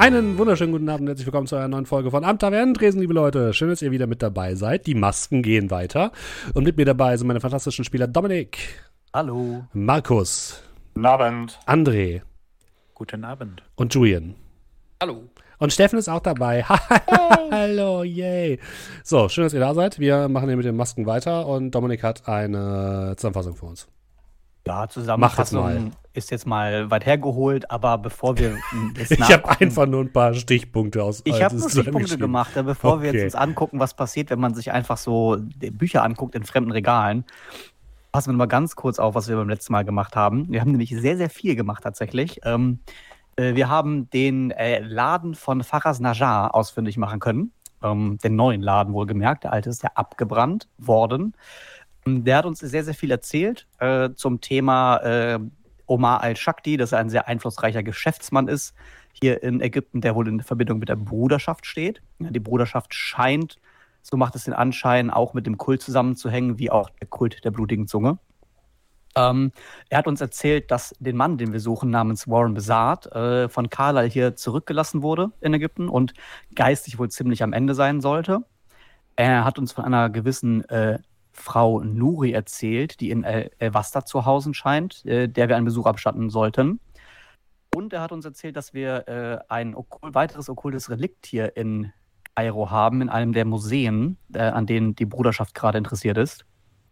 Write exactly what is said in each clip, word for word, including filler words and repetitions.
Einen wunderschönen guten Abend und herzlich willkommen zu einer neuen Folge von Am Tavernentresen, liebe Leute. Schön, dass ihr wieder mit dabei seid. Die Masken gehen weiter. Und mit mir dabei sind meine fantastischen Spieler Dominik. Hallo. Markus. Guten Abend. André. Guten Abend. Und Julian. Hallo. Und Steffen ist auch dabei. Hallo, yay. So, schön, dass ihr da seid. Wir machen hier mit den Masken weiter und Dominik hat eine Zusammenfassung für uns. Ja, Zusammenfassung ist jetzt mal weit hergeholt, aber bevor wir jetzt Ich habe einfach nur ein paar Stichpunkte aus. Ich habe nur Stichpunkte gemacht, bevor okay. wir jetzt uns angucken, was passiert, wenn man sich einfach so Bücher anguckt in fremden Regalen. Passen wir mal ganz kurz auf, was wir beim letzten Mal gemacht haben. Wir haben nämlich sehr, sehr viel gemacht tatsächlich. Ähm, äh, wir haben den äh, Laden von Faraz Najjar ausfindig machen können. Ähm, den neuen Laden wohlgemerkt. Der alte ist ja abgebrannt worden. Der hat uns sehr, sehr viel erzählt äh, zum Thema äh, Omar al-Shakti, dass er ein sehr einflussreicher Geschäftsmann ist hier in Ägypten, der wohl in Verbindung mit der Bruderschaft steht. Ja, die Bruderschaft scheint, so macht es den Anschein, auch mit dem Kult zusammenzuhängen, wie auch der Kult der blutigen Zunge. Ähm, er hat uns erzählt, dass den Mann, den wir suchen, namens Warren Besart, äh, von Carlyle hier zurückgelassen wurde in Ägypten und geistig wohl ziemlich am Ende sein sollte. Er hat uns von einer gewissen äh, Frau Nuri erzählt, die in El-Wasta zu Hause scheint, äh, der wir einen Besuch abstatten sollten. Und er hat uns erzählt, dass wir äh, ein okkult, weiteres okkultes Relikt hier in Kairo haben, in einem der Museen, äh, an denen die Bruderschaft gerade interessiert ist.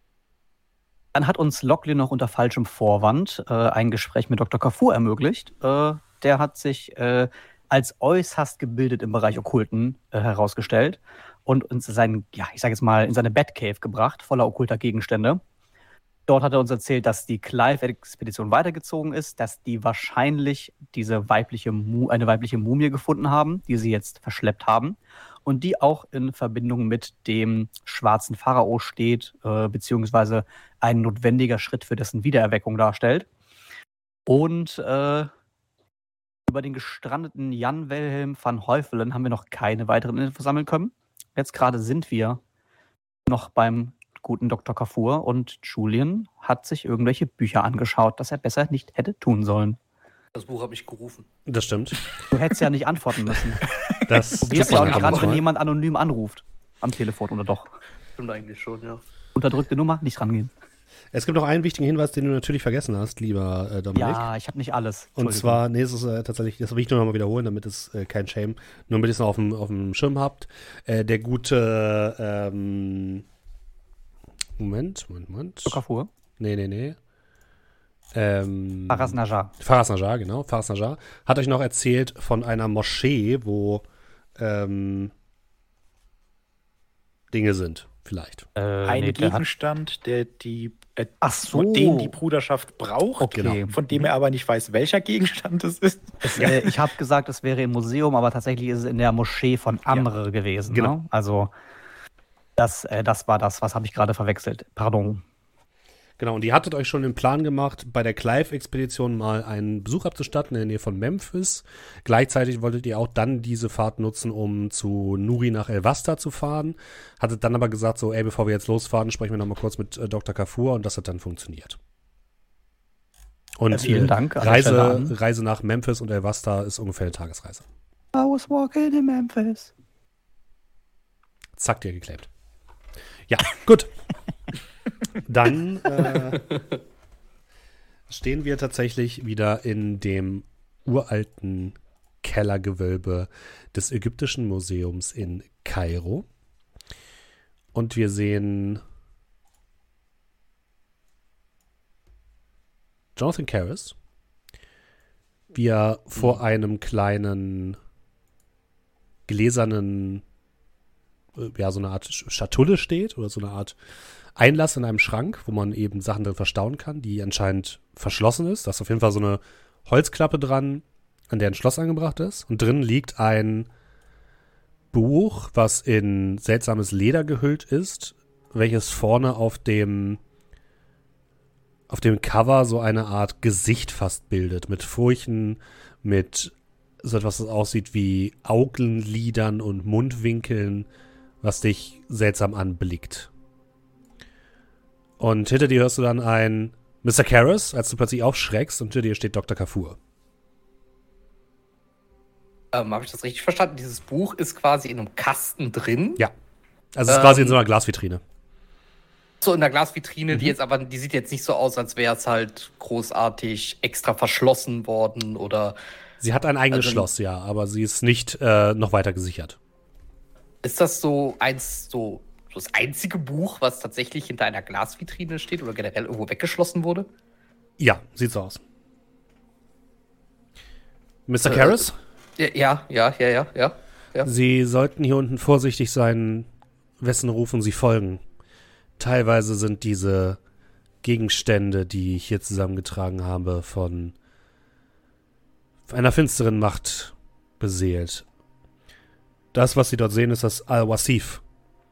Dann hat uns Lockley noch unter falschem Vorwand äh, ein Gespräch mit Doktor Kafur ermöglicht. Äh, der hat sich äh, als äußerst gebildet im Bereich Okkulten äh, herausgestellt und uns seinen, ja, ich sage jetzt mal, in seine Batcave gebracht, voller okkulter Gegenstände. Dort hat er uns erzählt, dass die Clive-Expedition weitergezogen ist, dass die wahrscheinlich diese weibliche Mu- eine weibliche Mumie gefunden haben, die sie jetzt verschleppt haben und die auch in Verbindung mit dem schwarzen Pharao steht, äh, beziehungsweise ein notwendiger Schritt für dessen Wiedererweckung darstellt. Und äh, über den gestrandeten Jan Wilhelm van Heuvelen haben wir noch keine weiteren Infos sammeln können. Jetzt gerade sind wir noch beim guten Doktor Kafur und Julian hat sich irgendwelche Bücher angeschaut, das er besser nicht hätte tun sollen. Das Buch hat mich gerufen. Das stimmt. Du hättest ja nicht antworten müssen. Das du gehst ja auch nicht ran, wenn jemand anonym anruft. Am Telefon oder doch? Stimmt eigentlich schon, ja. Unterdrückte Nummer, nicht rangehen. Es gibt noch einen wichtigen Hinweis, den du natürlich vergessen hast, lieber äh, Dominik. Ja, ich habe nicht alles. Und zwar, nee, es ist äh, tatsächlich, das will ich nur noch mal wiederholen, damit es äh, kein Shame, nur damit ihr es noch auf dem, auf dem Schirm habt. Äh, der gute, ähm, Moment, Moment, Moment. Kafur? Nee, nee, nee. Ähm, Faraz Najjar. Faraz Najjar, genau. Faraz Najjar hat euch noch erzählt von einer Moschee, wo ähm, Dinge sind, vielleicht. Äh, Ein nee, Gegenstand, der die, äh, Ach so. den die Bruderschaft braucht, Okay. genau, von dem er aber nicht weiß, welcher Gegenstand es ist. Es, äh, ich habe gesagt, es wäre im Museum, aber tatsächlich ist es in der Moschee von Amr ja. gewesen. Genau. Ne? Also das, äh, das war das, was habe ich gerade verwechselt. Pardon. Genau, und ihr hattet euch schon den Plan gemacht, bei der Clive-Expedition mal einen Besuch abzustatten in der Nähe von Memphis. Gleichzeitig wolltet ihr auch dann diese Fahrt nutzen, um zu Nuri nach El-Wasta zu fahren. Hattet dann aber gesagt, so, ey, bevor wir jetzt losfahren, sprechen wir nochmal kurz mit äh, Doktor Kafur, und das hat dann funktioniert. Und ja, vielen äh, Dank. Reise, Reise nach Memphis und El-Wasta ist ungefähr eine Tagesreise. I was walking in Memphis. Zack, dir geklebt. Ja, gut. Dann äh, stehen wir tatsächlich wieder in dem uralten Kellergewölbe des Ägyptischen Museums in Kairo. Und wir sehen Jonathan Karras, wie er mhm. vor einem kleinen gläsernen, ja, so eine Art Schatulle steht oder so eine Art Einlass in einem Schrank, wo man eben Sachen drin verstauen kann, die anscheinend verschlossen ist. Da ist auf jeden Fall so eine Holzklappe dran, an der ein Schloss angebracht ist. Und drin liegt ein Buch, was in seltsames Leder gehüllt ist, welches vorne auf dem auf dem Cover so eine Art Gesicht fast bildet, mit Furchen, mit so etwas, das aussieht wie Augenlidern und Mundwinkeln, was dich seltsam anblickt. Und hinter dir hörst du dann ein Mister Karras, als du plötzlich aufschreckst, und hinter dir steht Doktor Kafur. Ähm, Habe ich das richtig verstanden? Dieses Buch ist quasi in einem Kasten drin. Ja. Also es ist Ähm, quasi in so einer Glasvitrine. So in der Glasvitrine, Mhm. die jetzt aber, die sieht jetzt nicht so aus, als wäre es halt großartig extra verschlossen worden oder. Sie hat ein eigenes Also- Schloss, ja, aber sie ist nicht äh, noch weiter gesichert. Ist das so eins, so, so das einzige Buch, was tatsächlich hinter einer Glasvitrine steht oder generell irgendwo weggeschlossen wurde? Ja, sieht so aus. Mister Äh, Karras, Ja, ja, ja, ja, ja, ja. ja. Sie sollten hier unten vorsichtig sein, wessen Rufen Sie folgen. Teilweise sind diese Gegenstände, die ich hier zusammengetragen habe, von einer finsteren Macht beseelt. Das, was Sie dort sehen, ist das Al-Wasif.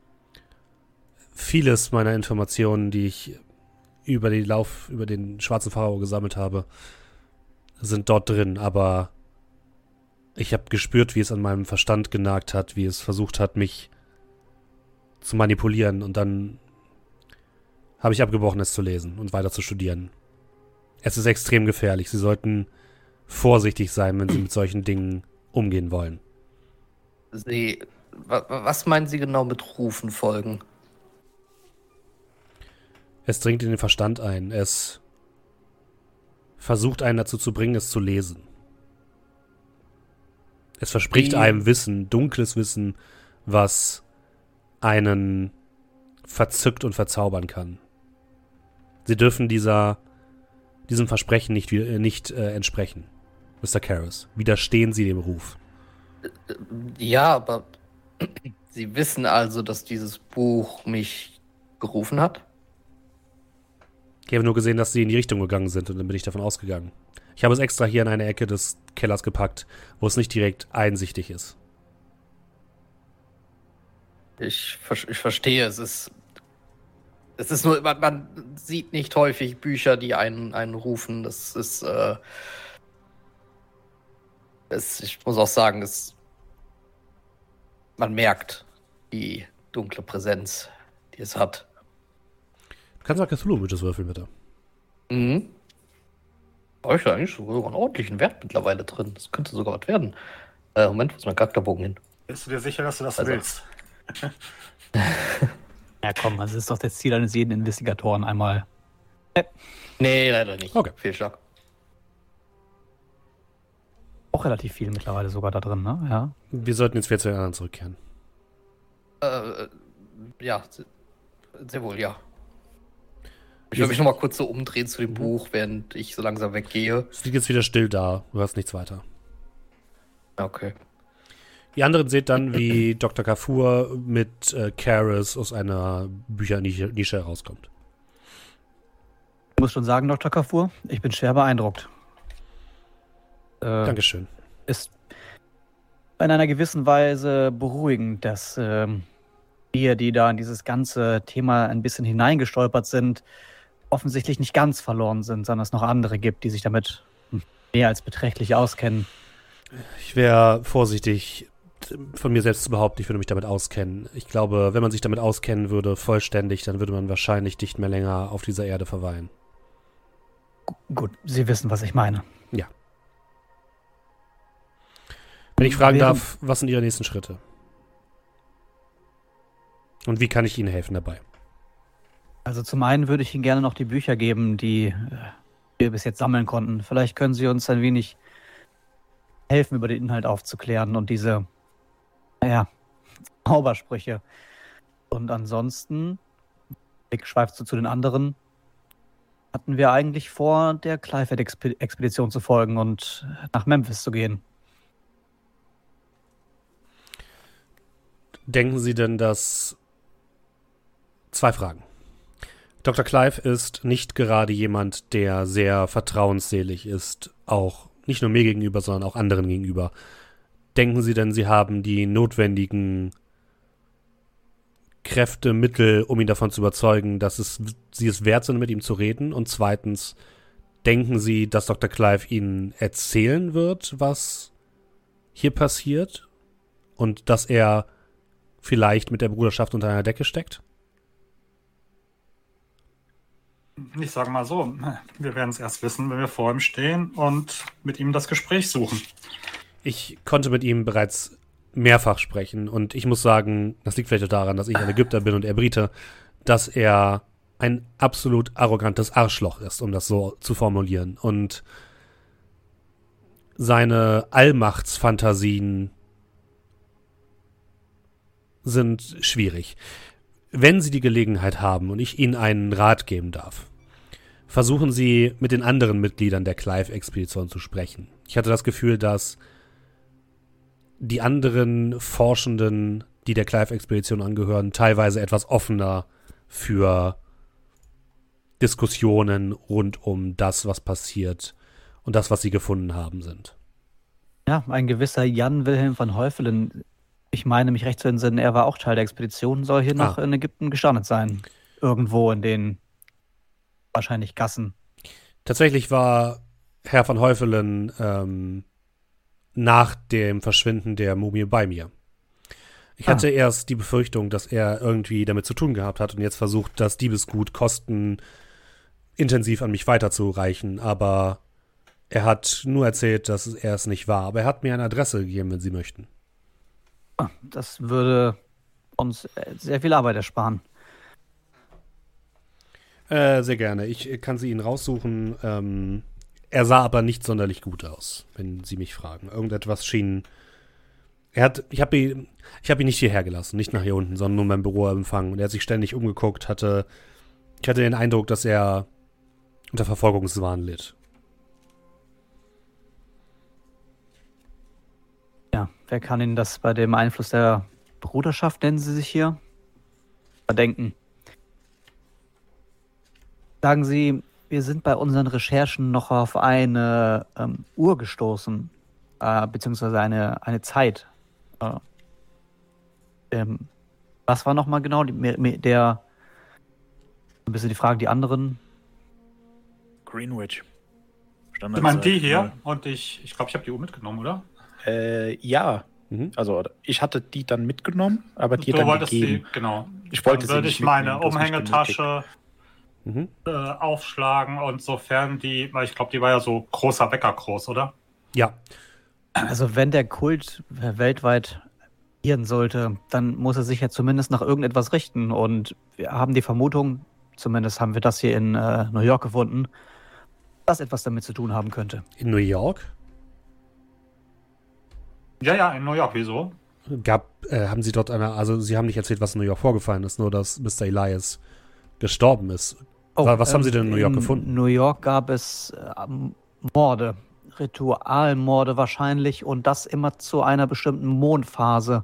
Vieles meiner Informationen, die ich über den Lauf, über den schwarzen Pharao gesammelt habe, sind dort drin, aber ich habe gespürt, wie es an meinem Verstand genagt hat, wie es versucht hat, mich zu manipulieren, und dann habe ich abgebrochen, es zu lesen und weiter zu studieren. Es ist extrem gefährlich. Sie sollten vorsichtig sein, wenn Sie mit solchen Dingen umgehen wollen. Sie, wa- wa- was meinen Sie genau mit Rufen folgen? Es dringt in den Verstand ein. Es versucht einen dazu zu bringen, es zu lesen. Es verspricht Wie- einem Wissen, dunkles Wissen, was einen verzückt und verzaubern kann. Sie dürfen dieser, diesem Versprechen nicht, äh, nicht äh, entsprechen, Mister Karras. Widerstehen Sie dem Ruf. Ja, aber Sie wissen also, dass dieses Buch mich gerufen hat? Ich habe nur gesehen, dass Sie in die Richtung gegangen sind, und dann bin ich davon ausgegangen. Ich habe es extra hier in eine Ecke des Kellers gepackt, wo es nicht direkt einsichtig ist. Ich, ver- ich verstehe, es ist. Es ist nur, man, man sieht nicht häufig Bücher, die einen, einen rufen. Das ist, äh, es, ich muss auch sagen, es, man merkt die dunkle Präsenz, die es hat. Du kannst mal Cthulhu-Mythos würfeln, bitte. Mhm. Da ist ja eigentlich sogar einen ordentlichen Wert mittlerweile drin. Das könnte sogar was werden. Äh, Moment, wo ist mein Charakterbogen hin? Bist du dir sicher, dass du das Also- willst? Ja, komm, das ist doch das Ziel eines jeden Investigatoren einmal. Nee, leider nicht. Okay. Fehlschlag. Auch relativ viel mittlerweile sogar da drin, ne? Ja. Wir sollten jetzt wieder zu den anderen zurückkehren. Äh, ja, se- sehr wohl, ja. Ich Wir will mich sind- noch mal kurz so umdrehen zu dem Buch, während ich so langsam weggehe. Es liegt jetzt wieder still da. Du hörst nichts weiter. Okay. Die anderen seht dann, wie Doktor Kafur mit äh, Karras aus einer Büchernische Nische herauskommt. Ich muss schon sagen, Doktor Kafur, ich bin schwer beeindruckt. Äh, Dankeschön. Ist in einer gewissen Weise beruhigend, dass ähm, wir, die da in dieses ganze Thema ein bisschen hineingestolpert sind, offensichtlich nicht ganz verloren sind, sondern es noch andere gibt, die sich damit mehr als beträchtlich auskennen. Ich wäre vorsichtig, von mir selbst zu behaupten, ich würde mich damit auskennen. Ich glaube, wenn man sich damit auskennen würde, vollständig, dann würde man wahrscheinlich nicht mehr länger auf dieser Erde verweilen. Gut, Sie wissen, was ich meine. Ja. Wenn ich fragen Während- darf, was sind Ihre nächsten Schritte? Und wie kann ich Ihnen helfen dabei? Also zum einen würde ich Ihnen gerne noch die Bücher geben, die äh, wir bis jetzt sammeln konnten. Vielleicht können Sie uns ein wenig helfen, über den Inhalt aufzuklären und diese, naja, Zaubersprüche. Und ansonsten, Blick schweift so zu den anderen, hatten wir eigentlich vor, der Clived-Expedition zu folgen und nach Memphis zu gehen. Denken Sie denn, dass... Zwei Fragen. Doktor Clive ist nicht gerade jemand, der sehr vertrauensselig ist, auch nicht nur mir gegenüber, sondern auch anderen gegenüber. Denken Sie denn, Sie haben die notwendigen Kräfte, Mittel, um ihn davon zu überzeugen, dass es, Sie es wert sind, mit ihm zu reden? Und zweitens, denken Sie, dass Doktor Clive Ihnen erzählen wird, was hier passiert? Und dass er vielleicht mit der Bruderschaft unter einer Decke steckt? Ich sage mal so, wir werden es erst wissen, wenn wir vor ihm stehen und mit ihm das Gespräch suchen. Ich konnte mit ihm bereits mehrfach sprechen und ich muss sagen, das liegt vielleicht auch daran, dass ich ein Ägypter bin und er Brite, dass er ein absolut arrogantes Arschloch ist, um das so zu formulieren. Und seine Allmachtsfantasien sind schwierig. Wenn Sie die Gelegenheit haben und ich Ihnen einen Rat geben darf, versuchen Sie mit den anderen Mitgliedern der Clive-Expedition zu sprechen. Ich hatte das Gefühl, dass die anderen Forschenden, die der Clive-Expedition angehören, teilweise etwas offener für Diskussionen rund um das, was passiert und das, was sie gefunden haben, sind. Ja, ein gewisser Jan Wilhelm van Heuvelen, ich meine mich recht zu entsinnen, er war auch Teil der Expedition, soll hier ah. noch in Ägypten gestrandet sein. Irgendwo in den wahrscheinlich Gassen. Tatsächlich war Herr van Heuvelen ähm, nach dem Verschwinden der Mumie bei mir. Ich ah. hatte erst die Befürchtung, dass er irgendwie damit zu tun gehabt hat und jetzt versucht, das Diebesgut kostenintensiv an mich weiterzureichen, aber er hat nur erzählt, dass er es nicht war. Aber er hat mir eine Adresse gegeben, wenn Sie möchten. Das würde uns sehr viel Arbeit ersparen. Äh, sehr gerne. Ich kann sie Ihnen raussuchen. Ähm, er sah aber nicht sonderlich gut aus, wenn Sie mich fragen. Irgendetwas schien... Er hat, ich habe ihn, ich hab ihn nicht hierher gelassen, nicht nach hier unten, sondern nur mein Büro empfangen. Und er hat sich ständig umgeguckt, hatte... Ich hatte den Eindruck, dass er unter Verfolgungswahn litt. Ja, wer kann Ihnen das bei dem Einfluss der Bruderschaft, nennen Sie sich hier, verdenken? Sagen Sie, wir sind bei unseren Recherchen noch auf eine ähm, Uhr gestoßen, äh, beziehungsweise eine, eine Zeit. Äh, ähm, was war nochmal genau die, der, ein bisschen die Frage, die anderen? Greenwich. Ich meine die hier und ich, ich glaube, ich habe die Uhr mitgenommen, oder? Äh, ja. Mhm. Also ich hatte die dann mitgenommen, aber die du dann gegeben. Die, genau. Ich wollte dann würde ich meine Umhängetasche mhm. äh, aufschlagen und sofern die, weil ich glaube, die war ja so großer Bäcker groß, oder? Ja. Also wenn der Kult weltweit agieren sollte, dann muss er sich ja zumindest nach irgendetwas richten und wir haben die Vermutung, zumindest haben wir das hier in äh, New York gefunden, dass etwas damit zu tun haben könnte. In New York? Ja, ja, in New York, wieso? Gab, äh, haben Sie dort eine, also Sie haben nicht erzählt, was in New York vorgefallen ist, nur dass Mister Elias gestorben ist. Oh, was ähm, haben Sie denn in New York in gefunden? In New York gab es äh, Morde, Ritualmorde wahrscheinlich und das immer zu einer bestimmten Mondphase.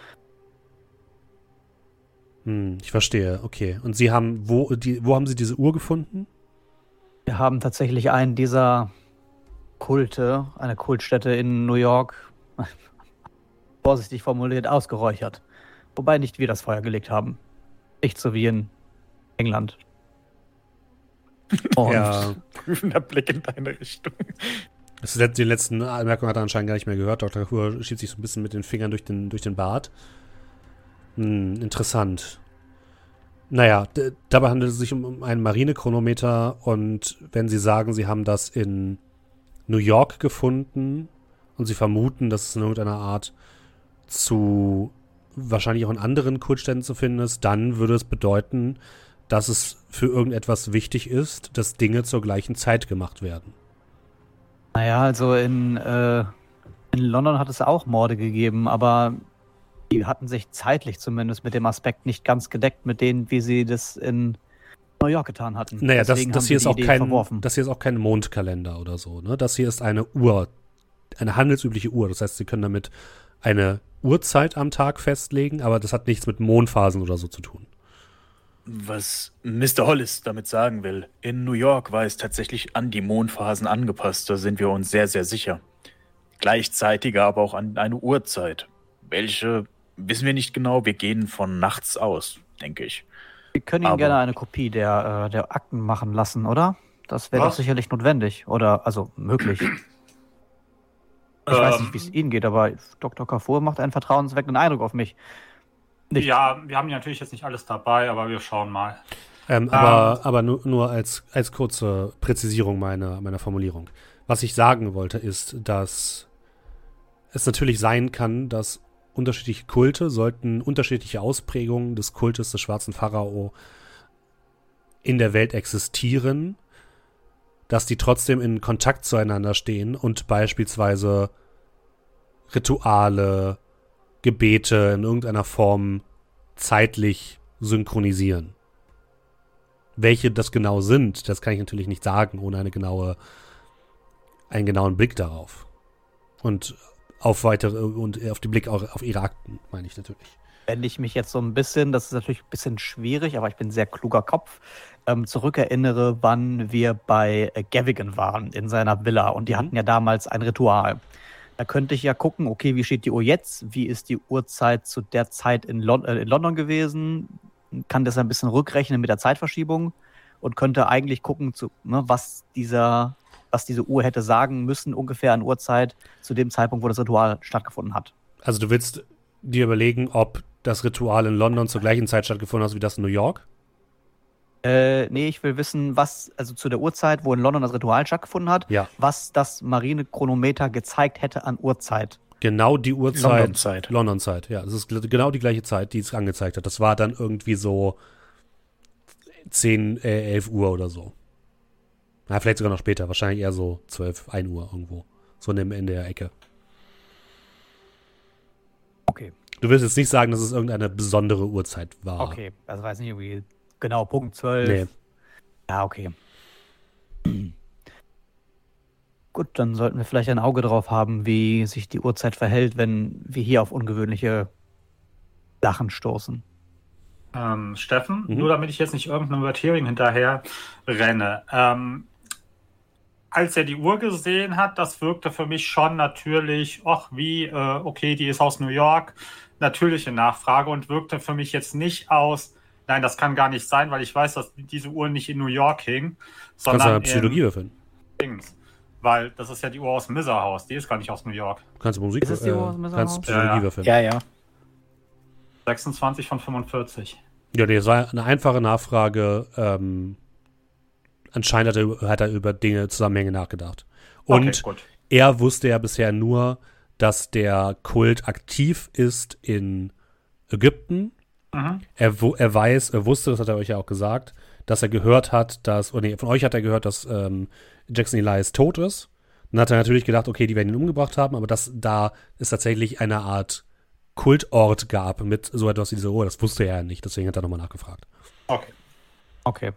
Hm, ich verstehe, okay. Und Sie haben, wo, die, wo haben Sie diese Uhr gefunden? Wir haben tatsächlich einen dieser Kulte, eine Kultstätte in New York, vorsichtig formuliert, ausgeräuchert. Wobei nicht wir das Feuer gelegt haben. Nicht so wie in England. Und ja. Prüfender Blick in deine Richtung. Das ist, die letzten Anmerkungen hat er anscheinend gar nicht mehr gehört. Doktor Huhr schiebt sich so ein bisschen mit den Fingern durch den, durch den Bart. Hm, interessant. Naja, d- dabei handelt es sich um, um einen Marinechronometer und wenn Sie sagen, Sie haben das in New York gefunden und Sie vermuten, dass es in irgendeiner Art zu wahrscheinlich auch in anderen Kultstätten zu finden ist, dann würde es bedeuten, dass es für irgendetwas wichtig ist, dass Dinge zur gleichen Zeit gemacht werden. Naja, also in, äh, in London hat es auch Morde gegeben, aber die hatten sich zeitlich zumindest mit dem Aspekt nicht ganz gedeckt mit denen, wie sie das in New York getan hatten. Naja, das, das, hier ist auch kein, das hier ist auch kein Mondkalender oder so. Ne? Das hier ist eine Uhr, eine handelsübliche Uhr. Das heißt, Sie können damit eine Uhrzeit am Tag festlegen, aber das hat nichts mit Mondphasen oder so zu tun. Was Mister Hollis damit sagen will, in New York war es tatsächlich an die Mondphasen angepasst, da sind wir uns sehr, sehr sicher. Gleichzeitig aber auch an eine Uhrzeit. Welche wissen wir nicht genau, wir gehen von nachts aus, denke ich. Wir können Ihnen aber gerne eine Kopie der, äh, der Akten machen lassen, oder? Das wäre doch sicherlich notwendig, oder also möglich. Ich ähm, weiß nicht, wie es Ihnen geht, aber Doktor Kafur macht einen vertrauensweckenden Eindruck auf mich. Nicht. Ja, wir haben natürlich jetzt nicht alles dabei, aber wir schauen mal. Ähm, aber ähm, aber nur, nur als, als kurze Präzisierung meiner, meiner Formulierung. Was ich sagen wollte, ist, dass es natürlich sein kann, dass unterschiedliche Kulte, sollten unterschiedliche Ausprägungen des Kultes des schwarzen Pharao in der Welt existieren, dass die trotzdem in Kontakt zueinander stehen und beispielsweise Rituale, Gebete in irgendeiner Form zeitlich synchronisieren. Welche das genau sind, das kann ich natürlich nicht sagen, ohne eine genaue, einen genauen Blick darauf. Und auf weitere und auf den Blick auch auf ihre Akten, meine ich natürlich. Wenn ich mich jetzt so ein bisschen, das ist natürlich ein bisschen schwierig, aber ich bin ein sehr kluger Kopf, ähm, zurückerinnere, wann wir bei äh, Gavigan waren, in seiner Villa. Und die Mhm. hatten ja damals ein Ritual. Da könnte ich ja gucken, okay, wie steht die Uhr jetzt? Wie ist die Uhrzeit zu der Zeit in, Lon äh, in London gewesen? Kann das ein bisschen rückrechnen mit der Zeitverschiebung und könnte eigentlich gucken, zu, ne, was dieser, was diese Uhr hätte sagen müssen, ungefähr an Uhrzeit zu dem Zeitpunkt, wo das Ritual stattgefunden hat. Also du willst dir überlegen, ob das Ritual in London zur gleichen Zeit stattgefunden hat wie das in New York? Äh, nee, ich will wissen, was, also zu der Uhrzeit, wo in London das Ritual stattgefunden hat, Ja. was das Marinechronometer gezeigt hätte an Uhrzeit. Genau die Uhrzeit. London-Zeit. London-Zeit, ja. Das ist gl- genau die gleiche Zeit, die es angezeigt hat. Das war dann irgendwie so zehn, äh, elf Uhr oder so. Na, vielleicht sogar noch später. Wahrscheinlich eher so zwölf, ein Uhr irgendwo. So in, dem, in der Ecke. Okay. Du willst jetzt nicht sagen, dass es irgendeine besondere Uhrzeit war. Okay, also weiß nicht irgendwie genau, Punkt zwölf. Nee. Ja, okay. Gut, dann sollten wir vielleicht ein Auge drauf haben, wie sich die Uhrzeit verhält, wenn wir hier auf ungewöhnliche Sachen stoßen. Ähm, Steffen, Mhm. nur damit ich jetzt nicht irgendeinem Red Herring hinterher renne. Ähm, als er die Uhr gesehen hat, das wirkte für mich schon natürlich, ach wie, äh, okay, die ist aus New York, natürliche Nachfrage und wirkte für mich jetzt nicht aus, nein, das kann gar nicht sein, weil ich weiß, dass diese Uhr nicht in New York hing, Kannst du eine sondern Psychologie in würfeln. Dings. Weil das ist ja die Uhr aus dem Miserhaus, die ist gar nicht aus New York. Kannst du Musik Ist es die äh, Uhr aus dem kannst Messerhaus? Psychologie Ja, ja. würfeln. Ja, ja. sechsundzwanzig von fünfundvierzig. Ja, nee, es war eine einfache Nachfrage. Ähm, anscheinend hat er, hat er über Dinge, Zusammenhänge nachgedacht. Und Okay, gut. er wusste ja bisher nur, dass der Kult aktiv ist in Ägypten. Mhm. Er, wo- er weiß, er wusste, das hat er euch ja auch gesagt, dass er gehört hat, dass, oder nee, von euch hat er gehört, dass ähm, Jackson Elias tot ist. Dann hat er natürlich gedacht, okay, die werden ihn umgebracht haben, aber dass da es tatsächlich eine Art Kultort gab mit so etwas wie dieser Uhr, das wusste er ja nicht, deswegen hat er nochmal nachgefragt. Okay. Okay.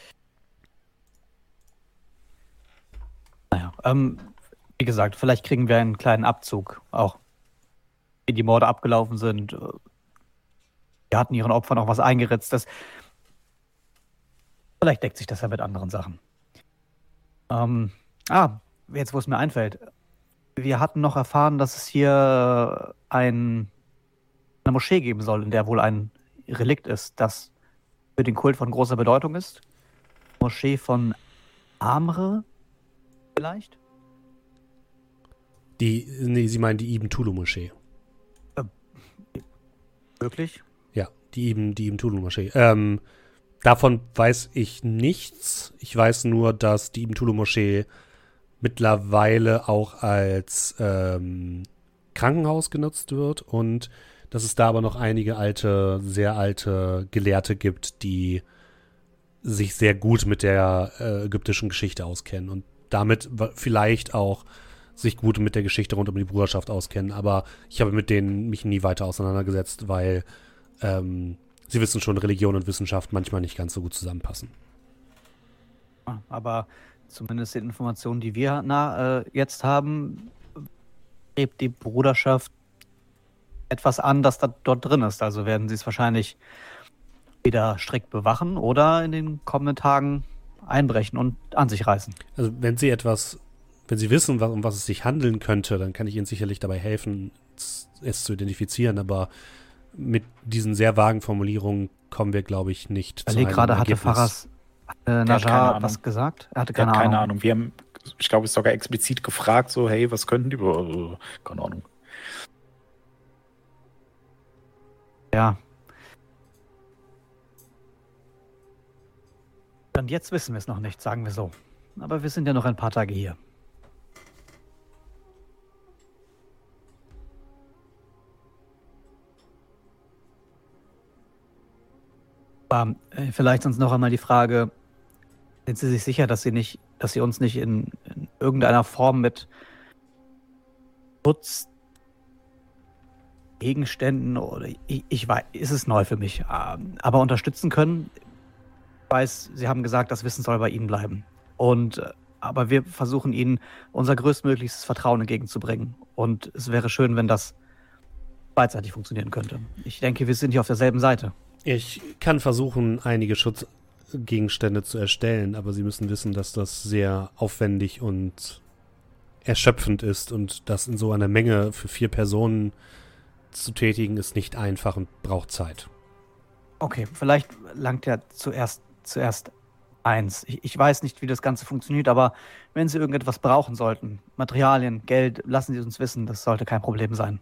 Naja, ähm, wie gesagt, vielleicht kriegen wir einen kleinen Abzug, auch wie die Morde abgelaufen sind. Wir hatten ihren Opfern auch was eingeritzt. Das vielleicht deckt sich das ja mit anderen Sachen. Ähm, ah, jetzt wo es mir einfällt. Wir hatten noch erfahren, dass es hier ein, eine Moschee geben soll, in der wohl ein Relikt ist, das für den Kult von großer Bedeutung ist. Moschee von Amr vielleicht? Die, nee, sie meinen die Ibn Tulu-Moschee. Wirklich? Ja, die Ibn, die Ibn Tulu-Moschee. Ähm, davon weiß ich nichts. Ich weiß nur, dass die Ibn Tulu-Moschee mittlerweile auch als ähm, Krankenhaus genutzt wird und dass es da aber noch einige alte, sehr alte Gelehrte gibt, die sich sehr gut mit der äh, ägyptischen Geschichte auskennen und damit wa- vielleicht auch sich gut mit der Geschichte rund um die Bruderschaft auskennen. Aber ich habe mit denen mich nie weiter auseinandergesetzt, weil ähm, sie wissen schon, Religion und Wissenschaft manchmal nicht ganz so gut zusammenpassen. Ah, aber zumindest die Informationen, die wir na, äh, jetzt haben, strebt die Bruderschaft etwas an, das da dort drin ist. Also werden sie es wahrscheinlich wieder strikt bewachen oder in den kommenden Tagen einbrechen und an sich reißen. Also wenn sie etwas, wenn sie wissen, was, um was es sich handeln könnte, dann kann ich ihnen sicherlich dabei helfen, es, es zu identifizieren. Aber mit diesen sehr vagen Formulierungen kommen wir, glaube ich, nicht Überleg gerade, hatte Ergebnis. Faras äh, keine Najar Ahnung. was gesagt? Er hatte Ich habe keine, keine Ahnung. Ahnung. Wir haben, ich glaube, es ist sogar explizit gefragt, so, hey, was könnten die? Äh, Keine Ahnung. Ja. Und jetzt wissen wir es noch nicht, sagen wir so. Aber wir sind ja noch ein paar Tage hier. Ähm, vielleicht sonst noch einmal die Frage, sind Sie sich sicher, dass Sie nicht, dass Sie uns nicht in, in irgendeiner Form mit Schutzgegenständen oder ich, ich weiß, ist es neu für mich, ähm, aber unterstützen können? Ich weiß, Sie haben gesagt, das Wissen soll bei Ihnen bleiben. Und äh, aber wir versuchen Ihnen unser größtmöglichstes Vertrauen entgegenzubringen. Und es wäre schön, wenn das beidseitig funktionieren könnte. Ich denke, wir sind hier auf derselben Seite. Ich kann versuchen, einige Schutzgegenstände zu erstellen, aber Sie müssen wissen, dass das sehr aufwendig und erschöpfend ist und das in so einer Menge für vier Personen zu tätigen, ist nicht einfach und braucht Zeit. Okay, vielleicht langt ja zuerst, zuerst eins. Ich, ich weiß nicht, wie das Ganze funktioniert, aber wenn Sie irgendetwas brauchen sollten, Materialien, Geld, lassen Sie uns wissen, das sollte kein Problem sein.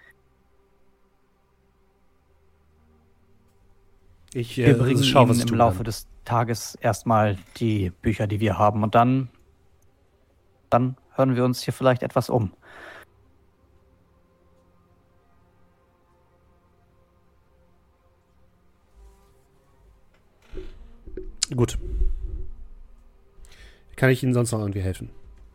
Ich Wir äh, bringen schau, was Ihnen ich im tun Laufe kann. des Tages erstmal die Bücher, die wir haben. Und dann, dann hören wir uns hier vielleicht etwas um. Gut. Kann ich Ihnen sonst noch irgendwie helfen?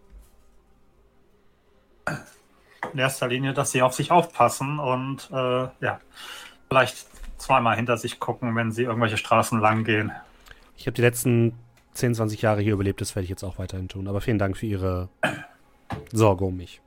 In erster Linie, dass sie auf sich aufpassen und äh, ja, vielleicht zweimal hinter sich gucken, wenn sie irgendwelche Straßen lang gehen. Ich habe die letzten zehn, zwanzig Jahre hier überlebt, das werde ich jetzt auch weiterhin tun. Aber vielen Dank für Ihre Sorge um mich.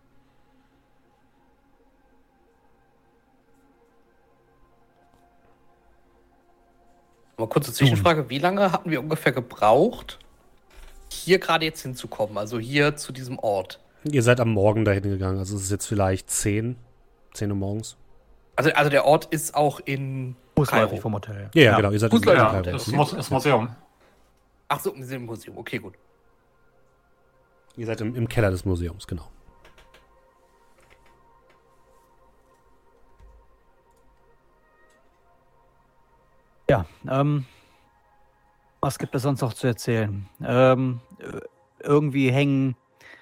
Mal kurze Zwischenfrage, wie lange hatten wir ungefähr gebraucht, hier gerade jetzt hinzukommen, also hier zu diesem Ort? Ihr seid am Morgen dahin gegangen, also es ist jetzt vielleicht zehn, zehn Uhr morgens. Also, also der Ort ist auch in Fußläufig Kairo. vom Hotel. Ja, ja, genau, ihr seid in Fußläufig. Ja, Kairo. das Mu das Museum. Ach so, wir sind im Museum, okay, gut. Ihr seid im, im Keller des Museums, genau. Ja, ähm, was gibt es sonst noch zu erzählen? Ähm, äh, irgendwie hängen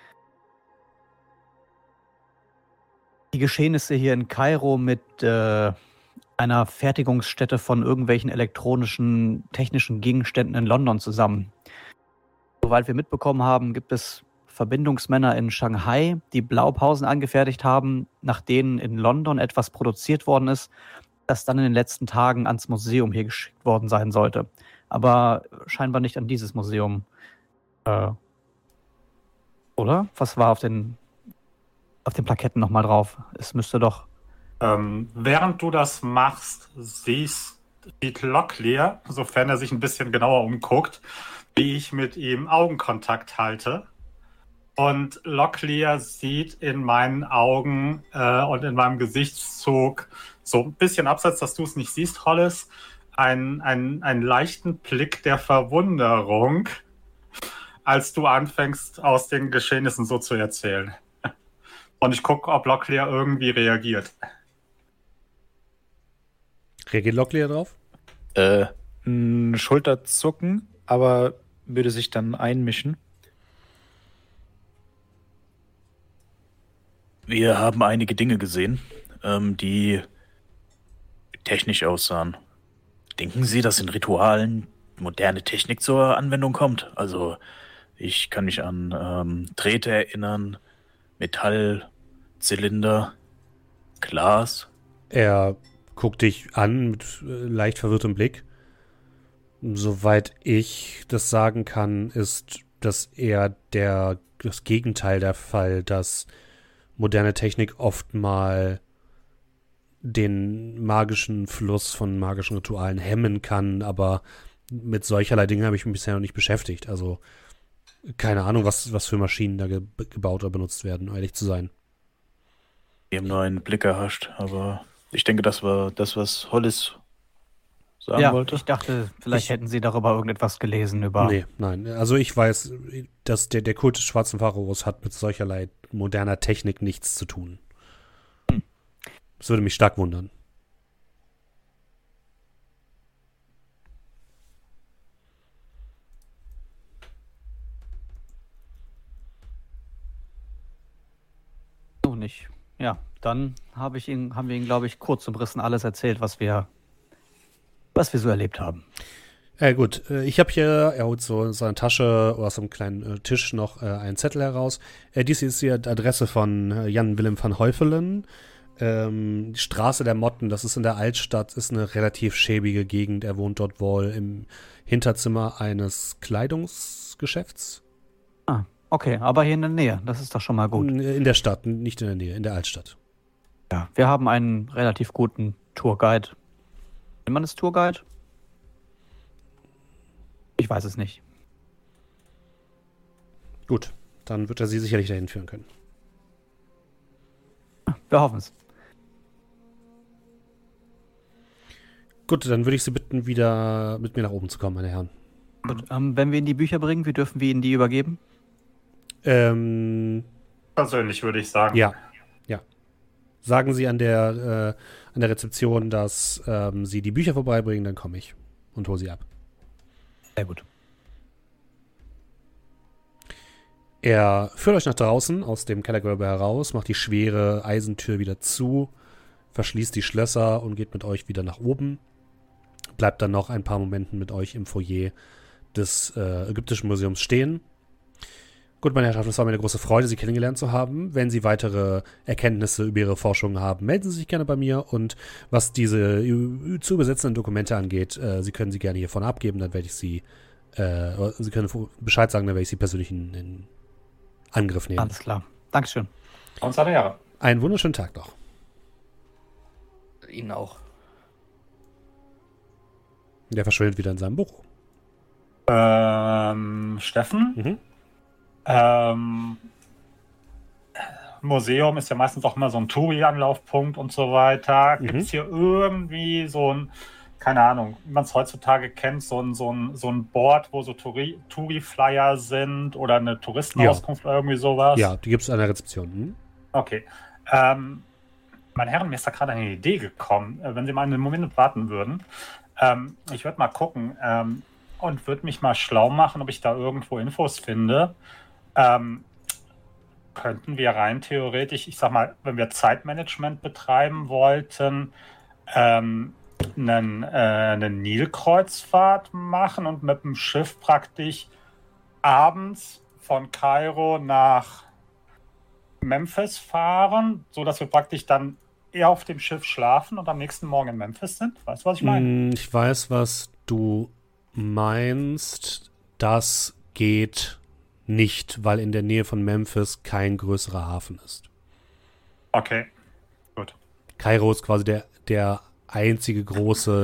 die Geschehnisse hier in Kairo mit äh, einer Fertigungsstätte von irgendwelchen elektronischen, technischen Gegenständen in London zusammen. Soweit wir mitbekommen haben, gibt es Verbindungsmänner in Shanghai, die Blaupausen angefertigt haben, nach denen in London etwas produziert worden ist, das dann in den letzten Tagen ans Museum hier geschickt worden sein sollte. Aber scheinbar nicht an dieses Museum. Äh, oder? Was war auf den, auf den Plaketten nochmal drauf? Es müsste doch... Ähm, während du das machst, siehst, sieht Locklear, sofern er sich ein bisschen genauer umguckt, wie ich mit ihm Augenkontakt halte. Und Locklear sieht in meinen Augen äh, und in meinem Gesichtszug so ein bisschen abseits, dass du es nicht siehst, Hollis, einen, einen, einen leichten Blick der Verwunderung, als du anfängst, aus den Geschehnissen so zu erzählen. Und ich gucke, ob Locklear irgendwie reagiert. Reagiert Locklear drauf? Äh, ein Schulterzucken, aber würde sich dann einmischen. Wir haben einige Dinge gesehen, ähm, die technisch aussahen. Denken Sie, dass in Ritualen moderne Technik zur Anwendung kommt? Also ich kann mich an ähm, Drähte erinnern, Metallzylinder, Glas. Er guckt dich an mit äh, leicht verwirrtem Blick. Soweit ich das sagen kann, ist das eher der, das Gegenteil der Fall, dass moderne Technik oft mal den magischen Fluss von magischen Ritualen hemmen kann, aber mit solcherlei Dingen habe ich mich bisher noch nicht beschäftigt. Also keine Ahnung, was, was für Maschinen da ge gebaut oder benutzt werden, um ehrlich zu sein. Wir haben nur einen Blick erhascht, aber ich denke, das war das, was Hollis sagen ja, wollte. Ich dachte, vielleicht Ich- hätten Sie darüber irgendetwas gelesen, über... Nee, nein. Also ich weiß, dass der, der Kult des schwarzen Pharaos hat mit solcherlei moderner Technik nichts zu tun. Das würde mich stark wundern. So nicht. Ja, dann habe ich ihn, haben wir Ihnen, glaube ich, kurz umrissen alles erzählt, was wir, was wir so erlebt haben. Ja gut, äh, ich habe hier, er holt so in seiner Tasche oder aus so einem kleinen äh, Tisch noch äh, einen Zettel heraus. Äh, dies ist die Adresse von äh, Jan Willem van Heufelen. Ähm, die Straße der Motten, das ist in der Altstadt, ist eine relativ schäbige Gegend. Er wohnt dort wohl im Hinterzimmer eines Kleidungsgeschäfts. Ah, okay, aber hier in der Nähe, das ist doch schon mal gut. In der Stadt, nicht in der Nähe, in der Altstadt. Ja, wir haben einen relativ guten Tourguide. Nennt man das Tourguide? Ich weiß es nicht. Gut, dann wird er sie sicherlich dahin führen können. Wir hoffen es. Gut, dann würde ich Sie bitten, wieder mit mir nach oben zu kommen, meine Herren. Gut, ähm, wenn wir Ihnen die Bücher bringen, wie dürfen wir Ihnen die übergeben? Ähm, Persönlich würde ich sagen. ja, ja. Sagen Sie an der, äh, an der Rezeption, dass ähm, Sie die Bücher vorbeibringen, dann komme ich und hole sie ab. Sehr gut. Er führt euch nach draußen aus dem Kellergewölbe heraus, macht die schwere Eisentür wieder zu, verschließt die Schlösser und geht mit euch wieder nach oben. Bleibt dann noch ein paar Momente mit euch im Foyer des äh, Ägyptischen Museums stehen. Gut, meine Herrschaften, es war mir eine große Freude, Sie kennengelernt zu haben. Wenn Sie weitere Erkenntnisse über Ihre Forschungen haben, melden Sie sich gerne bei mir. Und was diese zu übersetzenden Dokumente angeht, äh, Sie können sie gerne hiervon abgeben, dann werde ich Sie, äh, Sie können Bescheid sagen, dann werde ich Sie persönlich in, in Angriff nehmen. Alles klar. Dankeschön. Uns hat er. Einen wunderschönen Tag noch. Ihnen auch. Der verschwindet wieder in seinem Büro. Ähm, Steffen? Mhm. Ähm, Museum ist ja meistens auch immer so ein Touri-Anlaufpunkt und so weiter. Gibt es Mhm. hier irgendwie so ein, keine Ahnung, wie man es heutzutage kennt, so ein, so ein, so ein Board, wo so Touri- Touri-Flyer sind oder eine Touristenauskunft oder irgendwie sowas? Ja, die gibt es an der Rezeption. Hm? Okay. Ähm, meine Herren, mir ist da gerade eine Idee gekommen. Äh, wenn Sie mal einen Moment warten würden. Ähm, ich würde mal gucken ähm, und würde mich mal schlau machen, ob ich da irgendwo Infos finde. Ähm, könnten wir rein theoretisch, ich sag mal, wenn wir Zeitmanagement betreiben wollten, ähm, einen, äh, eine Nilkreuzfahrt machen und mit dem Schiff praktisch abends von Kairo nach Memphis fahren, sodass wir praktisch dann eher auf dem Schiff schlafen und am nächsten Morgen in Memphis sind? Weißt du, was ich meine? Mm, Ich weiß, was du meinst. Das geht nicht, weil in der Nähe von Memphis kein größerer Hafen ist. Okay, gut. Kairo ist quasi der, der einzige große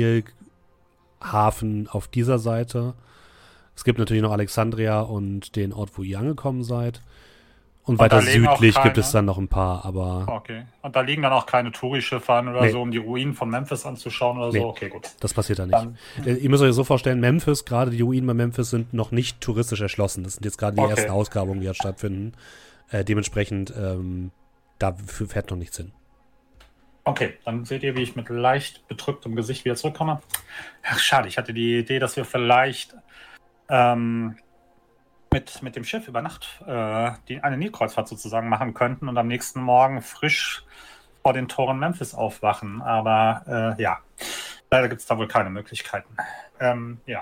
Nilhafen auf dieser Seite. Es gibt natürlich noch Alexandria und den Ort, wo ihr angekommen seid. Und, Und weiter da liegen auch südlich gibt keine- es dann noch ein paar, aber Okay. Und da liegen dann auch keine Tourischiffe an oder Nee. so, um die Ruinen von Memphis anzuschauen oder Nee. so? Okay, gut. das passiert da nicht. Dann, Äh, Ihr müsst euch das so vorstellen, Memphis, gerade die Ruinen bei Memphis sind noch nicht touristisch erschlossen. Das sind jetzt gerade die Okay. ersten Ausgrabungen, die jetzt stattfinden. Äh, dementsprechend, ähm, da fährt noch nichts hin. okay, dann seht ihr, wie ich mit leicht bedrücktem Gesicht wieder zurückkomme. Ach, schade, ich hatte die Idee, dass wir vielleicht ähm, mit, mit dem Schiff über Nacht äh, die, eine Nilkreuzfahrt sozusagen machen könnten und am nächsten Morgen frisch vor den Toren Memphis aufwachen. Aber äh, ja, leider gibt es da wohl keine Möglichkeiten. Ähm, ja.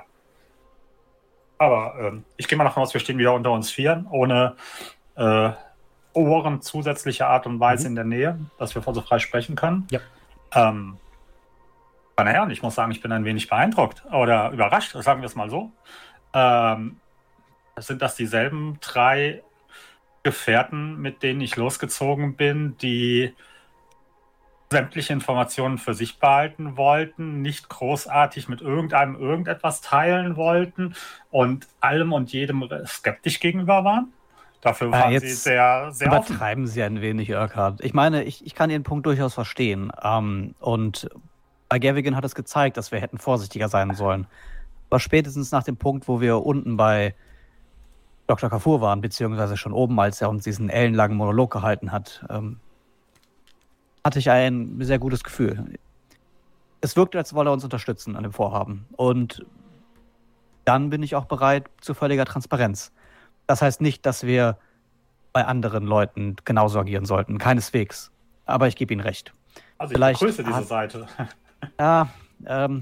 Aber ähm, ich gehe mal davon aus, wir stehen wieder unter uns Vieren, ohne äh, Ohren zusätzlicher Art und Weise Mhm. in der Nähe, dass wir voll so frei sprechen können. Ja. Ähm, meine Herren, ich muss sagen, ich bin ein wenig beeindruckt oder überrascht, sagen wir es mal so. Ähm, sind das dieselben drei Gefährten, mit denen ich losgezogen bin, die sämtliche Informationen für sich behalten wollten, nicht großartig mit irgendeinem irgendetwas teilen wollten und allem und jedem skeptisch gegenüber waren? Dafür Ah, waren jetzt sie sehr, sehr offen. Übertreiben Sie ein wenig, Urquhart. Ich meine, ich, ich kann Ihren Punkt durchaus verstehen. Ähm, und bei Gavigan hat es gezeigt, dass wir hätten vorsichtiger sein sollen. Aber spätestens nach dem Punkt, wo wir unten bei Doktor Kafur waren, beziehungsweise schon oben, als er uns diesen ellenlangen Monolog gehalten hat, ähm, hatte ich ein sehr gutes Gefühl. Es wirkte, als wolle er uns unterstützen an dem Vorhaben. Und dann bin ich auch bereit zu völliger Transparenz. Das heißt nicht, dass wir bei anderen Leuten genauso agieren sollten. Keineswegs. Aber ich gebe Ihnen recht. Also ich vielleicht begrüße diese hat- Seite. Ja, ähm,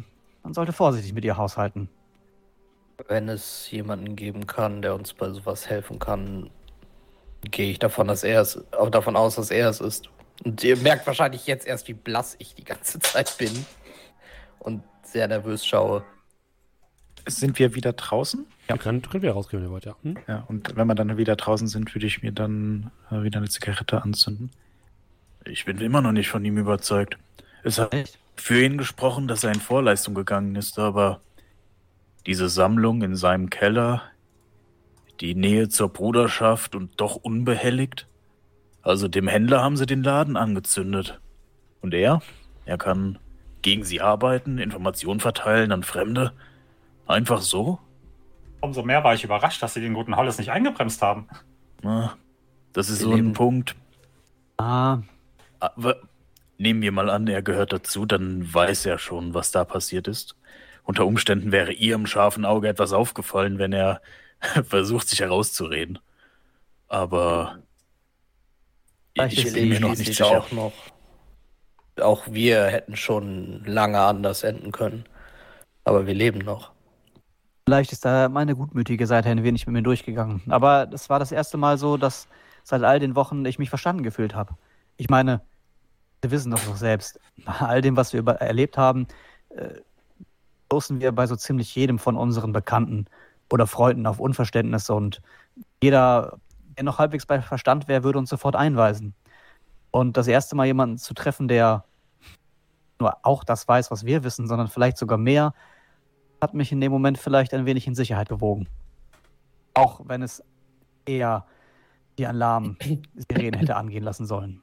man sollte vorsichtig mit ihr haushalten. Wenn es jemanden geben kann, der uns bei sowas helfen kann, gehe ich davon, dass er es, auch davon aus, dass er es ist. Und ihr merkt wahrscheinlich jetzt erst, wie blass ich die ganze Zeit bin und sehr nervös schaue. Sind wir wieder draußen? Ja. Wir können, können wir rausgehen, wenn ihr wollt, ja. Hm? Ja, und wenn wir dann wieder draußen sind, würde ich mir dann äh, wieder eine Zigarette anzünden. Ich bin immer noch nicht von ihm überzeugt. Es hat Echt? für ihn gesprochen, dass er in Vorleistung gegangen ist, aber diese Sammlung in seinem Keller, die Nähe zur Bruderschaft und doch unbehelligt. Also dem Händler haben sie den Laden angezündet. Und er? Er kann gegen sie arbeiten, Informationen verteilen an Fremde. Einfach so? Umso mehr war ich überrascht, dass sie den guten Hollis nicht eingebremst haben. Na, das ist Wir so ein leben- Punkt. Ah, Aber nehmen wir mal an, er gehört dazu, dann weiß er schon, was da passiert ist. Unter Umständen wäre ihrem scharfen Auge etwas aufgefallen, wenn er versucht, sich herauszureden. Aber Vielleicht ich ist bin sie mir noch nicht schließlich sicher. auch noch. Auch wir hätten schon lange anders enden können. Aber wir leben noch. vielleicht ist da meine gutmütige Seite ein wenig mit mir durchgegangen. Aber das war das erste Mal so, dass seit all den Wochen ich mich verstanden gefühlt habe. Ich meine, wir wissen doch noch selbst, bei all dem, was wir über erlebt haben, äh, stoßen wir bei so ziemlich jedem von unseren Bekannten oder Freunden auf Unverständnis und jeder, der noch halbwegs bei Verstand wäre, würde uns sofort einweisen. Und das erste Mal jemanden zu treffen, der nur auch das weiß, was wir wissen, sondern vielleicht sogar mehr, hat mich in dem Moment vielleicht ein wenig in Sicherheit gewogen. Auch wenn es eher die Alarm-Sirenen hätte angehen lassen sollen.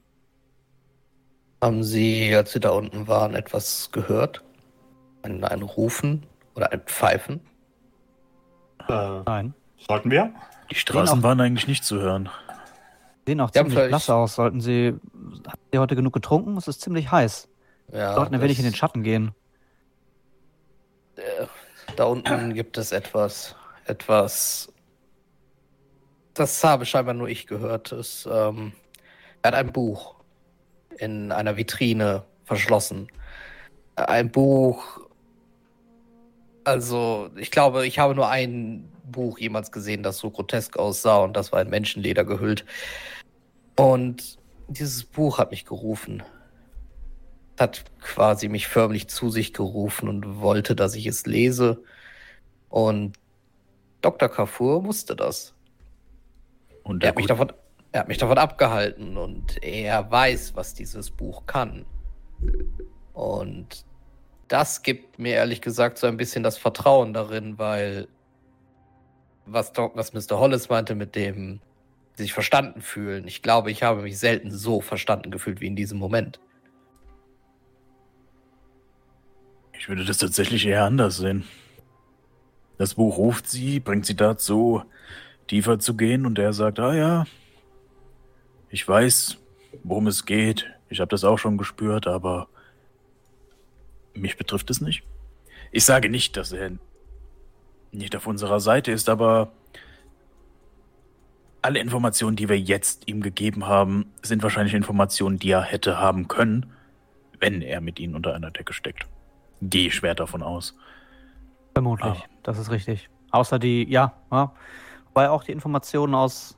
Haben Sie, als Sie da unten waren, etwas gehört? Ein, ein Rufen oder ein Pfeifen? Äh, Nein. sollten wir? Die Straßen Sehen auch- waren eigentlich nicht zu hören. Sehen auch Die haben ziemlich vielleicht- blass aus. Sollten Sie, haben Sie heute genug getrunken? Es ist ziemlich heiß. Ja, Sollten ein wenig in das- den Schatten gehen. Äh, Da unten gibt es etwas, etwas, das habe scheinbar nur ich gehört. Es, ähm, er hat ein Buch in einer Vitrine verschlossen. Ein Buch, also ich glaube, ich habe nur ein Buch jemals gesehen, das so grotesk aussah und das war in Menschenleder gehüllt. Und dieses Buch hat mich gerufen. Hat quasi mich förmlich zu sich gerufen und wollte, dass ich es lese. Und Doktor Kafur wusste das. Und Er der hat, mich Gut- davon, er hat mich davon abgehalten und er weiß, was dieses Buch kann. Und das gibt mir ehrlich gesagt so ein bisschen das Vertrauen darin, weil was, Doc- was Mister Hollis meinte mit dem sich verstanden fühlen, ich glaube, ich habe mich selten so verstanden gefühlt wie in diesem Moment. Ich würde das tatsächlich eher anders sehen. Das Buch ruft sie, bringt sie dazu, tiefer zu gehen und er sagt, ah ja, ich weiß, worum es geht. Ich habe das auch schon gespürt, aber mich betrifft es nicht. Ich sage nicht, dass er nicht auf unserer Seite ist, aber alle Informationen, die wir jetzt ihm gegeben haben, sind wahrscheinlich Informationen, die er hätte haben können, wenn er mit ihnen unter einer Decke steckt. Gehe ich schwer davon aus. Vermutlich, Ah. das ist richtig. Außer die, ja, ja. Wobei auch die Informationen aus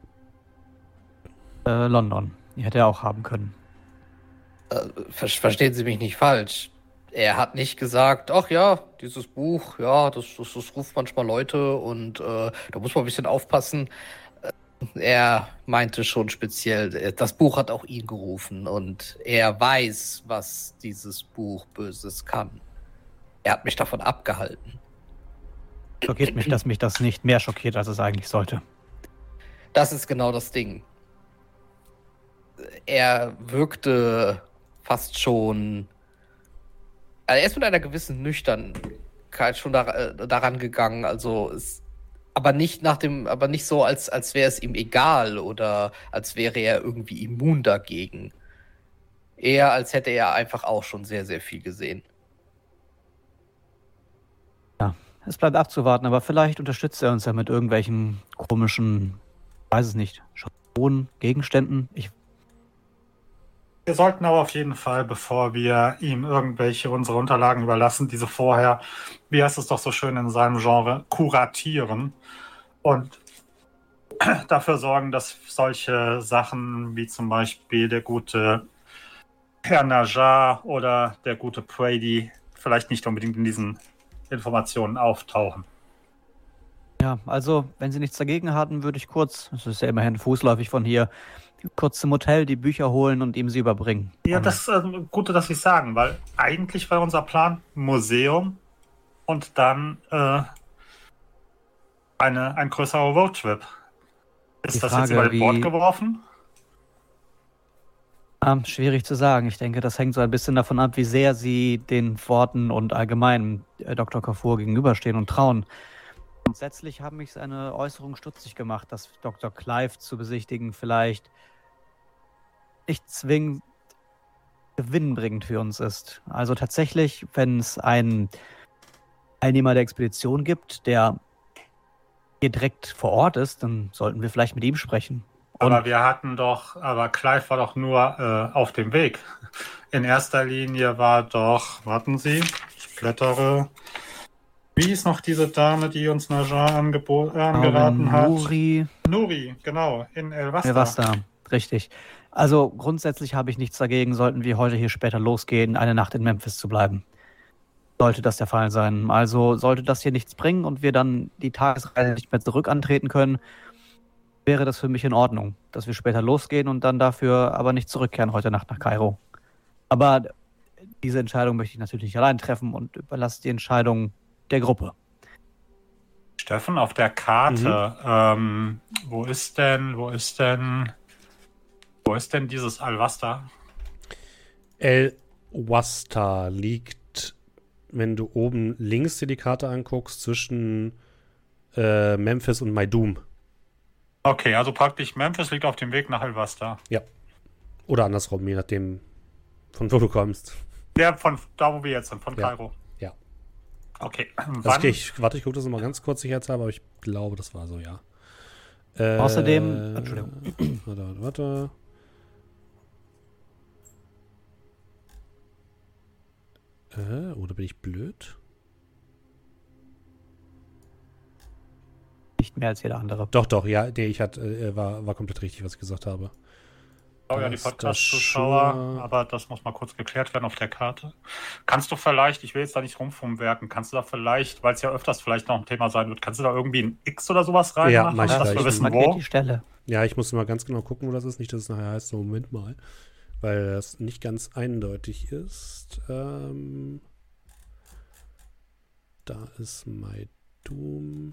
äh, London, die hätte er auch haben können. Äh, ver verstehen Sie mich nicht falsch. Er hat nicht gesagt, ach ja, dieses Buch, ja, das, das, das ruft manchmal Leute und äh, da muss man ein bisschen aufpassen. Äh, Er meinte schon speziell, äh, das Buch hat auch ihn gerufen und er weiß, was dieses Buch Böses kann. Er hat mich davon abgehalten. Schockiert mich, dass mich das nicht mehr schockiert, als es eigentlich sollte. Das ist genau das Ding. Er wirkte fast schon. Also er ist mit einer gewissen Nüchternheit schon da, äh, daran gegangen, also es, aber nicht nach dem, aber nicht so, als, als wäre es ihm egal oder als wäre er irgendwie immun dagegen. Eher als hätte er einfach auch schon sehr, sehr viel gesehen. Es bleibt abzuwarten, aber vielleicht unterstützt er uns ja mit irgendwelchen komischen, weiß es nicht, Schablonen, Gegenständen. Ich Wir sollten aber auf jeden Fall, bevor wir ihm irgendwelche unserer Unterlagen überlassen, diese vorher, wie heißt es doch so schön in seinem Genre, kuratieren und dafür sorgen, dass solche Sachen wie zum Beispiel der gute Herr Najar oder der gute Brady vielleicht nicht unbedingt in diesen Informationen auftauchen. Ja, also, wenn Sie nichts dagegen hatten, würde ich kurz, das ist ja immerhin fußläufig von hier, kurz zum Hotel die Bücher holen und ihm sie überbringen. Ja, Und das ist äh, gut, dass Sie es sagen, weil eigentlich war unser Plan Museum und dann äh, eine, ein größerer Roadtrip. Ist Die das Frage, jetzt über wie- Bord geworfen? Ah, schwierig zu sagen. Ich denke, das hängt so ein bisschen davon ab, wie sehr Sie den Worten und allgemein äh, Doktor Kafur gegenüberstehen und trauen. Grundsätzlich haben mich seine Äußerung stutzig gemacht, dass Doktor Clive zu besichtigen vielleicht nicht zwingend gewinnbringend für uns ist. Also tatsächlich, wenn es einen Teilnehmer der Expedition gibt, der hier direkt vor Ort ist, dann sollten wir vielleicht mit ihm sprechen. Und Aber wir hatten doch, aber Clive war doch nur äh, auf dem Weg. In erster Linie war doch, warten Sie, ich blättere. Wie ist noch diese Dame, die uns Najar angebo- äh, angeraten hat? Nuri, Nuri, genau, in El Vasta. wer war's da? Richtig. Also grundsätzlich habe ich nichts dagegen, sollten wir heute hier später losgehen, eine Nacht in Memphis zu bleiben. Sollte das der Fall sein. Also sollte das hier nichts bringen und wir dann die Tagesreise nicht mehr zurück antreten können, wäre das für mich in Ordnung, dass wir später losgehen und dann dafür aber nicht zurückkehren heute Nacht nach Kairo. Aber diese Entscheidung möchte ich natürlich nicht allein treffen und überlasse die Entscheidung der Gruppe. Steffen, auf der Karte, ähm, wo ist denn, wo ist denn, wo ist denn dieses Al Vasta? El Wasta liegt, wenn du oben links dir die Karte anguckst, zwischen äh, Memphis und Maidum. Okay, also praktisch Memphis liegt auf dem Weg nach El Vasta. Oder andersrum, je nachdem, von wo du kommst. Ja, von da, wo wir jetzt sind, von Ja. Kairo. Ja. Okay, Also wann? okay, ich, warte, ich gucke das nochmal ganz kurz sicherheitshalber, aber ich glaube, das war so, ja. Äh, Außerdem- Entschuldigung. Warte, warte, warte. Äh, oder bin ich blöd? Nicht mehr als jeder andere. Doch, doch, ja, nee, ich hatte, äh, war, war komplett richtig, was ich gesagt habe. Oh ja, Da die ist das Podcast-Zuschauer, schon- aber das muss mal kurz geklärt werden auf der Karte. Kannst du vielleicht, ich will jetzt da nicht rumfumwerken, kannst du da vielleicht, weil es ja öfters vielleicht noch ein Thema sein wird, kannst du da irgendwie ein X oder sowas Ja, reinmachen, mach ich dass gleich. wir wissen, markiert wo? die Stelle. Ja, ich muss mal ganz genau gucken, wo das ist. Nicht, dass es nachher heißt, so, Moment mal. Weil das nicht ganz eindeutig ist. Ähm, da ist Maidum.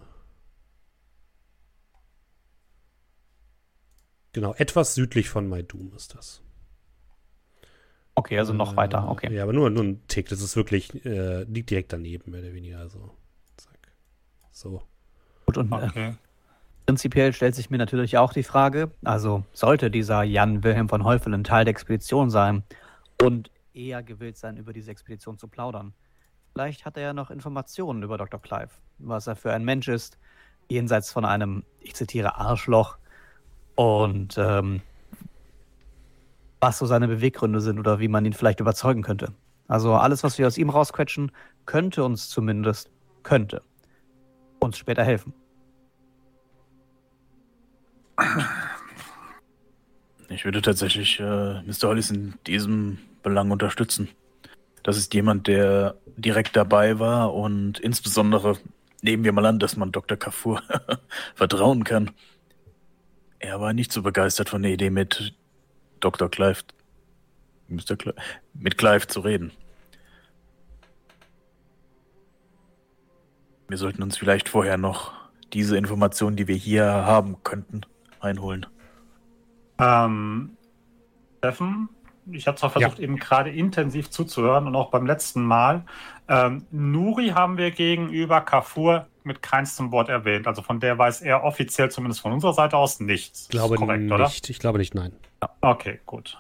Genau, etwas südlich von Maidum ist das. Okay, also noch Äh, weiter. Okay. Ja, aber nur, nur ein Tick. Das ist wirklich, äh, liegt direkt daneben, mehr oder weniger. Also, zack. So. Gut, und äh, Okay. prinzipiell stellt sich mir natürlich auch die Frage, also sollte dieser Jan Wilhelm von Heufelen Teil der Expedition sein und eher gewillt sein, über diese Expedition zu plaudern, vielleicht hat er ja noch Informationen über Doktor Clive, was er für ein Mensch ist, jenseits von einem, ich zitiere, Arschloch und ähm, was so seine Beweggründe sind oder wie man ihn vielleicht überzeugen könnte. Also alles, was wir aus ihm rausquetschen, könnte uns zumindest, könnte uns später helfen. Ich würde tatsächlich äh, Mister Hollis in diesem Belang unterstützen. Das ist jemand, der direkt dabei war und insbesondere nehmen wir mal an, dass man Doktor Kafur vertrauen kann. Er war nicht so begeistert von der Idee, mit Doktor Clive, Mister Clive, mit Clive zu reden. Wir sollten uns vielleicht vorher noch diese Informationen, die wir hier haben könnten, einholen. Ähm, Steffen, ich habe zwar versucht, eben gerade intensiv zuzuhören und auch beim letzten Mal. Ähm, Nuri haben wir gegenüber Kafur mit keinstem Wort erwähnt. Also von der weiß er offiziell zumindest von unserer Seite aus nichts. Ich glaube ist korrekt, nicht. oder? Ich glaube nicht, nein. Okay, gut.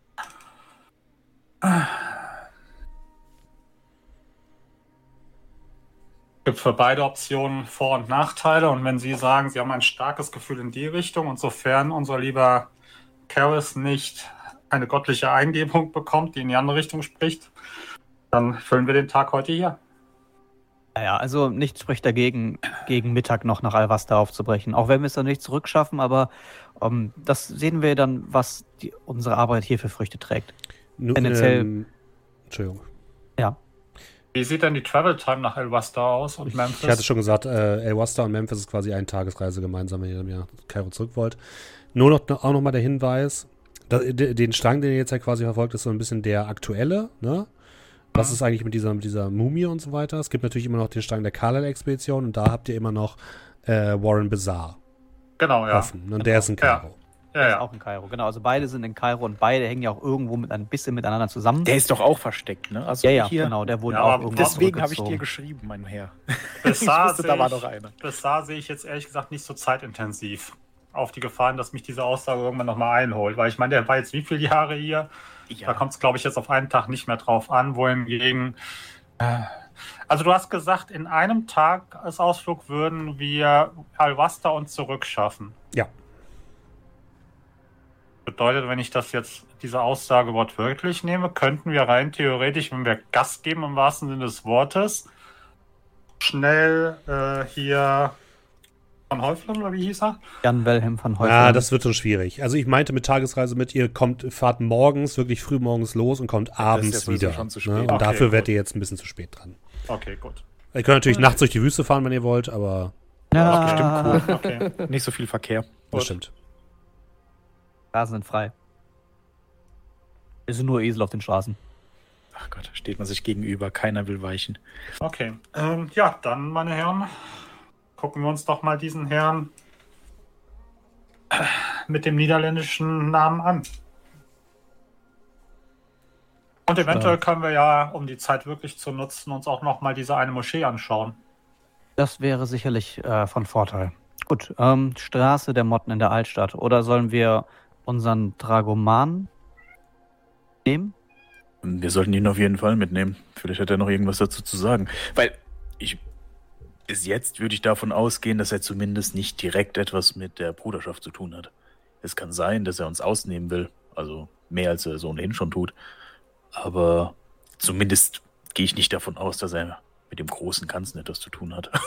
Es gibt für beide Optionen Vor- und Nachteile. Und wenn Sie sagen, Sie haben ein starkes Gefühl in die Richtung und sofern unser lieber Karras nicht eine göttliche Eingebung bekommt, die in die andere Richtung spricht, dann füllen wir den Tag heute hier. Naja, also nichts spricht dagegen, gegen Mittag noch nach Alvasta aufzubrechen. Auch wenn wir es dann nicht zurückschaffen, aber um, das sehen wir dann, was die, unsere Arbeit hier für Früchte trägt. Nun, Tendenziell. ähm, Entschuldigung. Ja. Wie sieht denn die Travel Time nach Alvasta aus und Memphis? Ich hatte schon gesagt, äh, Alvasta und Memphis ist quasi eine Tagesreise gemeinsam, wenn ihr dann nach Kairo zurück wollt. Nur noch, auch nochmal der Hinweis, da, den Strang, den ihr jetzt ja quasi verfolgt, ist so ein bisschen der aktuelle, ne? Was ist eigentlich mit dieser, mit dieser Mumie und so weiter? Es gibt natürlich immer noch den Strang der Carlisle-Expedition und da habt ihr immer noch äh, Warren Bizarre Genau, ja. offen. Und der ist in Kairo. Ja, Ist ja. auch in Kairo, genau. Also beide sind in Kairo und beide hängen ja auch irgendwo mit ein bisschen miteinander zusammen. Der ist doch auch versteckt, ne? Also ja, ja, hier, genau. Der wurde Ja, auch aber irgendwo deswegen habe ich dir zurückgezogen. geschrieben, mein Herr. Bis Ich da wusste, sehe da war ich- noch einer. Bis da sehe ich jetzt ehrlich gesagt nicht so zeitintensiv. Auf die Gefahren, dass mich diese Aussage irgendwann nochmal einholt. Weil ich meine, der war jetzt wie viele Jahre hier? Da kommt es, glaube ich, jetzt auf einen Tag nicht mehr drauf an, wohingegen. Äh, also du hast gesagt, in einem Tagesausflug würden wir Alvasta und zurückschaffen. Ja. Bedeutet, wenn ich das jetzt, diese Aussage wortwörtlich nehme, könnten wir rein theoretisch, wenn wir Gas geben im wahrsten Sinne des Wortes, schnell äh, hier von Häuflern, oder wie hieß er? Jan Wilhelm van Häufel. Ja, das wird schon schwierig. Also ich meinte mit Tagesreise mit, ihr kommt, fahrt morgens, wirklich früh morgens los und kommt abends ist ja sowieso wieder. schon zu Ne? spät. Und Okay, dafür gut. werdet ihr jetzt ein bisschen zu spät dran. Okay, gut. Ihr könnt natürlich nachts durch die Wüste fahren, wenn ihr wollt, aber ja, bestimmt Okay. Nicht so viel Verkehr. das stimmt. Straßen sind frei. Es sind nur Esel auf den Straßen. Ach Gott, steht man sich gegenüber, keiner will weichen. Okay. Ähm, ja, dann, meine Herren, gucken wir uns doch mal diesen Herrn mit dem niederländischen Namen an. Und eventuell können wir ja, um die Zeit wirklich zu nutzen, uns auch noch mal diese eine Moschee anschauen. Das wäre sicherlich äh, von Vorteil. Gut, ähm, Straße der Motten in der Altstadt. Oder sollen wir unseren Dragoman nehmen? Wir sollten ihn auf jeden Fall mitnehmen. Vielleicht hat er noch irgendwas dazu zu sagen. Weil ich bis jetzt würde ich davon ausgehen, dass er zumindest nicht direkt etwas mit der Bruderschaft zu tun hat. Es kann sein, dass er uns ausnehmen will. Also mehr als er so ohnehin schon tut. Aber zumindest gehe ich nicht davon aus, dass er mit dem großen Ganzen etwas zu tun hat.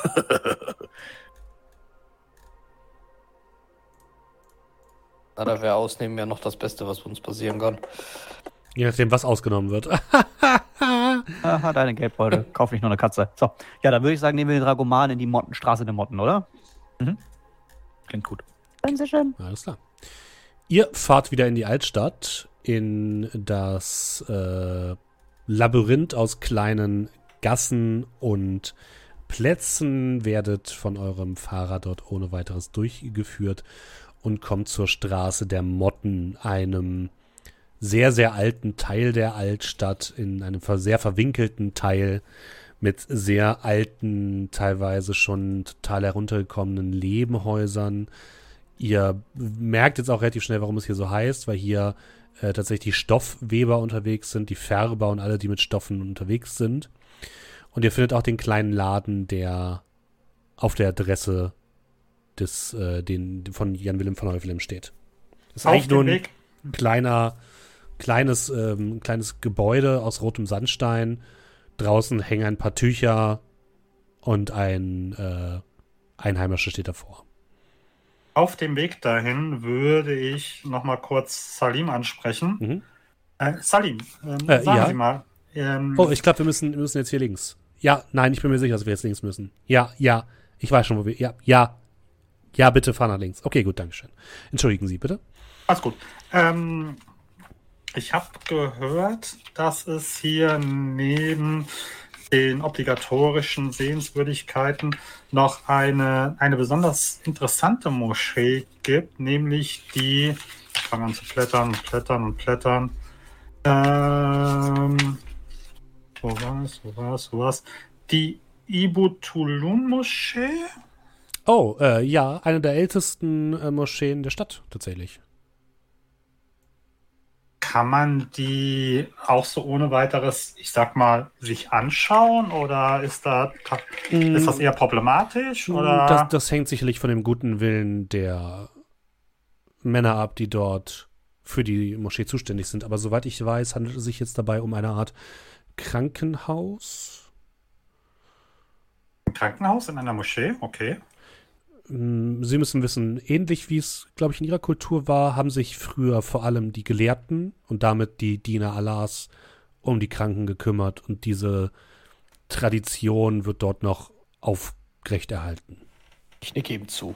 Na, da wäre Ausnehmen ja noch das Beste, was uns passieren kann. Je nachdem, was ausgenommen wird. Aha, deine Geldbeutel. Kauf nicht nur eine Katze. So, ja, dann würde ich sagen, nehmen wir den Dragoman in die Motten, Straße der Motten, oder? Klingt gut. Sehr schön. Alles klar. Ihr fahrt wieder in die Altstadt, in das äh, Labyrinth aus kleinen Gassen und Plätzen, werdet von eurem Fahrer dort ohne weiteres durchgeführt und kommt zur Straße der Motten, einem sehr, sehr alten Teil der Altstadt, in einem sehr verwinkelten Teil mit sehr alten, teilweise schon total heruntergekommenen Lehmhäusern. Ihr merkt jetzt auch relativ schnell, warum es hier so heißt, weil hier äh, tatsächlich die Stoffweber unterwegs sind, die Färber und alle, die mit Stoffen unterwegs sind. Und ihr findet auch den kleinen Laden, der auf der Adresse des, äh, den, von Jan Willem van Heuvelem steht. Das ist Auf eigentlich nur dem ein Weg. kleiner, kleines, ähm, kleines Gebäude aus rotem Sandstein. Draußen hängen ein paar Tücher und ein äh, Einheimischer steht davor. Auf dem Weg dahin würde ich noch mal kurz Salim ansprechen. Mhm. Äh, Salim, ähm, Äh, sagen ja. Sie mal. Ähm, Oh, ich glaube, wir müssen, wir müssen jetzt hier links. Ja, nein, ich bin mir sicher, dass wir jetzt links müssen. Ja, ja, ich weiß schon, wo wir. Ja, ja, ja, bitte fahr nach links. Okay, gut, dankeschön. Entschuldigen Sie, bitte. Alles gut. Ähm, ich habe gehört, dass es hier neben den obligatorischen Sehenswürdigkeiten noch eine, eine besonders interessante Moschee gibt, nämlich die, ich fange an zu blättern und blättern und blättern. Ähm, wo war es, wo war es, wo war es? Die Ibutulun-Moschee? Oh, äh, ja, eine der ältesten äh, Moscheen der Stadt, tatsächlich. Kann man die auch so ohne weiteres, ich sag mal, sich anschauen oder ist, da, ist das eher problematisch? Oder? Das, das hängt sicherlich von dem guten Willen der Männer ab, die dort für die Moschee zuständig sind. Aber soweit ich weiß, handelt es sich jetzt dabei um eine Art Krankenhaus. Ein Krankenhaus in einer Moschee? Okay. Sie müssen wissen, ähnlich wie es, glaube ich, in ihrer Kultur war, haben sich früher vor allem die Gelehrten und damit die Diener Allahs um die Kranken gekümmert. Und diese Tradition wird dort noch aufrechterhalten. Ich nicke ihm zu.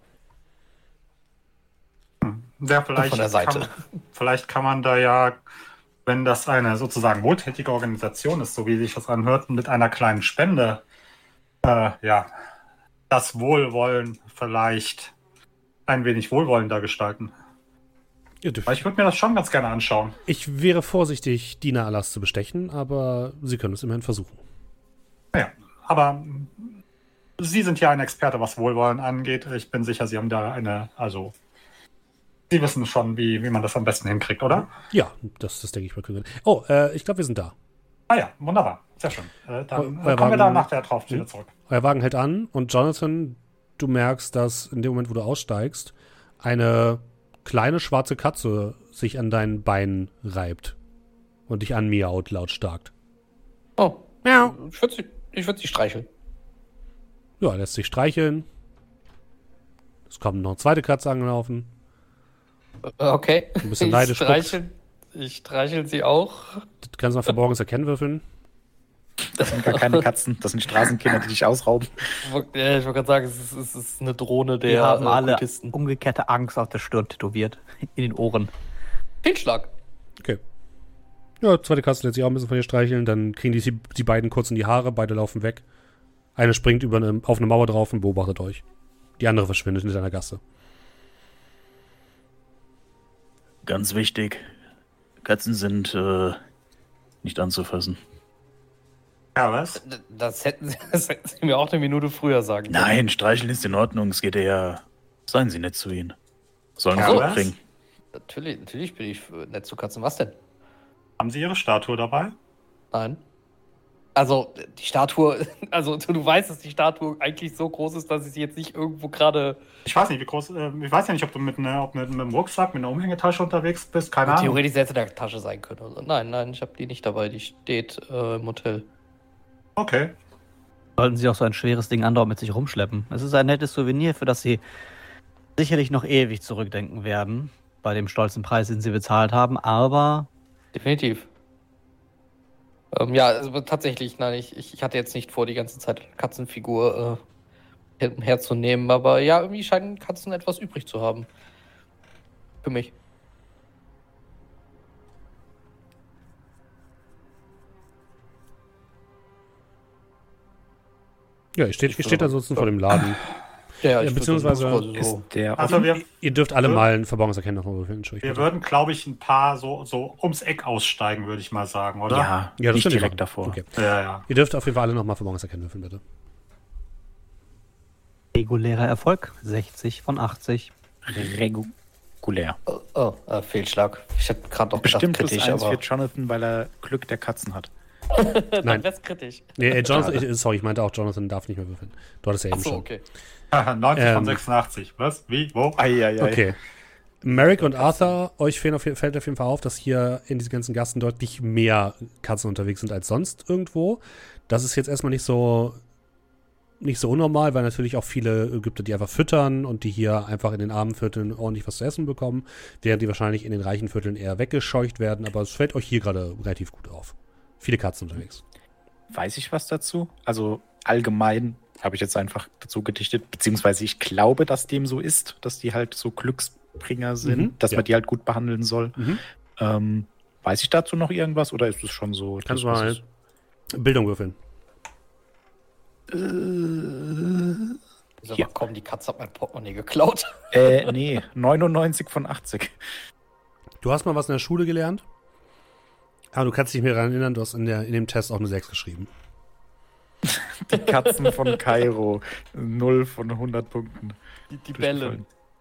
Ja, vielleicht, von der Seite. Kann, vielleicht kann man da ja, wenn das eine sozusagen wohltätige Organisation ist, so wie sich das anhört, mit einer kleinen Spende, äh, ja, das Wohlwollen vielleicht ein wenig wohlwollender gestalten. Ja, Weil ich würde mir das schon ganz gerne anschauen. Ich wäre vorsichtig, Diener Allahs zu bestechen, aber Sie können es immerhin versuchen. Ja, aber Sie sind ja ein Experte, was Wohlwollen angeht. Ich bin sicher, Sie haben da eine, also Sie wissen schon, wie, wie man das am besten hinkriegt, oder? Ja, das, das denke ich mal. Oh, äh, ich glaube, wir sind da. Ah ja, wunderbar. Sehr schön. Äh, dann Euer äh, kommen wir Wagen- da nach der drauf wieder Hm? zurück. Euer Wagen hält an und Jonathan, du merkst, dass in dem Moment, wo du aussteigst, eine kleine schwarze Katze sich an deinen Beinen reibt und dich anmiaut lautstark. Oh. Miau. Ich würde sie, ich würd sie streicheln. Ja, lässt sich streicheln. Es kommt noch eine zweite Katze angelaufen. Okay. Ein bisschen ich neidisch streichel, ich streichel sie auch. Du kannst mal Verborgenes erkennen würfeln. Das sind gar keine Katzen, das sind Straßenkinder, die dich ausrauben. Ja, ich wollte gerade sagen, es ist, es ist eine Drohne der Wir haben äh, alle Kultisten. umgekehrte Angst auf der Stirn tätowiert. In den Ohren. Fehlschlag. Okay. Ja, zweite Katze lässt sich auch ein bisschen von dir streicheln. Dann kriegen die, die beiden kurz in die Haare. Beide laufen weg. Eine springt über eine, auf eine Mauer drauf und beobachtet euch. Die andere verschwindet in einer Gasse. Ganz wichtig, Katzen sind äh, nicht anzufassen. Ja, was? Das hätten, sie, das hätten sie mir auch eine Minute früher sagen können. Nein, streicheln ist in Ordnung, es geht eher, seien Sie nett zu ihnen. Sollen Ja, Sie was? bringen. Natürlich, natürlich bin ich für nett zu Katzen. Was denn? Haben Sie Ihre Statue dabei? Nein. Also, die Statue, also du weißt, dass die Statue eigentlich so groß ist, dass ich sie jetzt nicht irgendwo gerade. Ich weiß nicht, wie groß. Äh, ich weiß ja nicht, ob du mit, ne, ob mit, mit einem Rucksack, mit einer Umhängetasche unterwegs bist. Keine Ahnung. Theoretisch hätte in der Tasche sein können. Also, nein, nein, ich habe die nicht dabei. Die steht äh, im Hotel. Okay. Sollten Sie auch so ein schweres Ding andauernd mit sich rumschleppen. Es ist ein nettes Souvenir, für das Sie sicherlich noch ewig zurückdenken werden. Bei dem stolzen Preis, den Sie bezahlt haben. Aber Definitiv. Ähm, ja, also tatsächlich, nein, ich, ich hatte jetzt nicht vor, die ganze Zeit eine Katzenfigur äh, her- herzunehmen, aber ja, irgendwie scheinen Katzen etwas übrig zu haben. Für mich. Ja, ihr steht, ihr steht ansonsten vor dem Laden. Ja, Ja, ich beziehungsweise würde so. Ist der Also wir, Ihr dürft alle Ja. mal ein Verborgenes erkennen nochmal würfeln. Entschuldigung. wir würden, glaube ich, ein paar so, so ums Eck aussteigen, würde ich mal sagen, oder? Ja, Ja, das nicht könnt ihr direkt machen. davor. Okay. Ja, ja. Ihr dürft auf jeden Fall alle nochmal Verborgenes erkennen würfeln, bitte. regulärer Erfolg. sechzig von achtzig. Regulär. Oh, oh äh, Fehlschlag. Ich hätte gerade auch Bestimmt gedacht, plus kritisch, eins aber für Jonathan, weil er Glück der Katzen hat. dann Nein. wär's kritisch. Nee, äh, Jonathan, ich, sorry, ich meinte auch, Jonathan darf nicht mehr würfeln. Du hattest ja eben Achso, schon. okay. neunzig Ähm. von sechsundachtzig. Was? Wie? Wo? Eieiei. Okay. Merrick und Arthur, euch fällt auf, fällt auf jeden Fall auf, dass hier in diesen ganzen Gassen deutlich mehr Katzen unterwegs sind als sonst irgendwo. Das ist jetzt erstmal nicht so nicht so unnormal, weil natürlich auch viele Ägypter, die einfach füttern und die hier einfach in den armen Vierteln ordentlich was zu essen bekommen, während die wahrscheinlich in den reichen Vierteln eher weggescheucht werden. Aber es fällt euch hier gerade relativ gut auf. Viele Katzen unterwegs. Weiß ich was dazu? Also allgemein habe ich jetzt einfach dazu gedichtet, beziehungsweise ich glaube, dass dem so ist, dass die halt so Glücksbringer sind, Mhm, dass ja. man die halt gut behandeln soll. Mhm. Ähm, weiß ich dazu noch irgendwas oder ist es schon so? Kannst du das, was mal es- Bildung würfeln. Wieso Hier. komm, die Katze hat mein Portemonnaie geklaut. Äh, nee, neunundneunzig von achtzig. Du hast mal was in der Schule gelernt, aber du kannst dich mehr daran erinnern, du hast in, der, in dem Test auch eine sechs geschrieben. Die Katzen von Kairo. null von hundert Punkten. Die, die Bälle.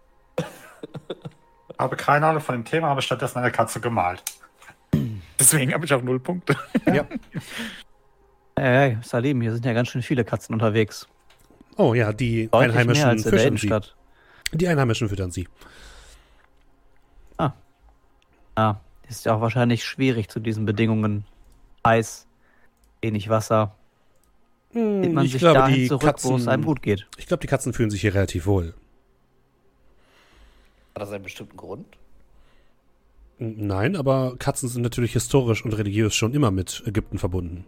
Habe keine Ahnung von dem Thema, habe stattdessen eine Katze gemalt. Deswegen habe ich auch null Punkte. Ja. Ey, Salim, hier sind ja ganz schön viele Katzen unterwegs. Oh ja, die Deutlich mehr Einheimischen als in der füttern sie. Innenstadt. Die Einheimischen füttern sie. Ja, ist ja auch wahrscheinlich schwierig zu diesen Bedingungen. Heiß, wenig Wasser. Hm, Zieht man ich sich glaube, dahin die zurück, Katzen, wo es einem gut geht. Ich glaube, die Katzen fühlen sich hier relativ wohl. Hat das einen bestimmten Grund? Nein, aber Katzen sind natürlich historisch und religiös schon immer mit Ägypten verbunden.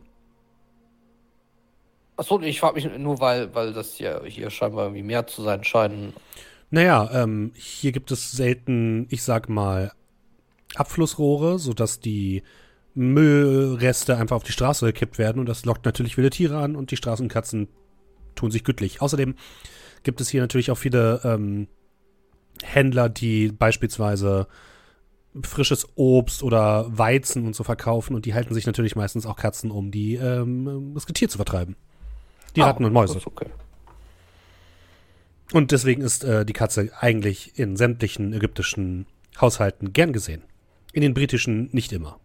Achso, ich frage mich nur, weil, weil das ja hier scheinbar irgendwie mehr zu sein scheinen. Naja, ähm, hier gibt es selten, ich sag mal, Abflussrohre, sodass die Müllreste einfach auf die Straße gekippt werden und das lockt natürlich wilde Tiere an und die Straßenkatzen tun sich gütlich. Außerdem gibt es hier natürlich auch viele ähm, Händler, die beispielsweise frisches Obst oder Weizen und so verkaufen und die halten sich natürlich meistens auch Katzen, um die ähm, das Getier zu vertreiben. Die Ah, Ratten und Mäuse. das ist okay. Und deswegen ist äh, die Katze eigentlich in sämtlichen ägyptischen Haushalten gern gesehen. In den britischen nicht immer.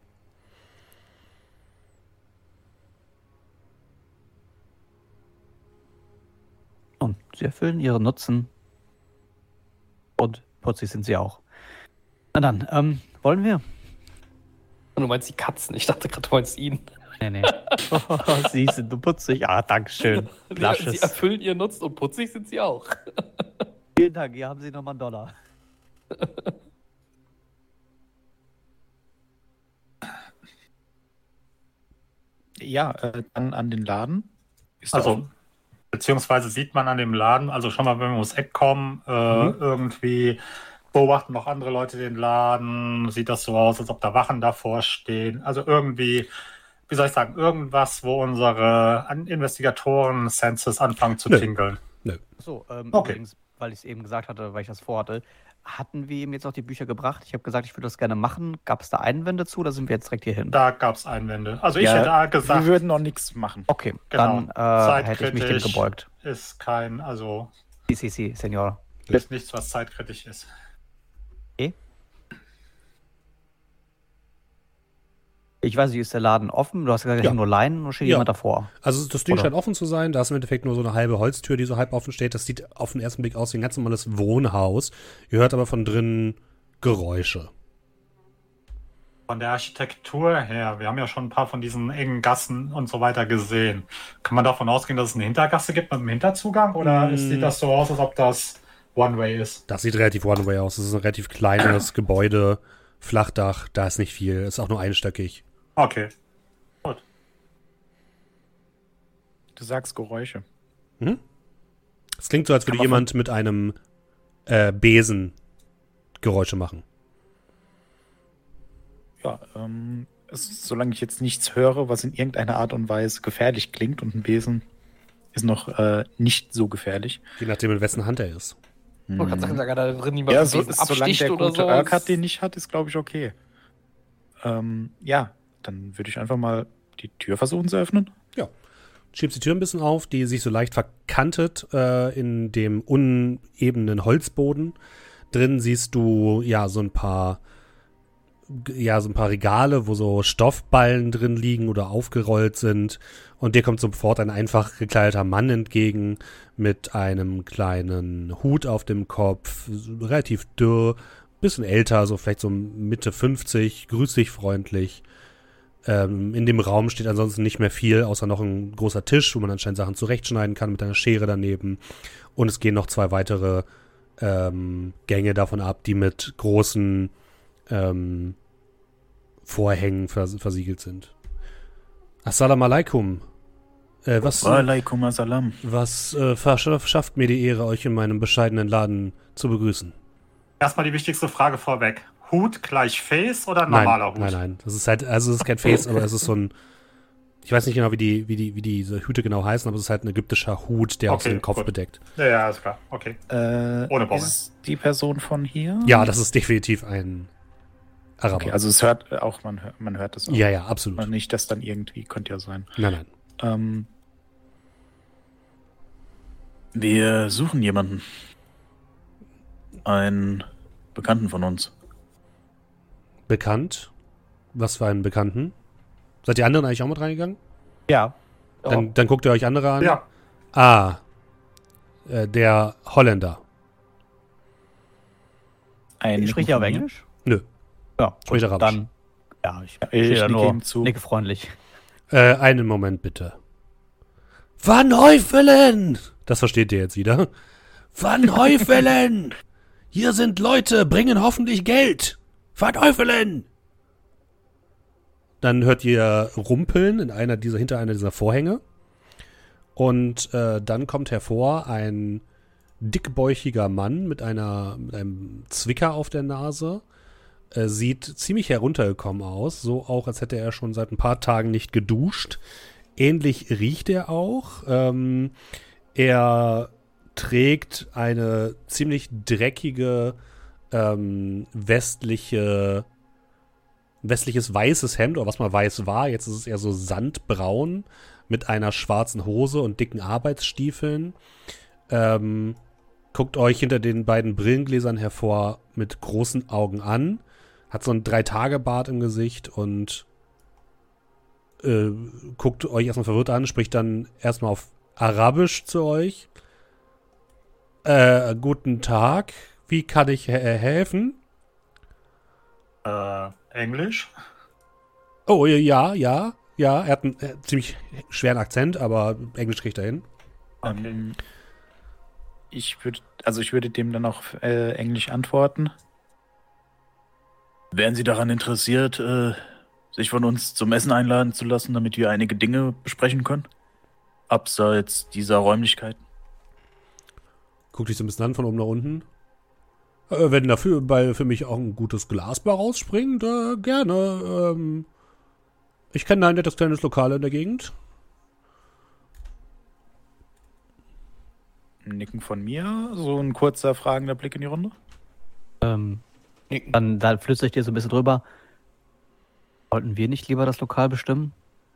Und sie erfüllen ihren Nutzen. Und putzig sind sie auch. Na dann, ähm, wollen wir? Und du meinst die Katzen, ich dachte gerade, du meinst ihn. Nee, nee. Oh, sie sind nur putzig. Ah, dankeschön. Ja, Lasches. sie erfüllen ihren Nutzen und putzig sind sie auch. Vielen Dank, hier haben Sie nochmal einen Dollar. Ja, äh, dann an den Laden. Ist das Also, beziehungsweise sieht man an dem Laden, also schon mal, wenn wir ums Eck kommen, äh, Mhm. irgendwie beobachten noch andere Leute den Laden, sieht das so aus, als ob da Wachen davor stehen. Also irgendwie, wie soll ich sagen, irgendwas, wo unsere An- Investigatoren-Senses anfangen zu Nö. tingeln. So, ähm, Okay. übrigens, weil ich es eben gesagt hatte, weil ich das vorhatte, hatten wir ihm jetzt auch die Bücher gebracht? Ich habe gesagt, ich würde das gerne machen. Gab es da Einwände zu oder sind wir jetzt direkt hier hin? Da gab es Einwände. Also ich Ja, hätte da Wir gesagt, würden noch nichts machen. Okay, Genau. dann äh, hätte ich mich dem Zeitkritisch. gebeugt. ist kein, also Si, si, si, Senor. ist nichts, was zeitkritisch ist. Ich weiß nicht, ist der Laden offen? Du hast gesagt, da Ja. hängen nur Leinen und steht Ja. jemand davor. Also das Ding Oder? scheint offen zu sein. Da ist im Endeffekt nur so eine halbe Holztür, die so halb offen steht. Das sieht auf den ersten Blick aus wie ein ganz normales Wohnhaus. Ihr hört aber von drinnen Geräusche. Von der Architektur her, wir haben ja schon ein paar von diesen engen Gassen und so weiter gesehen. Kann man davon ausgehen, dass es eine Hintergasse gibt mit einem Hinterzugang? Oder Mm. sieht das so aus, als ob das One-Way ist? Das sieht relativ one-way aus. Das ist ein relativ kleines Gebäude, Flachdach. Da ist nicht viel. Ist auch nur einstöckig. Okay. Du sagst Geräusche. Es klingt so, als würde Kann man jemand mit einem äh, Besen Geräusche machen. Ja, ähm, es, solange ich jetzt nichts höre, was in irgendeiner Art und Weise gefährlich klingt und ein Besen ist noch äh, nicht so gefährlich. Je nachdem, in wessen Hand er ist. Man kann sagen, da drin niemand Ja, mit so, Besen ist, solange absticht der oder gute so. Urquhart den nicht hat, ist, glaube ich, okay. Ähm, ja, dann würde ich einfach mal die Tür versuchen zu öffnen. Schiebst die Tür ein bisschen auf, die sich so leicht verkantet äh, in dem unebenen Holzboden. Drin siehst du ja so ein paar ja so ein paar Regale, wo so Stoffballen drin liegen oder aufgerollt sind. Und dir kommt sofort ein einfach gekleideter Mann entgegen mit einem kleinen Hut auf dem Kopf, relativ dürr, bisschen älter, so vielleicht so Mitte fünfzig, grüß dich freundlich. Ähm, in dem Raum steht ansonsten nicht mehr viel, außer noch ein großer Tisch, wo man anscheinend Sachen zurechtschneiden kann mit einer Schere daneben. Und es gehen noch zwei weitere ähm, Gänge davon ab, die mit großen ähm, Vorhängen vers versiegelt sind. Assalamu alaikum. Äh, was Walaikum assalam. was äh, verschafft mir die Ehre, euch in meinem bescheidenen Laden zu begrüßen? Erstmal die wichtigste Frage vorweg. Hut gleich Face oder normaler nein, Hut? Nein, nein. Das ist halt, also es ist kein Face, aber es ist so ein, ich weiß nicht genau, wie die, wie die, wie diese Hüte genau heißen, aber es ist halt ein ägyptischer Hut, der auch so Okay, den Kopf gut. bedeckt. Ja, ja, ist klar. Okay. Äh, Ohne Bommel. ist die Person von hier? Ja, das ist definitiv ein Araber. Okay, also es hört auch, man hört, man hört das auch. ja, ja, absolut. Nicht, dass dann irgendwie, könnte ja sein. Nein, nein. Ähm, wir suchen jemanden. Einen Bekannten von uns. Bekannt? Was für einen Bekannten? Seid die anderen eigentlich auch mit reingegangen? Ja. Dann, dann guckt ihr euch andere an. Ja, Ah, äh, der Holländer. Ein Ich spreche ja auf von mir. Englisch. Nö. Ja, Spricht gut, Arabisch. dann. Ja, ich, Ja, stehe ich da nicke nur ihm zu. nicke freundlich. Äh, einen Moment bitte. Van Heufelen! Das versteht ihr jetzt wieder. Van Heufelen! Hier sind Leute, bringen hoffentlich Geld. Van Heufelen! Dann hört ihr Rumpeln in einer dieser, hinter einer dieser Vorhänge. Und äh, dann kommt hervor ein dickbäuchiger Mann mit, einer, mit einem Zwicker auf der Nase. Äh, sieht ziemlich heruntergekommen aus, so auch, als hätte er schon seit ein paar Tagen nicht geduscht. Ähnlich riecht er auch. Ähm, er trägt eine ziemlich dreckige ähm, westliche westliches weißes Hemd, oder was mal weiß war, jetzt ist es eher so sandbraun, mit einer schwarzen Hose und dicken Arbeitsstiefeln. Ähm, guckt euch hinter den beiden Brillengläsern hervor mit großen Augen an. Hat so ein Drei-Tage-Bart im Gesicht und äh, guckt euch erstmal verwirrt an, spricht dann erstmal auf Arabisch zu euch. Äh, guten Tag, wie kann ich he- helfen? Äh, Englisch? Oh, ja, ja, ja, er hat einen äh, ziemlich schweren Akzent, aber Englisch kriegt er hin. Ähm, ich würde, also ich würde dem dann auch äh, Englisch antworten. Wären Sie daran interessiert, äh, sich von uns zum Essen einladen zu lassen, damit wir einige Dinge besprechen können? Abseits dieser Räumlichkeiten? Guckt dich so ein bisschen an von oben nach unten. Äh, wenn dafür bei, für mich auch ein gutes Glas bei rausspringt, äh, gerne. Ähm, ich kenne ein nettes kleines Lokal in der Gegend. Ein Nicken von mir, so ein kurzer fragender Blick in die Runde. Ähm, dann, dann flüstere ich dir so ein bisschen drüber. Wollten wir nicht lieber das Lokal bestimmen?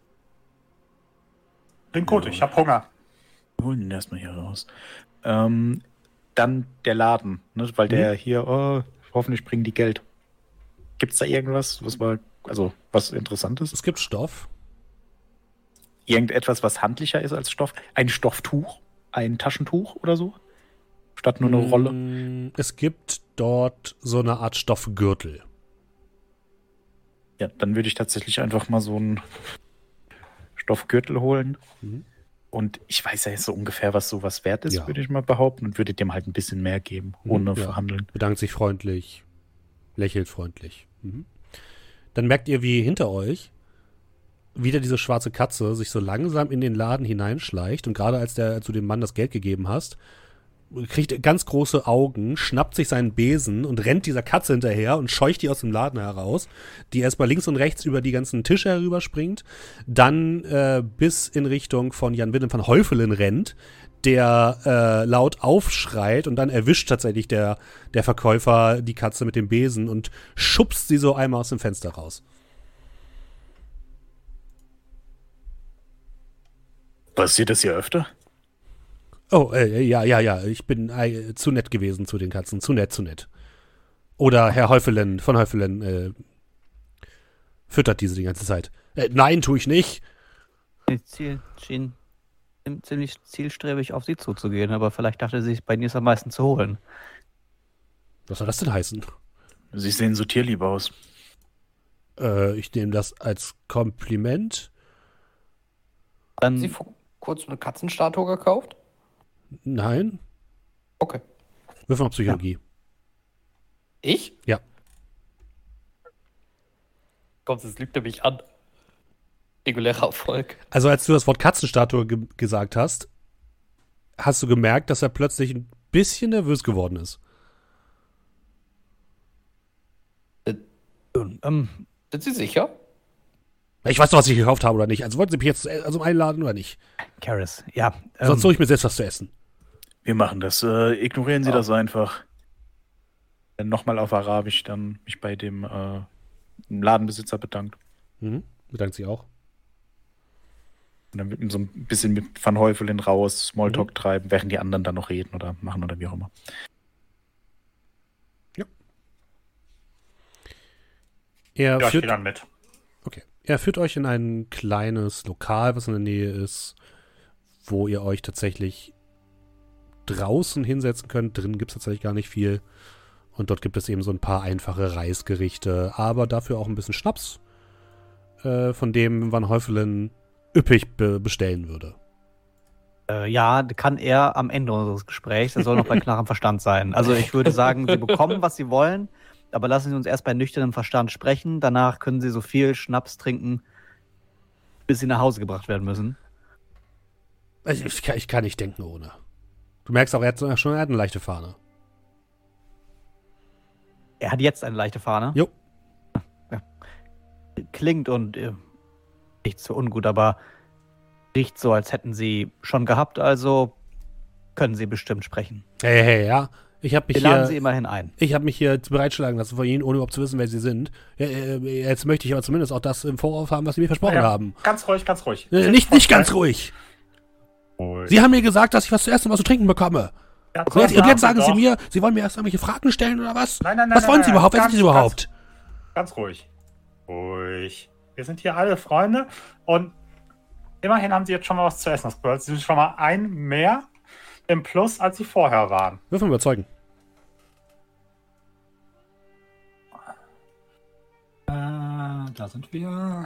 Bin gut, ich hab Hunger. Wir holen ihn erstmal hier raus. Ähm, dann der Laden, ne? Weil der hier, oh, hoffentlich bringen die Geld. Gibt's da irgendwas, was mal, also was Interessantes? Es gibt Stoff. Irgendetwas, was handlicher ist als Stoff? Ein Stofftuch? Ein Taschentuch oder so? Statt nur eine Rolle? Mm, Es gibt dort so eine Art Stoffgürtel. Ja, dann würde ich tatsächlich einfach mal so einen Stoffgürtel holen. Mhm. Und ich weiß ja jetzt so ungefähr, was sowas wert ist, Ja. würde ich mal behaupten. Und würde dem halt ein bisschen mehr geben, ohne Ja. verhandeln. Bedankt sich freundlich, lächelt freundlich. Mhm. Dann merkt ihr, wie hinter euch wieder diese schwarze Katze sich so langsam in den Laden hineinschleicht. Und gerade als der zu dem Mann das Geld gegeben hast, kriegt er ganz große Augen, schnappt sich seinen Besen und rennt dieser Katze hinterher und scheucht die aus dem Laden heraus, die erstmal links und rechts über die ganzen Tische herüberspringt, dann äh, bis in Richtung von Jan Willem van Heufelen rennt, der äh, laut aufschreit und dann erwischt tatsächlich der, der Verkäufer die Katze mit dem Besen und schubst sie so einmal aus dem Fenster raus. Passiert das hier öfter? Oh, äh, ja, ja, ja, ich bin äh, zu nett gewesen zu den Katzen, zu nett, zu nett. Oder Herr Heufelen, von Heufelen, äh, füttert diese die ganze Zeit. Äh, nein, tue ich nicht. Ziel schien ziemlich zielstrebig auf sie zuzugehen, aber vielleicht dachte sie, bei dir ist am meisten zu holen. Was soll das denn heißen? Sie sehen so tierlieb aus. Äh, ich nehme das als Kompliment. Dann Haben Sie vor kurzem eine Katzenstatue gekauft? Nein, Okay. wirf mal Psychologie. Ich? Ja. Kommt, das lügt er mich an. Regulärer Erfolg. Also als du das Wort Katzenstatue ge gesagt hast, hast du gemerkt, dass er plötzlich ein bisschen nervös geworden ist. ähm, Sind Sie sicher? Ich weiß doch, was ich gekauft habe oder nicht. Also wollten Sie mich jetzt also einladen oder nicht? Karis, ja. Ähm, Sonst suche ich mir selbst was zu essen. Wir machen das. Äh, ignorieren Sie Ja. das einfach. Dann nochmal auf Arabisch, dann mich bei dem äh, Ladenbesitzer bedankt. Mhm. Bedankt sich auch. Und dann mit ihm so ein bisschen mit Van Heufelen raus, Smalltalk Mhm. treiben, während die anderen dann noch reden oder machen oder wie auch immer. Er Ja, ich führt gehe dann mit. Okay. Er führt euch in ein kleines Lokal, was in der Nähe ist, wo ihr euch tatsächlich draußen hinsetzen könnt. Drinnen gibt es tatsächlich gar nicht viel. Und dort gibt es eben so ein paar einfache Reisgerichte, aber dafür auch ein bisschen Schnaps, äh, von dem Van Heuvelen üppig be- bestellen würde. Äh, ja, kann er am Ende unseres Gesprächs. Das soll noch bei klarem Verstand sein. Also ich würde sagen, Sie bekommen, was Sie wollen, aber lassen Sie uns erst bei nüchternem Verstand sprechen. Danach können Sie so viel Schnaps trinken, bis Sie nach Hause gebracht werden müssen. Ich, ich, kann, ich kann nicht denken ohne. Du merkst auch, er hat so- schon er hat eine leichte Fahne. Er hat jetzt eine leichte Fahne. Jo. Ja. Klingt und äh, nicht so ungut, aber riecht so, als hätten Sie schon gehabt, also können Sie bestimmt sprechen. Hey, hey, ja. Ich habe mich Wir laden Sie hier, immerhin ein. ich habe mich hier bereitschlagen lassen von Ihnen, ohne überhaupt zu wissen, wer Sie sind. Ja, äh, jetzt möchte ich aber zumindest auch das im Voraus haben, was Sie mir versprochen Ja, haben. Ganz ruhig, ganz ruhig. Äh, nicht, nicht ganz ruhig. ruhig. Sie haben mir gesagt, dass ich was zu essen und was zu trinken bekomme. Ja, Und jetzt, so und jetzt sagen doch. Sie mir, Sie wollen mir erst irgendwelche Fragen stellen oder was? Nein, nein, nein. Was wollen nein, Sie nein, überhaupt? Wer sind ganz, Sie überhaupt? Ganz, ganz ruhig. Ruhig. Wir sind hier alle Freunde und immerhin haben Sie jetzt schon mal was zu essen ausgehört. Sie sind schon mal ein mehr im Plus, als Sie vorher waren. Würfeln überzeugen. Äh, da sind wir.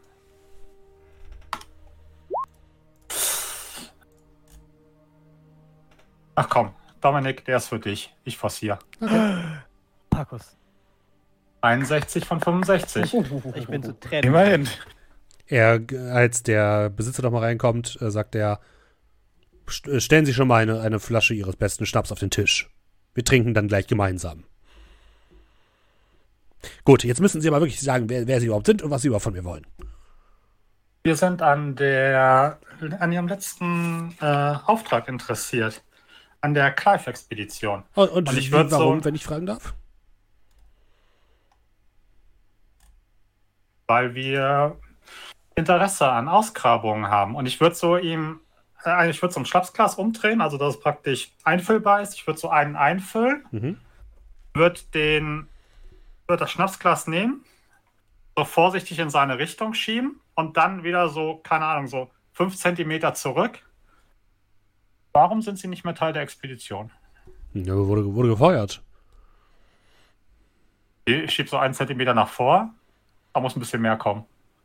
Ach komm, Dominik, der ist für dich. Ich forciere. Markus, einundsechzig von fünfundsechzig. ich bin zu Tränen. Immerhin. Er, als der Besitzer doch mal reinkommt, äh, sagt er, "St- äh, stellen Sie schon mal eine, eine Flasche Ihres besten Schnaps auf den Tisch. Wir trinken dann gleich gemeinsam. Gut, jetzt müssen Sie aber wirklich sagen, wer, wer Sie überhaupt sind und was Sie überhaupt von mir wollen. Wir sind an der an Ihrem letzten äh, Auftrag interessiert. An der Clive-Expedition. Und, und, Und ich wie- würd warum, so- wenn ich fragen darf? Weil wir Interesse an Ausgrabungen haben. Und ich würde so ihm, äh, ich würde so ein Schnapsglas umdrehen, also dass es praktisch einfüllbar ist. Ich würde so einen einfüllen, Mhm. würde den, würde das Schnapsglas nehmen, so vorsichtig in seine Richtung schieben und dann wieder so, keine Ahnung, so fünf Zentimeter zurück. Warum sind Sie nicht mehr Teil der Expedition? Ja, wurde, wurde gefeuert. Ich schiebe so einen Zentimeter nach vor, da muss ein bisschen mehr kommen.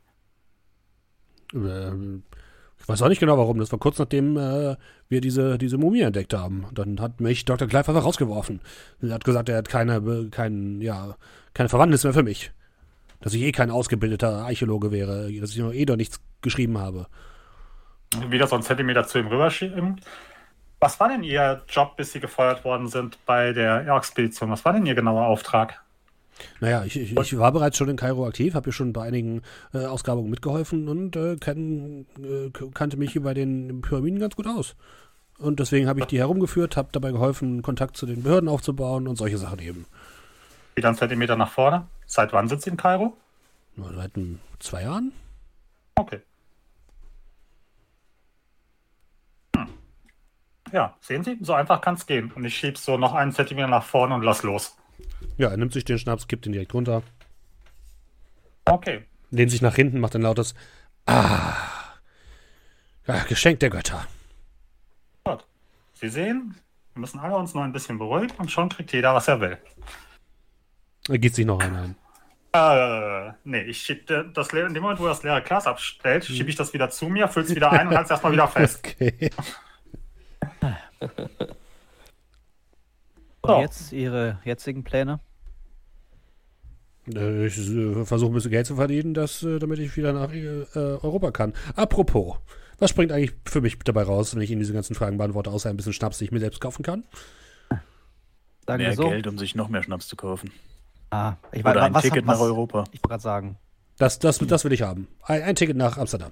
Ähm, Ich weiß auch nicht genau warum. Das war kurz nachdem äh, wir diese, diese Mumie entdeckt haben. Dann hat mich Doktor Clive einfach rausgeworfen. Er hat gesagt, er hat keine, kein, ja, keine Verwandtnis mehr für mich. Dass ich eh kein ausgebildeter Archäologe wäre. Dass ich noch eh doch nichts geschrieben habe. Wieder so einen Zentimeter zu ihm rüberschieben. Was war denn Ihr Job, bis Sie gefeuert worden sind bei der Expedition? Was war denn Ihr genauer Auftrag? Naja, ich, ich, ich war bereits schon in Kairo aktiv, habe hier schon bei einigen äh, Ausgrabungen mitgeholfen und äh, kann, äh, kannte mich hier bei den Pyramiden ganz gut aus. Und deswegen habe ich die herumgeführt, habe dabei geholfen, Kontakt zu den Behörden aufzubauen und solche Sachen eben. Wieder einen Zentimeter nach vorne. Seit wann sind Sie in Kairo? Nur seit ein, zwei Jahren? Okay. Hm. Ja, sehen Sie, so einfach kann es gehen. Und ich schiebe so noch einen Zentimeter nach vorne und lass los. Ja, er nimmt sich den Schnaps, kippt ihn direkt runter, Okay. lehnt sich nach hinten, macht ein lautes Ah, ja, Geschenk der Götter. Gut. Sie sehen, wir müssen alle uns noch ein bisschen beruhigen und schon kriegt jeder, was er will. Er gießt sich noch einen ein. Äh, nee, ich schiebe das leere, in dem Moment, wo das leere Glas abstellt, schiebe ich das wieder zu mir, fülle es wieder ein und halte es erstmal wieder fest. Okay. Und So. jetzt Ihre jetzigen Pläne? Äh, Ich äh, versuche ein bisschen Geld zu verdienen, das, äh, damit ich wieder nach äh, Europa kann. Apropos, was springt eigentlich für mich dabei raus, wenn ich Ihnen diese ganzen Fragen beantworte, außer ein bisschen Schnaps, den ich mir selbst kaufen kann? Sagen Mehr wir so. Geld, um sich noch mehr Schnaps zu kaufen. Ah, ich Oder weiß, ein was, Ticket was, nach Europa. Ich wollte gerade sagen. Das, das, das will ich haben. Ein, ein Ticket nach Amsterdam.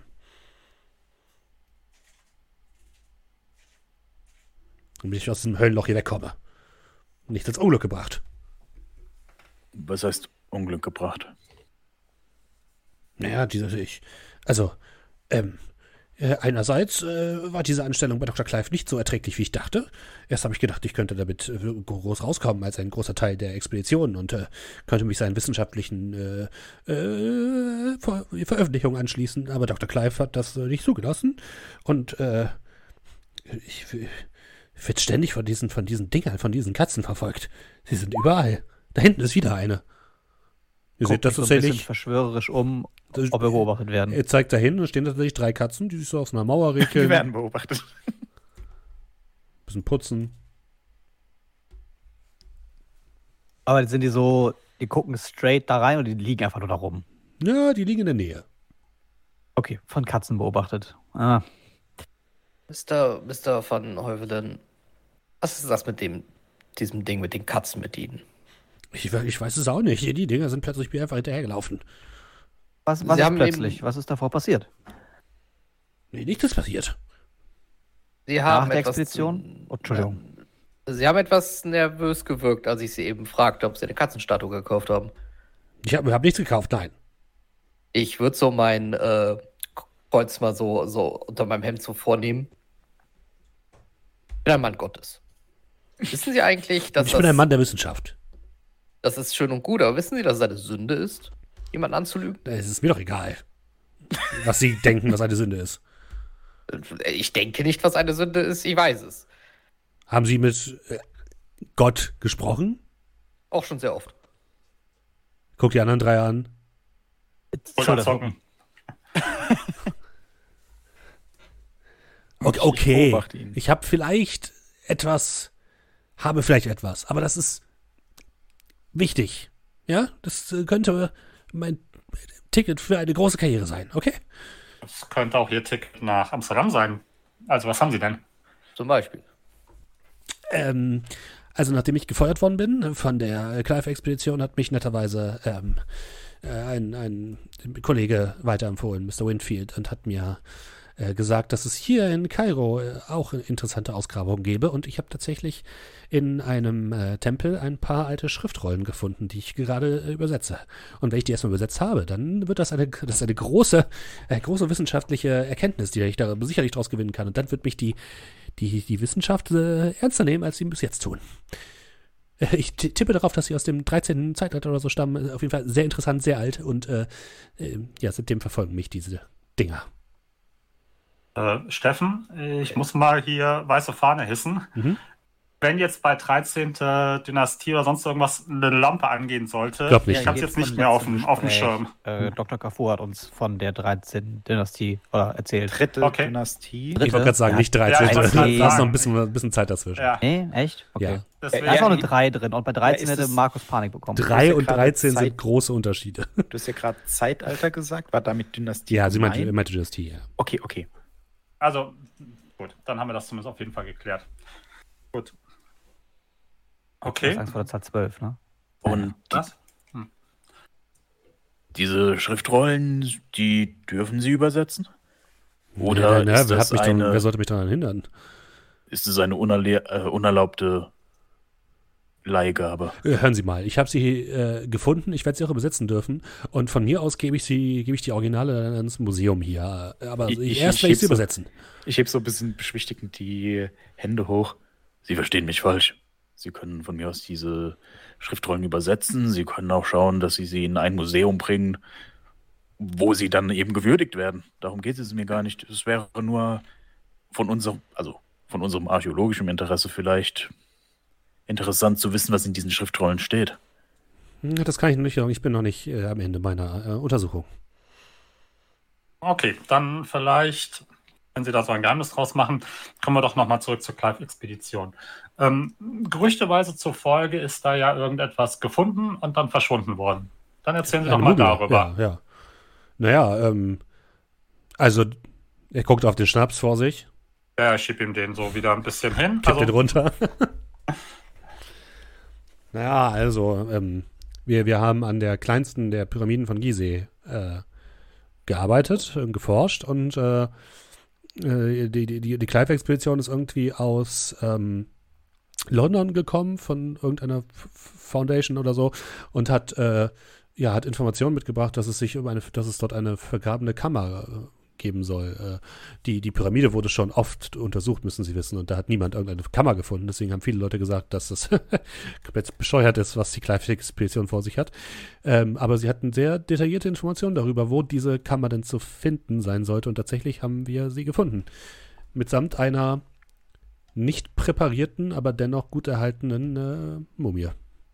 Damit ich aus dem Höllenloch hier wegkomme. Nicht ins Unglück gebracht. Was heißt Unglück gebracht? Naja, diese, ich, also, ähm, äh, einerseits äh, war diese Anstellung bei Doktor Clive nicht so erträglich, wie ich dachte. Erst habe ich gedacht, ich könnte damit äh, groß rauskommen als ein großer Teil der Expedition und äh, könnte mich seinen wissenschaftlichen äh, äh, Ver Veröffentlichungen anschließen. Aber Doktor Clive hat das äh, nicht zugelassen und äh, ich, Ich werde ständig von diesen, von diesen Dingern, von diesen Katzen verfolgt. Sie sind überall. Da hinten ist wieder eine. Ihr seht das so ein bisschen tatsächlich. verschwörerisch um, ob wir beobachtet werden. Er zeigt da hin und stehen tatsächlich drei Katzen, die sich so aus einer Mauer regeln. Die werden beobachtet. Bisschen putzen. Aber sind die so, die gucken straight da rein und die liegen einfach nur da rum? Ja, die liegen in der Nähe. Okay, von Katzen beobachtet. Ah. Mister Mister Van Heuvelen, was ist das mit dem, diesem Ding mit den Katzen mit ihnen? Ich, ich weiß es auch nicht. Die Dinger sind plötzlich mir einfach hinterhergelaufen. Was, was Sie ist haben plötzlich? Was ist davor passiert? Nee, nichts ist passiert. Sie haben Nach der etwas, Expedition? Oh, Entschuldigung. Sie haben etwas nervös gewirkt, als ich Sie eben fragte, ob Sie eine Katzenstatue gekauft haben. Ich habe hab nichts gekauft, nein. Ich würde so mein äh, Kreuz mal so, so unter meinem Hemd so vornehmen. Ich bin ein Mann Gottes. Wissen Sie eigentlich, dass Ich bin das, ein Mann der Wissenschaft. das ist schön und gut, aber wissen Sie, dass es eine Sünde ist, jemanden anzulügen? Es ist mir doch egal, was Sie denken, was eine Sünde ist. Ich denke nicht, was eine Sünde ist, ich weiß es. Haben Sie mit äh, Gott gesprochen? Auch schon sehr oft. Guck die anderen drei an. Oder zocken. Okay, okay. beobachte ihn. Ich habe vielleicht etwas, habe vielleicht etwas, aber das ist wichtig. Ja, das äh, könnte mein Ticket für eine große Karriere sein, okay? Das könnte auch Ihr Ticket nach Amsterdam sein. Also, was haben Sie denn? Zum Beispiel. Ähm, also nachdem ich gefeuert worden bin von der Clive-Expedition, hat mich netterweise ähm, äh, ein, ein Kollege weiterempfohlen, Mister Winfield, und hat mir äh, gesagt, dass es hier in Kairo äh, auch interessante Ausgrabungen gäbe. Und ich habe tatsächlich in einem äh, Tempel ein paar alte Schriftrollen gefunden, die ich gerade äh, übersetze. Und wenn ich die erstmal übersetzt habe, dann wird das eine, das ist eine große, äh, große wissenschaftliche Erkenntnis, die ich da sicherlich daraus gewinnen kann. Und dann wird mich die die, die Wissenschaft äh, ernster nehmen, als sie bis jetzt tun. Äh, ich t- tippe darauf, dass sie aus dem dreizehnten Zeitalter oder so stammen. Auf jeden Fall sehr interessant, sehr alt und äh, äh, ja, seitdem verfolgen mich diese Dinger. Äh, Steffen, ich muss mal hier weiße Fahne hissen. Mhm. Wenn jetzt bei dreizehnte Dynastie oder sonst irgendwas eine Lampe angehen sollte, Glaub nicht. ich habe es jetzt nicht mehr auf dem, auf dem Schirm. Äh, Doktor Kafur hat uns von der dreizehnten Dynastie oder erzählt. Dritte Okay. Dynastie. Ich wollte gerade sagen, Ja. nicht dreizehnte. Ja, ich wollte da gerade ist sagen. noch ein bisschen, ein bisschen Zeit dazwischen. Ja, Nee, echt? Okay. Ja. deswegen, Da ist noch eine Ja, drei drin und bei dreizehn ja, ist hätte es- Markus Panik bekommen. drei ja und gerade dreizehn sind Zeit- große Unterschiede. Du hast ja gerade Zeitalter gesagt. War damit Dynastie Ja, sie meinte, gemeint? meinte Dynastie, ja. Okay, okay. also, gut, dann haben wir das zumindest auf jeden Fall geklärt. Gut. Du Okay. hast Angst vor der Zahl zwölf, ne? Und die, Was? diese Schriftrollen, die dürfen Sie übersetzen? Oder ja, na, ist, wer, das hat mich eine, dann, wer sollte mich daran hindern? ist es eine unerle- äh, unerlaubte Leihgabe? Äh, Hören Sie mal, ich habe sie äh, gefunden, ich werde sie auch übersetzen dürfen und von mir aus gebe ich sie, gebe ich die Originale dann ins Museum hier. Aber Ich- ich- erst ich werde ich sie heb so- übersetzen. Ich heb so ein bisschen beschwichtigend die Hände hoch. Sie verstehen mich falsch. Sie können von mir aus diese Schriftrollen übersetzen. Sie können auch schauen, dass Sie sie in ein Museum bringen, wo sie dann eben gewürdigt werden. Darum geht es mir gar nicht. Es wäre nur von unserem, also von unserem archäologischen Interesse vielleicht interessant zu wissen, was in diesen Schriftrollen steht. Hm, Das kann ich noch nicht, ich bin noch nicht äh, am Ende meiner äh, Untersuchung. Okay, dann vielleicht, wenn Sie da so ein Geheimnis draus machen, kommen wir doch nochmal zurück zur Clive-Expedition. Ähm, gerüchteweise zufolge ist da ja irgendetwas gefunden und dann verschwunden worden. Dann erzählen Sie Eine doch mal Mumie, darüber. Ja, ja. Naja, ähm, also er guckt auf den Schnaps vor sich, Ja, ich schieb ihm den so wieder ein bisschen hin. kippt den Also, runter. Naja, also, ähm, wir, wir haben an der kleinsten der Pyramiden von Gizeh äh, gearbeitet und geforscht und äh, äh, die, die, die, die Clive-Expedition ist irgendwie aus ähm, London gekommen von irgendeiner F- Foundation oder so und hat, äh, ja, hat Informationen mitgebracht, dass es sich um eine, dass es dort eine vergrabene Kammer äh, geben soll. Äh, die, die Pyramide wurde schon oft untersucht, müssen Sie wissen, und da hat niemand irgendeine Kammer gefunden. Deswegen haben viele Leute gesagt, dass das komplett bescheuert ist, was die Clive-Expedition vor sich hat. Ähm, aber sie hatten sehr detaillierte Informationen darüber, wo diese Kammer denn zu finden sein sollte. Und tatsächlich haben wir sie gefunden. Mitsamt einer nicht präparierten, aber dennoch gut erhaltenen äh, Mumie.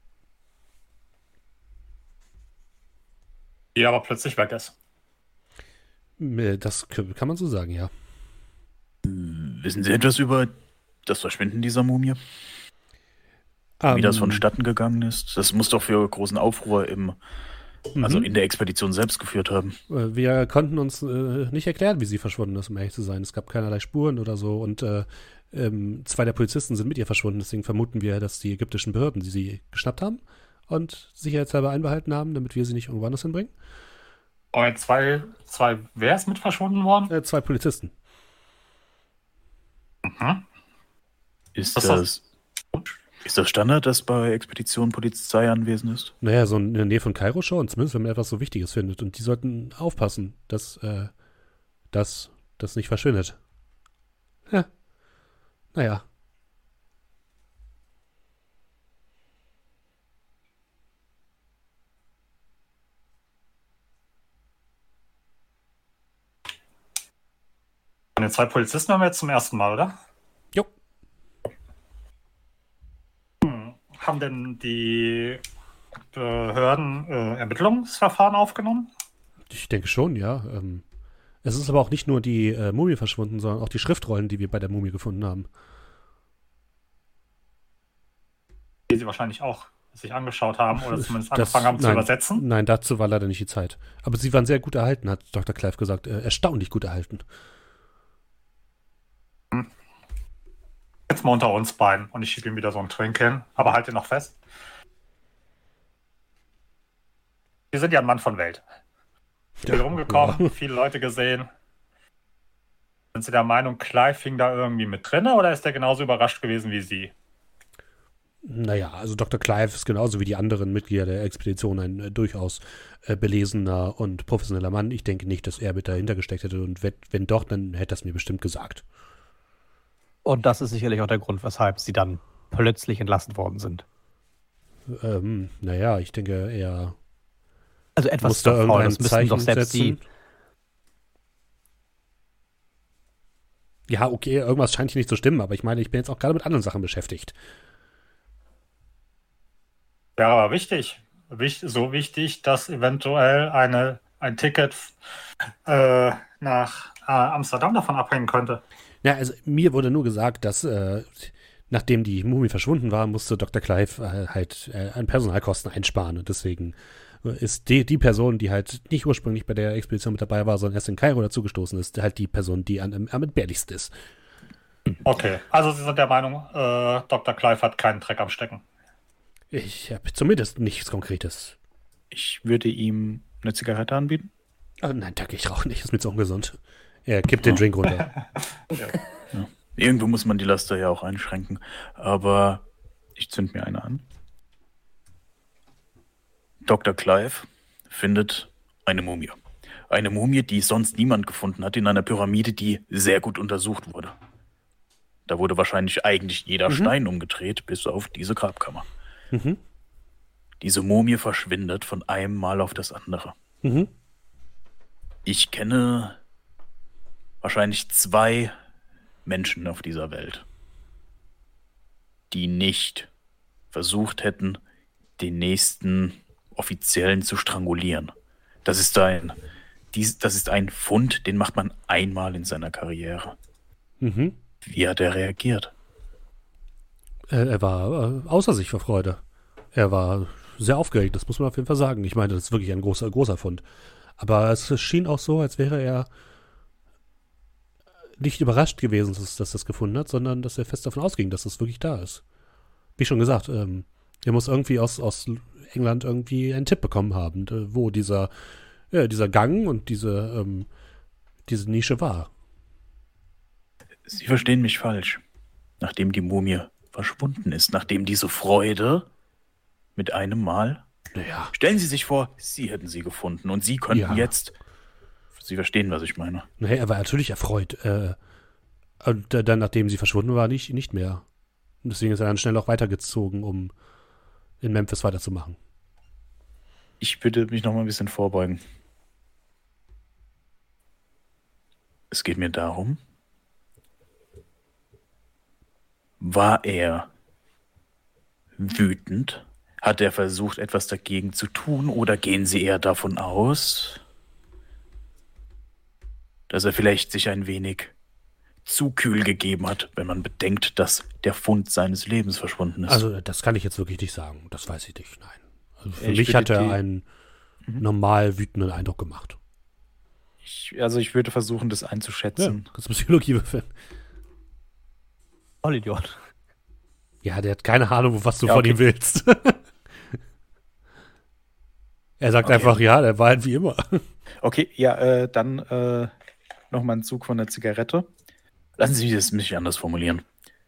Die aber plötzlich weg ist. Äh, Das kann man so sagen, ja. Wissen Sie etwas über das Verschwinden dieser Mumie? Um, Wie das vonstatten gegangen ist? Das muss doch für großen Aufruhr im, mhm. also in der Expedition selbst geführt haben. Wir konnten uns äh, nicht erklären, wie sie verschwunden ist, um ehrlich zu sein. Es gab keinerlei Spuren oder so und äh, ähm, zwei der Polizisten sind mit ihr verschwunden. Deswegen vermuten wir, dass die ägyptischen Behörden die sie geschnappt haben und sicherheitshalber einbehalten haben, damit wir sie nicht irgendwo anders hinbringen. Und zwei, zwei, wer ist mit verschwunden worden? Äh, zwei Polizisten. Mhm. Ist das, das, ist das Standard, dass bei Expeditionen Polizei anwesend ist? Naja, so in der Nähe von Kairo schon, zumindest wenn man etwas so Wichtiges findet. Und die sollten aufpassen, dass äh, das, das nicht verschwindet. Ja. Naja. Von den zwei Polizisten haben wir jetzt zum ersten Mal, oder? Jo. Hm. Haben denn die Behörden äh, Ermittlungsverfahren aufgenommen? Ich denke schon, ja. Ähm, es ist aber auch nicht nur die äh, Mumie verschwunden, sondern auch die Schriftrollen, die wir bei der Mumie gefunden haben. Die sie wahrscheinlich auch sich angeschaut haben oder zumindest Das- angefangen haben zu nein, übersetzen. Nein, dazu war leider nicht die Zeit. Aber sie waren sehr gut erhalten, hat Doktor Clive gesagt. Äh, erstaunlich gut erhalten. Jetzt mal unter uns beiden und ich schiebe ihm wieder so einen Trink hin, aber halt ihn noch fest. Sie sind ja ein Mann von Welt. Viel Ja, rumgekommen, ja. viele Leute gesehen. Sind Sie der Meinung, Clive hing da irgendwie mit drin oder ist er genauso überrascht gewesen wie Sie? Naja, also Doktor Clive ist genauso wie die anderen Mitglieder der Expedition ein äh, durchaus äh, belesener und professioneller Mann. Ich denke nicht, dass er mit dahinter gesteckt hätte und wenn, wenn doch, dann hätte er es mir bestimmt gesagt. Und das ist sicherlich auch der Grund, weshalb sie dann plötzlich entlassen worden sind. Ähm, naja, ich denke, er Also etwas musste doch faul, irgendein das müssten Zeichen doch selbst setzen. Ja, okay, irgendwas scheint hier nicht zu stimmen, aber ich meine, ich bin jetzt auch gerade mit anderen Sachen beschäftigt. Wäre aber wichtig. Wicht, so wichtig, dass eventuell eine, ein Ticket äh, nach äh, Amsterdam davon abhängen könnte. Ja, also mir wurde nur gesagt, dass äh, nachdem die Mumie verschwunden war, musste Doktor Clive äh, halt äh, an Personalkosten einsparen und deswegen äh, ist die, die Person, die halt nicht ursprünglich bei der Expedition mit dabei war, sondern erst in Kairo dazugestoßen ist, halt die Person, die an, am entbehrlichsten ist. Okay, also Sie sind der Meinung, äh, Doktor Clive hat keinen Dreck am Stecken. Ich habe zumindest nichts Konkretes. Ich würde ihm eine Zigarette anbieten. Oh, nein, danke, ich rauche nicht, ist mir zu ungesund. Er kippt den Drink runter. Ja. Irgendwo muss man die Laster ja auch einschränken. Aber ich zünd mir eine an. Doktor Clive findet eine Mumie. Eine Mumie, die sonst niemand gefunden hat, in einer Pyramide, die sehr gut untersucht wurde. Da wurde wahrscheinlich eigentlich jeder Mhm. Stein umgedreht, bis auf diese Grabkammer. Mhm. Diese Mumie verschwindet von einem Mal auf das andere. Mhm. Ich kenne wahrscheinlich zwei Menschen auf dieser Welt, die nicht versucht hätten, den nächsten Offiziellen zu strangulieren. Das ist ein, dies, das ist ein Fund, den macht man einmal in seiner Karriere. Mhm. Wie hat er reagiert? Äh, er war äh, außer sich vor Freude. Er war sehr aufgeregt, das muss man auf jeden Fall sagen. Ich meine, das ist wirklich ein großer, großer Fund. Aber es schien auch so, als wäre er nicht überrascht gewesen, dass, dass er das gefunden hat, sondern dass er fest davon ausging, dass das wirklich da ist. Wie schon gesagt, ähm, er muss irgendwie aus, aus England irgendwie einen Tipp bekommen haben, wo dieser, ja, dieser Gang und diese, ähm, diese Nische war. Sie verstehen mich falsch. Nachdem die Mumie verschwunden ist, nachdem diese Freude mit einem Mal... Naja. Stellen Sie sich vor, Sie hätten sie gefunden und Sie könnten Ja. jetzt... Sie verstehen, was ich meine. Naja, er war natürlich erfreut. Äh, und äh, dann, nachdem sie verschwunden war, nicht, nicht mehr. Und deswegen ist er dann schnell auch weitergezogen, um in Memphis weiterzumachen. Ich würde mich noch mal ein bisschen vorbeugen. Es geht mir darum, War er wütend? Hat er versucht, etwas dagegen zu tun? Oder gehen Sie eher davon aus, dass er vielleicht sich ein wenig zu kühl gegeben hat, wenn man bedenkt, dass der Fund seines Lebens verschwunden ist? Also das kann ich jetzt wirklich nicht sagen. Das weiß ich nicht, nein. Also für Ich mich würde hat er die- einen Mhm. normal wütenden Eindruck gemacht. Ich, also ich würde versuchen, das Ja, einzuschätzen. kannst du Psychologie würfeln. Vollidiot. Ja, der hat keine Ahnung, was du Ja, von okay. ihm willst. Er sagt Okay. einfach, ja, der war halt wie immer. Okay, ja, äh, dann äh, nochmal ein Zug von der Zigarette. Lassen Sie mich das ein bisschen anders formulieren.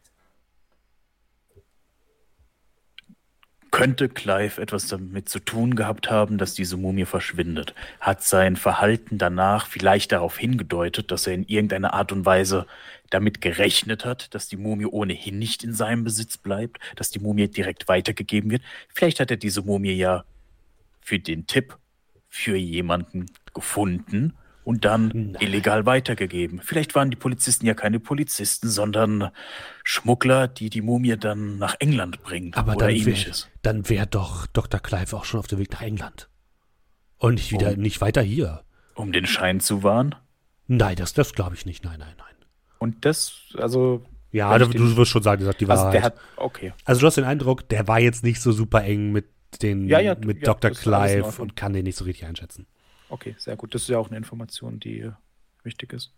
Könnte Clive etwas damit zu tun gehabt haben, dass diese Mumie verschwindet? Hat sein Verhalten danach vielleicht darauf hingedeutet, dass er in irgendeiner Art und Weise damit gerechnet hat, dass die Mumie ohnehin nicht in seinem Besitz bleibt, dass die Mumie direkt weitergegeben wird? Vielleicht hat er diese Mumie ja für den Tipp für jemanden gefunden und dann Nein. illegal weitergegeben. Vielleicht waren die Polizisten ja keine Polizisten, sondern Schmuggler, die die Mumie dann nach England bringen Aber oder dann wäre ähnliches. dann wär doch Doktor Clive auch schon auf dem Weg nach England. Und nicht wieder, Oh. nicht weiter hier. Um den Schein zu wahren. Nein, das, das glaube ich nicht. Nein, nein, nein. Und das, also, Ja, Wenn du, ich du den- wirst schon sagen, der sagt die also Wahrheit. der hat, okay. Also du hast den Eindruck, der war jetzt nicht so super eng mit den Ja, ja, mit ja, Doktor das ist alles in Clive Ordnung. und kann den nicht so richtig einschätzen. Okay, sehr gut. Das ist ja auch eine Information, die äh, wichtig ist.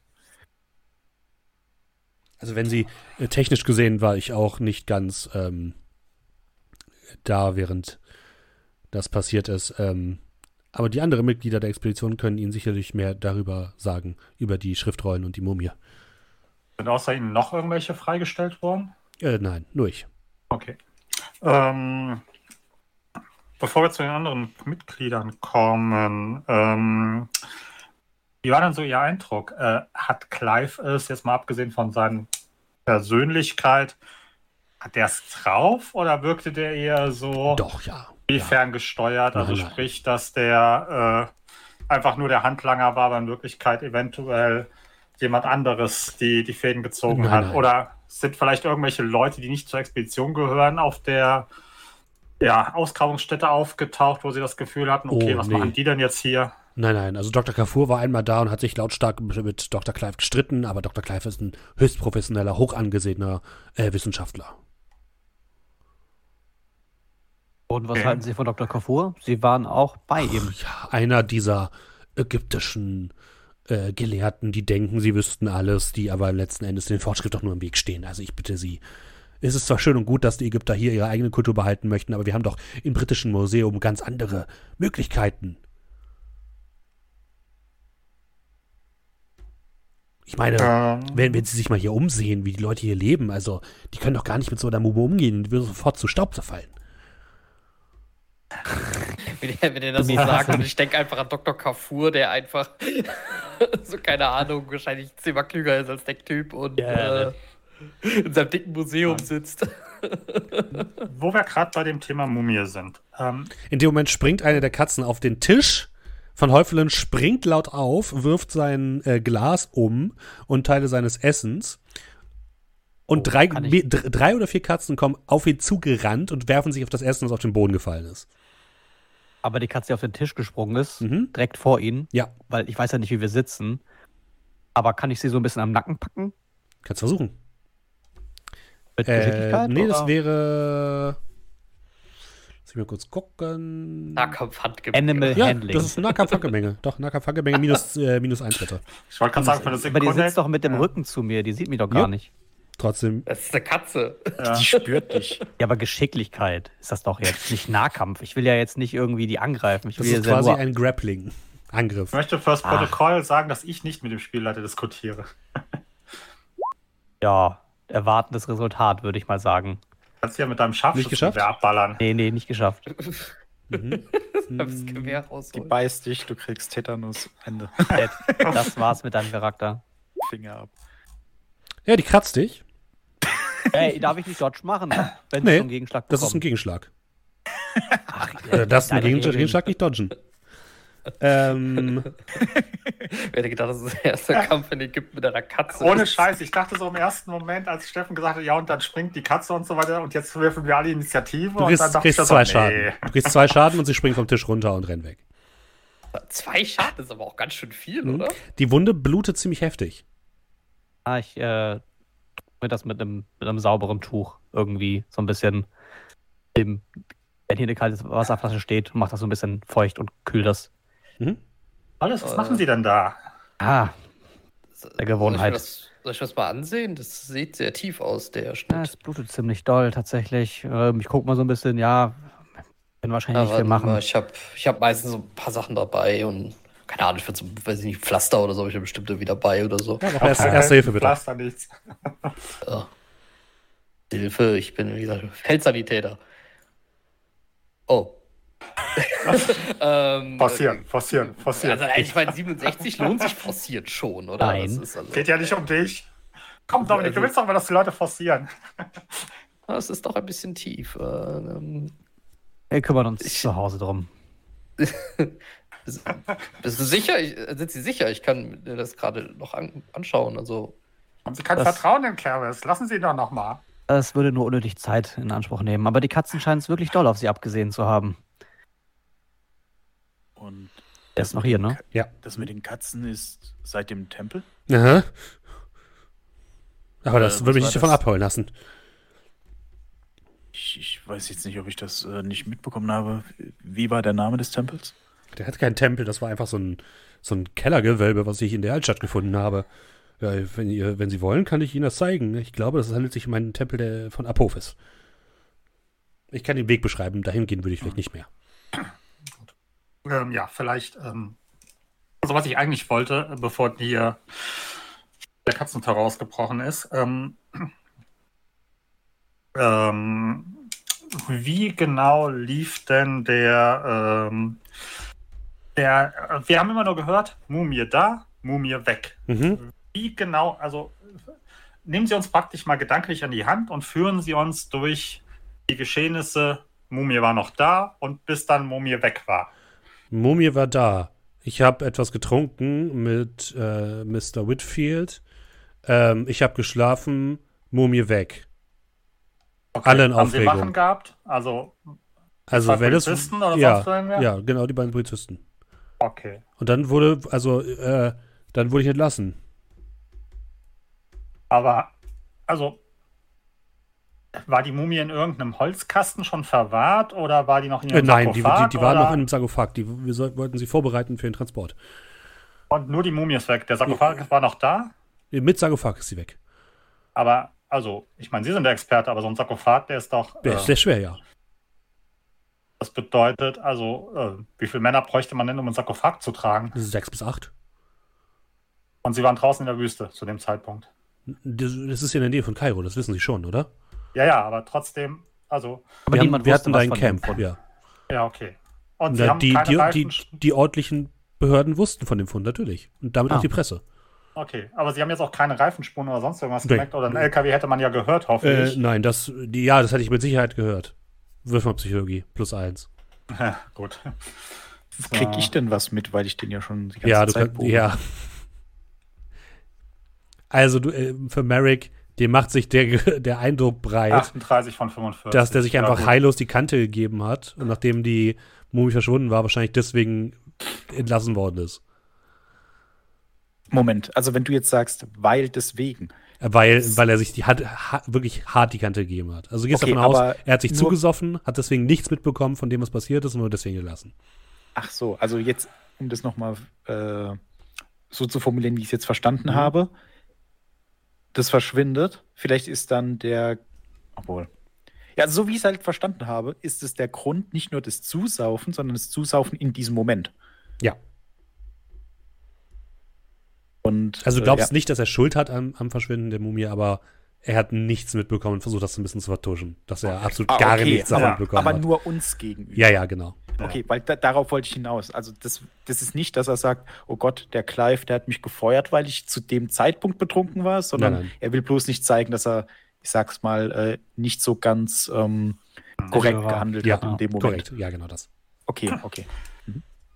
Also wenn sie äh, technisch gesehen war ich auch nicht ganz ähm, da, während das passiert ist. Ähm, aber die anderen Mitglieder der Expedition können Ihnen sicherlich mehr darüber sagen, über die Schriftrollen und die Mumie. Sind außer Ihnen noch irgendwelche freigestellt worden? Äh, nein, nur ich. Okay. Ähm, bevor wir zu den anderen Mitgliedern kommen, ähm, wie war denn so Ihr Eindruck? Äh, hat Clive es, jetzt mal abgesehen von seiner Persönlichkeit, hat der es drauf oder wirkte der eher so Doch, ja. wie ja. ferngesteuert? Also Nein, nein. sprich, dass der äh, einfach nur der Handlanger war, aber in Wirklichkeit eventuell jemand anderes die, die Fäden gezogen Nein, hat. nein. Oder sind vielleicht irgendwelche Leute, die nicht zur Expedition gehören, auf der ja, Ausgrabungsstätte aufgetaucht, wo sie das Gefühl hatten, okay, Oh, was nee. machen die denn jetzt hier? Nein, nein, also Doktor Kafur war einmal da und hat sich lautstark mit Doktor Clive gestritten, aber Doktor Clive ist ein höchst professioneller, hoch angesehener äh, Wissenschaftler. Und was Okay. halten Sie von Doktor Kafur? Sie waren auch bei ihm. Ja, einer dieser ägyptischen äh, Gelehrten, die denken, sie wüssten alles, die aber letzten Endes den Fortschritt doch nur im Weg stehen. Also ich bitte Sie. Es ist zwar schön und gut, dass die Ägypter hier ihre eigene Kultur behalten möchten, aber wir haben doch im britischen Museum ganz andere Möglichkeiten. Ich meine, Ähm, wenn, wenn Sie sich mal hier umsehen, wie die Leute hier leben, also die können doch gar nicht mit so einer Mumme umgehen, die würden sofort zu Staub zerfallen. Wenn ihr, wenn ihr das so Ja. sagt, und ich denke einfach an Doktor Kafur, der einfach, so keine Ahnung, wahrscheinlich zehnmal klüger ist als der Typ und Ja, äh, in seinem dicken Museum sitzt. wo wir gerade bei dem Thema Mumie sind. Ähm, In dem Moment springt eine der Katzen auf den Tisch. Van Häufelen springt laut auf, wirft sein äh, Glas um und Teile seines Essens. Und Oh, drei, kann ich- me- dr- drei oder vier Katzen kommen auf ihn zugerannt und werfen sich auf das Essen, das auf den Boden gefallen ist. Aber die Katze, die auf den Tisch gesprungen ist, Mhm. direkt vor ihnen, Ja, weil ich weiß ja nicht, wie wir sitzen. Aber kann ich sie so ein bisschen am Nacken packen? kannst versuchen. Mit Äh, Geschicklichkeit? nee, oder? das wäre. Lass mich mal kurz gucken. Nahkampfhandgewehr. Animal Ja, Handling. das ist Nahkampfhandgemenge. Doch, Nahkampfhandgemenge minus, äh, minus eins bitte. ich wollte gerade sagen, für eine Aber die Sekunde. sitzt doch mit dem Ja. Rücken zu mir, die sieht mich doch gar Ja. nicht. Trotzdem. Das ist eine Katze. Ja. Die spürt dich. Ja, aber Geschicklichkeit ist das doch jetzt, nicht Nahkampf. Ich will ja jetzt nicht irgendwie die angreifen. Ich Das will ist ja quasi nur ein Grappling-Angriff. Ich möchte fürs Ach. Protokoll sagen, dass ich nicht mit dem Spielleiter diskutiere. ja, erwartendes Resultat, würde ich mal sagen. Du kannst ja mit deinem Nicht Scharfschützengewehr geschafft? abballern. Nee, nee, nicht geschafft. Mhm. Das Gewehr Die rausholen. beißt dich, du kriegst Tetanus, Hände, Ed, das war's mit deinem Charakter. Finger ab. Ja, die kratzt dich. Ey, darf ich nicht Dodge machen, wenn Nee, es zum Gegenschlag Das ist ein bekommt? Gegenschlag. Ach, Äh, das ist ein deine Gegen Regeln. Gegenschlag, nicht dodgen. ähm, Wer hätte gedacht, das ist der erste Kampf in Ägypten mit einer Katze. Ohne Scheiß, ich dachte so im ersten Moment, als Steffen gesagt hat, ja, und dann springt die Katze und so weiter und jetzt wirfen wir alle Initiative. du und kriegst, dann dachte kriegst ich zwei so, Schaden. nee. Du kriegst zwei Schaden und sie springt vom Tisch runter und rennt weg. Zwei Schaden ist aber auch ganz schön viel, Mhm. oder? Die Wunde blutet ziemlich heftig. Ah, ich äh, mir das mit einem, mit einem sauberen Tuch irgendwie so ein bisschen, im, wenn hier eine kalte Wasserflasche steht, macht das so ein bisschen feucht und kühl das. Mhm. Alles, was Äh. machen Sie denn da? Ah, der Gewohnheit. Soll ich, das, soll ich das mal ansehen? Das sieht sehr tief aus, der ja, Schnitt. es blutet ziemlich doll tatsächlich. Ähm, ich guck mal so ein bisschen, ja, können wahrscheinlich nicht Aber viel machen. ich habe ich hab meistens so ein paar Sachen dabei und keine Ahnung, ich würde so, weiß ich nicht, Pflaster oder so habe ich ja bestimmt irgendwie dabei oder so. Ja, noch erste, erste Hilfe bitte. Pflaster, nichts. Ja. Hilfe, ich bin, wie gesagt, Feldsanitäter. Oh. ähm, Forcieren, forcieren, forcieren. Also, ich meine, siebenundsechzig lohnt sich forciert schon, oder? Nein. Das ist, also, Geht ja nicht um dich. Komm, Dominik, du Also- willst doch mal, dass die Leute forcieren. das ist doch ein bisschen tief. Ähm, Wir kümmern uns Ich- zu Hause drum. bist, bist du sicher? Ich, sind Sie sicher? Ich kann mir das gerade noch an, anschauen. Also, Haben Sie kein Das- Vertrauen in Kervis? Lassen Sie ihn doch noch mal. Es würde nur unnötig Zeit in Anspruch nehmen. Aber die Katzen scheinen es wirklich doll auf sie abgesehen zu haben. Und Er ist noch hier, ne? Ja. das mit den Katzen ist seit dem Tempel? Aha. Aber das Äh, würde was mich war nicht davon das? abholen lassen. Ich, ich weiß jetzt nicht, ob ich das äh, nicht mitbekommen habe. Wie war der Name des Tempels? Der hat keinen Tempel, das war einfach so ein, so ein Kellergewölbe, was ich in der Altstadt gefunden habe. Ja, wenn, ihr, wenn Sie wollen, kann ich Ihnen das zeigen. Ich glaube, es handelt sich um einen Tempel der, von Apophis. Ich kann den Weg beschreiben, dahin gehen würde ich vielleicht nicht mehr. Ähm, ja, vielleicht. Ähm, also, was ich eigentlich wollte, bevor die, äh, der Katzentor rausgebrochen ist. Ähm, ähm, wie genau lief denn der. Ähm, der wir haben immer nur gehört, Mumie da, Mumie weg. Mhm. Wie genau, also nehmen Sie uns praktisch mal gedanklich an die Hand und führen Sie uns durch die Geschehnisse. Mumie war noch da und bis dann Mumie weg war. Mumie war da. Ich habe etwas getrunken mit äh, Mister Whitfield. Ähm, ich habe geschlafen. Mumie weg. Okay. Alle in Haben Sie Aufregung. Wachen gehabt? Also, Also zwei wenn es Polizisten oder ja, sonst irgendwer? ja, genau, die beiden Polizisten. Okay. Und dann wurde, also, äh, dann wurde ich entlassen. Aber, also, war die Mumie in irgendeinem Holzkasten schon verwahrt oder war die noch in Äh, ihrem nein, die, die, Sarkophag? die waren oder? noch in einem Sarkophag. Die, wir soll, wollten sie vorbereiten für den Transport. Und nur die Mumie ist weg. Der Sarkophag war noch da, Mit Sarkophag ist sie weg. aber, also, ich meine, Sie sind der Experte, aber so ein Sarkophag, der ist doch, Der äh, ist sehr schwer, ja. das bedeutet, also, äh, wie viele Männer bräuchte man denn, um einen Sarkophag zu tragen? Sechs bis acht. Und Sie waren draußen in der Wüste zu dem Zeitpunkt. Das, das ist ja in der Nähe von Kairo, das wissen Sie schon, oder? Ja, ja, aber trotzdem, also, Aber wir haben, wir wusste hatten da was ein von Camp, dem Fund. ja. ja, okay. Und Sie Na, haben die, keine die, die, Reifen... die örtlichen Behörden wussten von dem Fund, natürlich. Und damit Ah. auch die Presse. Okay, aber Sie haben jetzt auch keine Reifenspuren oder sonst irgendwas Nee. gemerkt? Oder ein L K W hätte man ja gehört, hoffe Äh, ich. nein, das, die, ja, das hätte ich mit Sicherheit gehört. Wirf mal Psychologie, plus eins. Gut. Krieg So. ich denn was mit, weil ich den ja schon die ganze Ja, du Zeit kannst, beobachte? ja. Also, du, äh, für Merrick, dem macht sich der, der Eindruck breit, achtunddreißig von fünfundvierzig. dass der sich Ja, einfach gut. heillos die Kante gegeben hat und nachdem die Mumie verschwunden war, wahrscheinlich deswegen entlassen worden ist. Moment, also wenn du jetzt sagst, weil deswegen. Weil, weil er sich die hat, ha, wirklich hart die Kante gegeben hat. Also du gehst Okay, davon aus, aber er hat sich nur- zugesoffen, hat deswegen nichts mitbekommen von dem, was passiert ist und nur deswegen gelassen. Ach so, also jetzt, um das nochmal äh, so zu formulieren, wie ich es jetzt verstanden Mhm. habe, das verschwindet. Vielleicht ist dann der, obwohl. Ja, also so wie ich es halt verstanden habe, ist es der Grund nicht nur des Zusaufen, sondern das Zusaufen in diesem Moment. Ja. Und, Also du äh, glaubst ja. nicht, dass er Schuld hat am, am Verschwinden der Mumie, aber er hat nichts mitbekommen und versucht, das ein bisschen zu vertuschen. Dass er absolut Ah, gar okay, nichts davon aber- mitbekommen aber hat. nur uns gegenüber. Ja, ja, genau. Okay, weil da, darauf wollte ich hinaus. Also das, das ist nicht, dass er sagt, oh Gott, der Clive, der hat mich gefeuert, weil ich zu dem Zeitpunkt betrunken war, sondern Nein, nein. er will bloß nicht zeigen, dass er, ich sag's mal, äh, nicht so ganz ähm, korrekt war. gehandelt Ja, hat in dem Moment. korrekt. Ja, genau das. Okay, okay.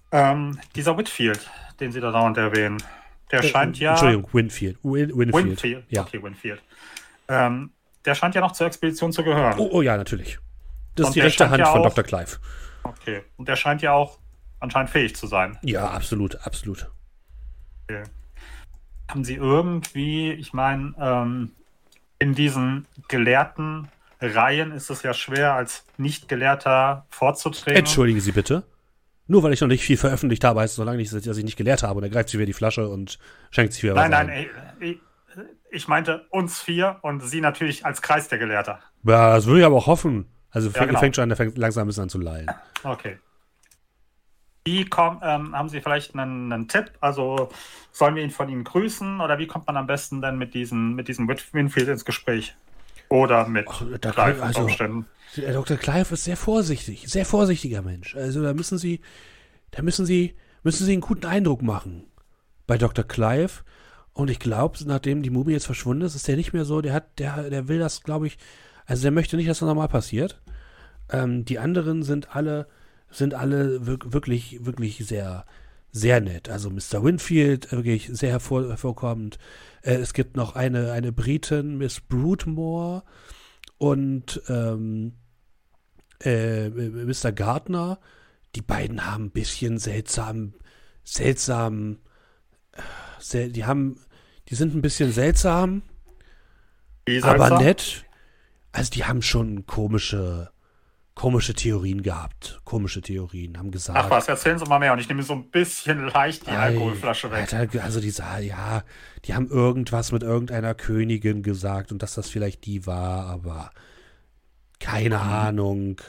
Ähm, dieser Whitfield, den Sie da dauernd erwähnen, der Äh, scheint ja... Entschuldigung, Winfield. Win Winfield. Winfield, Ja. okay, Winfield. Ähm, der scheint ja noch zur Expedition zu gehören. Oh, oh ja, natürlich. Das Und ist die der rechte stand Hand ja von auch- Doktor Clive. Okay. Und der scheint ja auch anscheinend fähig zu sein. Ja, absolut, absolut. Okay. Haben Sie irgendwie, ich meine, ähm, in diesen gelehrten Reihen ist es ja schwer, als Nicht-Gelehrter vorzutreten. Entschuldigen Sie bitte. Nur weil ich noch nicht viel veröffentlicht habe, heißt es noch lange nicht, dass ich nicht gelehrt habe. Und er greift sich wieder die Flasche und schenkt sich wieder Nein, was nein, ein. ich, ich, ich meinte uns vier und Sie natürlich als Kreis der Gelehrter. Ja, das würde ich aber auch hoffen. Also fängt, genau. fängt schon an, der fängt langsam ein bisschen an zu lallen. Okay. Wie kommt, ähm, haben Sie vielleicht einen, einen Tipp? Also sollen wir ihn von Ihnen grüßen oder wie kommt man am besten denn mit diesem mit diesem Winfield ins Gespräch? Oder mit Ach, da Clive kann- also- unter Umständen? Der Doktor Clive ist sehr vorsichtig, sehr vorsichtiger Mensch. Also da müssen Sie, da müssen Sie, müssen Sie einen guten Eindruck machen bei Doktor Clive. Und ich glaube, nachdem die Mumie jetzt verschwunden ist, ist der nicht mehr so. Der hat, der, der will das, glaube ich. Also der möchte nicht, dass das nochmal passiert. Ähm, die anderen sind alle, sind alle wirk- wirklich, wirklich sehr, sehr nett. Also Mister Winfield wirklich sehr hervor, hervorkommend. Äh, es gibt noch eine, eine Britin, Miss Broodmore. Und ähm, äh, Mister Gardner, die beiden haben ein bisschen seltsam, seltsam, äh, sel die haben, die sind ein bisschen seltsam, Wie aber seltsam? nett. Also die haben schon komische, komische Theorien gehabt, komische Theorien, haben gesagt. Ach was, erzählen Sie mal mehr und ich nehme so ein bisschen leicht die Ei, Alkoholflasche weg. Alter, also die sagen, ja, die haben irgendwas mit irgendeiner Königin gesagt und dass das vielleicht die war, aber keine Mhm. Ahnung.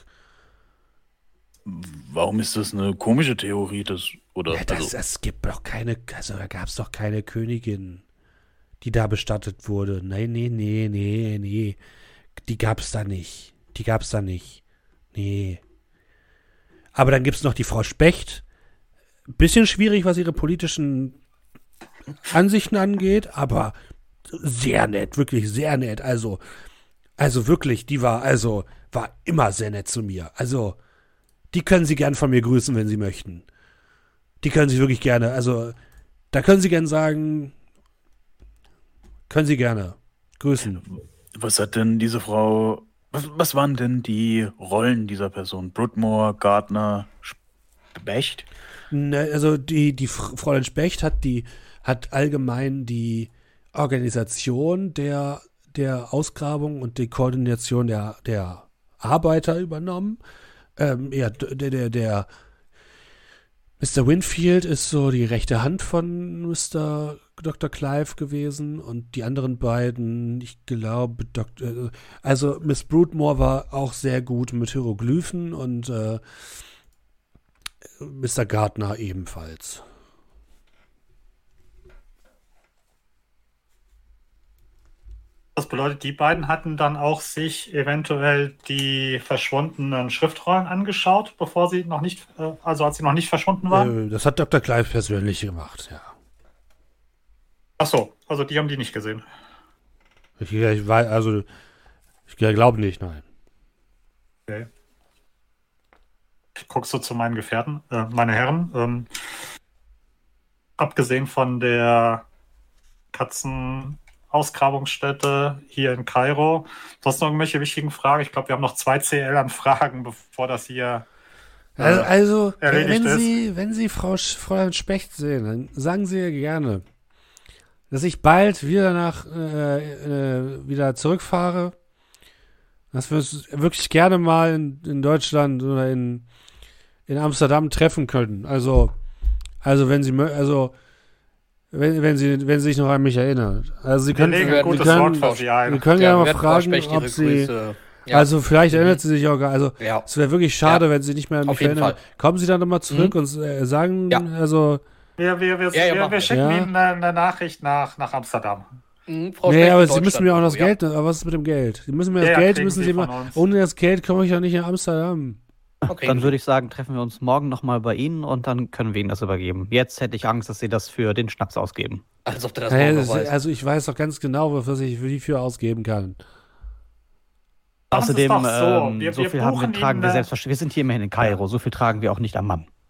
Warum ist das eine komische Theorie? Das, oder, Ja, das, also, es gibt doch keine, also da gab es doch keine Königin, die da bestattet wurde. Nein, nee, nee, nee, nee. Die gab es da nicht. Die gab es da nicht. Nee. Aber dann gibt es noch die Frau Specht. Bisschen schwierig, was ihre politischen Ansichten angeht, aber sehr nett, wirklich sehr nett. Also, also wirklich, die war, also, war immer sehr nett zu mir. Also, die können Sie gern von mir grüßen, wenn Sie möchten. Die können Sie wirklich gerne, also, da können Sie gern sagen, können Sie gerne grüßen. was hat denn diese Frau, was, was waren denn die Rollen dieser Person? Broodmore, Gardner, Specht? Ne, also die, die Fr- Fräulein Specht hat die, hat allgemein die Organisation der, der Ausgrabung und die Koordination der, der Arbeiter übernommen. Ähm, ja, d- der, der, der Mister Winfield ist so die rechte Hand von Mister Doktor Clive gewesen und die anderen beiden, ich glaube, Doktor, also Miss Broodmore war auch sehr gut mit Hieroglyphen und äh, Mister Gardner ebenfalls. Das bedeutet, die beiden hatten dann auch sich eventuell die verschwundenen Schriftrollen angeschaut, bevor sie noch nicht, äh, also als sie noch nicht verschwunden waren? Äh, das hat Doktor Clive persönlich gemacht, ja. Ach so, also die haben die nicht gesehen. Ich, ich weiß, also, ich glaube nicht, nein. Okay. Ich gucke so zu meinen Gefährten, äh, meine Herren. Ähm, abgesehen von der Katzenausgrabungsstätte hier in Kairo, sonst noch irgendwelche wichtigen Fragen? Ich glaube, wir haben noch zwei C L an Fragen, bevor das hier. äh, Also, also erledigt wenn ist. Sie, wenn Sie Frau Sch- Fräulein Specht sehen, dann sagen Sie ihr gerne, dass ich bald wieder nach äh, äh, wieder zurückfahre, dass wir uns wirklich gerne mal in, in Deutschland oder in, in Amsterdam treffen können. Also, also wenn Sie mö- also wenn, wenn Sie wenn Sie sich noch an mich erinnern. Also Sie Wir können, legen ein Sie gutes können, Wort für Sie ein. wir können Ja, ja mal wir werden Frau fragen, Specht ob ihre Sie Grüße. Ja. also vielleicht Mhm. erinnert sie sich auch gar, also Ja. es wäre wirklich schade, Ja. wenn sie nicht mehr an mich Auf jeden erinnern. Fall. Kommen Sie dann nochmal zurück Mhm. und äh, sagen, Ja. also, Wir, wir, wir, Ja, ja, wir, machen wir wir. schicken Ja. Ihnen eine, eine Nachricht nach, nach Amsterdam. Mhm, Frau nee, Specht aber in Sie müssen mir auch noch das Deutschland, Geld, aber was ist mit dem Geld? Sie müssen mir das Ja, ja, Geld, kriegen müssen Sie Sie von mal, uns. ohne das Geld komme ich ja nicht nach Amsterdam. ja. Okay. Dann würde ich sagen, treffen wir uns morgen nochmal bei Ihnen und dann können wir Ihnen das übergeben. Jetzt hätte ich Angst, dass Sie das für den Schnaps ausgeben. Als ob du das Hey, morgen das, noch weißt. also ich weiß doch ganz genau, was ich für die für ausgeben kann. Machen Sie es Außerdem, doch so. ähm, Wir- so wir viel haben wir, buchen tragen Ihnen wir eine- selbstverständlich. Wir sind hier immerhin in Kairo, so viel tragen wir auch nicht am Mann.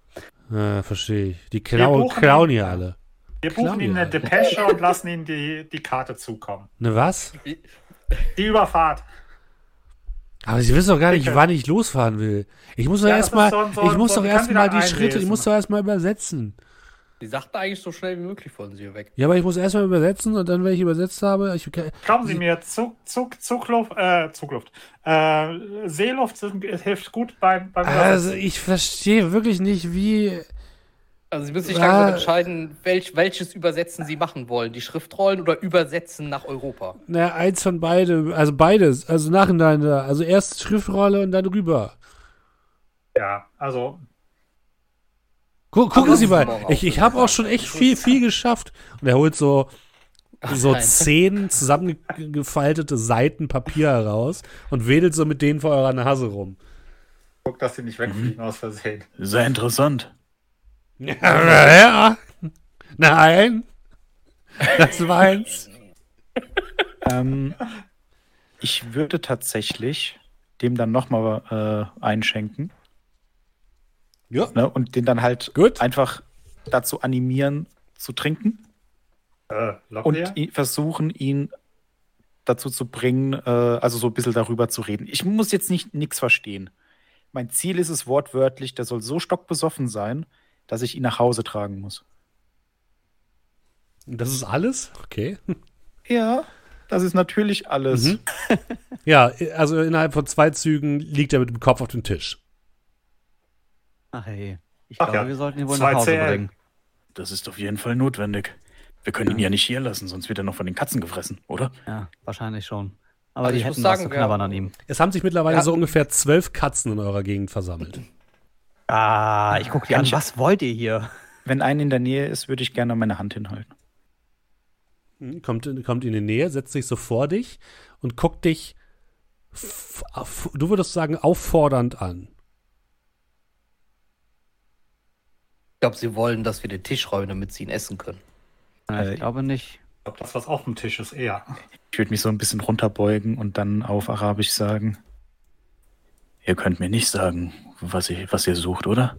Ja, verstehe ich. Die klauen, buchen klauen ihn- hier alle. Wir buchen Klar, ihm ja. eine Depesche und lassen ihm die, die Karte zukommen. Ne, was? Die Überfahrt. Aber Sie wissen doch gar nicht, Bitte. wann ich losfahren will. Ich muss doch Ja, das erstmal, ist so ein- so ich ein- muss so doch ein- kannst erstmal du da die Schritte, ich einlesen. muss doch erstmal übersetzen. Die sagten eigentlich so schnell wie möglich von sie weg. Ja, aber ich muss erstmal übersetzen und dann, wenn ich übersetzt habe, ich, Glauben Sie mir, Zug, Zug, Zugluft, äh, Zugluft, äh, Seeluft sind, hilft gut beim, beim also Übersetzen. ich verstehe wirklich nicht, wie. Also sie müssen sich Ah. langsam entscheiden, welch, welches Übersetzen sie machen wollen. Die Schriftrollen oder Übersetzen nach Europa. Na, eins von beide, also beides, also nacheinander. Also erst Schriftrolle und dann rüber. Ja, also Gu gucken Aber Sie das mal, ist morgen auch, ich, ich würde habe ich auch sagen. schon echt viel, viel geschafft. Und er holt so, so nein. zehn zusammengefaltete Seiten Papier heraus und wedelt so mit denen vor eurer Nase rum. guck, dass sie nicht wegfliegen aus Versehen. Sehr interessant. Ja, ja. Nein. Das war eins. Ähm, ich würde tatsächlich dem dann nochmal äh, einschenken. Ja. Ne, und den dann halt Gut. einfach dazu animieren, zu trinken. Äh, lockt Und ihr? i- versuchen, ihn dazu zu bringen, äh, also so ein bisschen darüber zu reden. Ich muss jetzt nicht nichts verstehen. Mein Ziel ist es wortwörtlich, der soll so stockbesoffen sein, dass ich ihn nach Hause tragen muss. Das ist alles? Okay. Ja, das ist natürlich alles. Mhm. Ja, also innerhalb von zwei Zügen liegt er mit dem Kopf auf dem Tisch. Ach hey. Ich Ach glaube, ja, wir sollten ihn wohl zwei nach Hause C L. bringen. Das ist auf jeden Fall notwendig. Wir können ihn ja nicht hier lassen, sonst wird er noch von den Katzen gefressen, oder? Ja, wahrscheinlich schon. Aber Also die ich muss hätten was sagen, zu knabbern wir- an ihm. Es haben sich mittlerweile Ja. so ungefähr zwölf Katzen in eurer Gegend versammelt. Ah, ich gucke die Kann an. ich- Was wollt ihr hier? Wenn ein in der Nähe ist, würde ich gerne meine Hand hinhalten. Hm, Kommt, in- kommt in die Nähe, setzt sich so vor dich und guckt dich, f- auf- du würdest sagen, auffordernd an. Ich glaube, sie wollen, dass wir den Tisch räumen, damit sie ihn essen können. Ja, Äh, ich glaube nicht. Ich glaube, das, was auf dem Tisch ist, eher. Ich würde mich so ein bisschen runterbeugen und dann auf Arabisch sagen: Ihr könnt mir nicht sagen, was, ich, was ihr sucht, oder?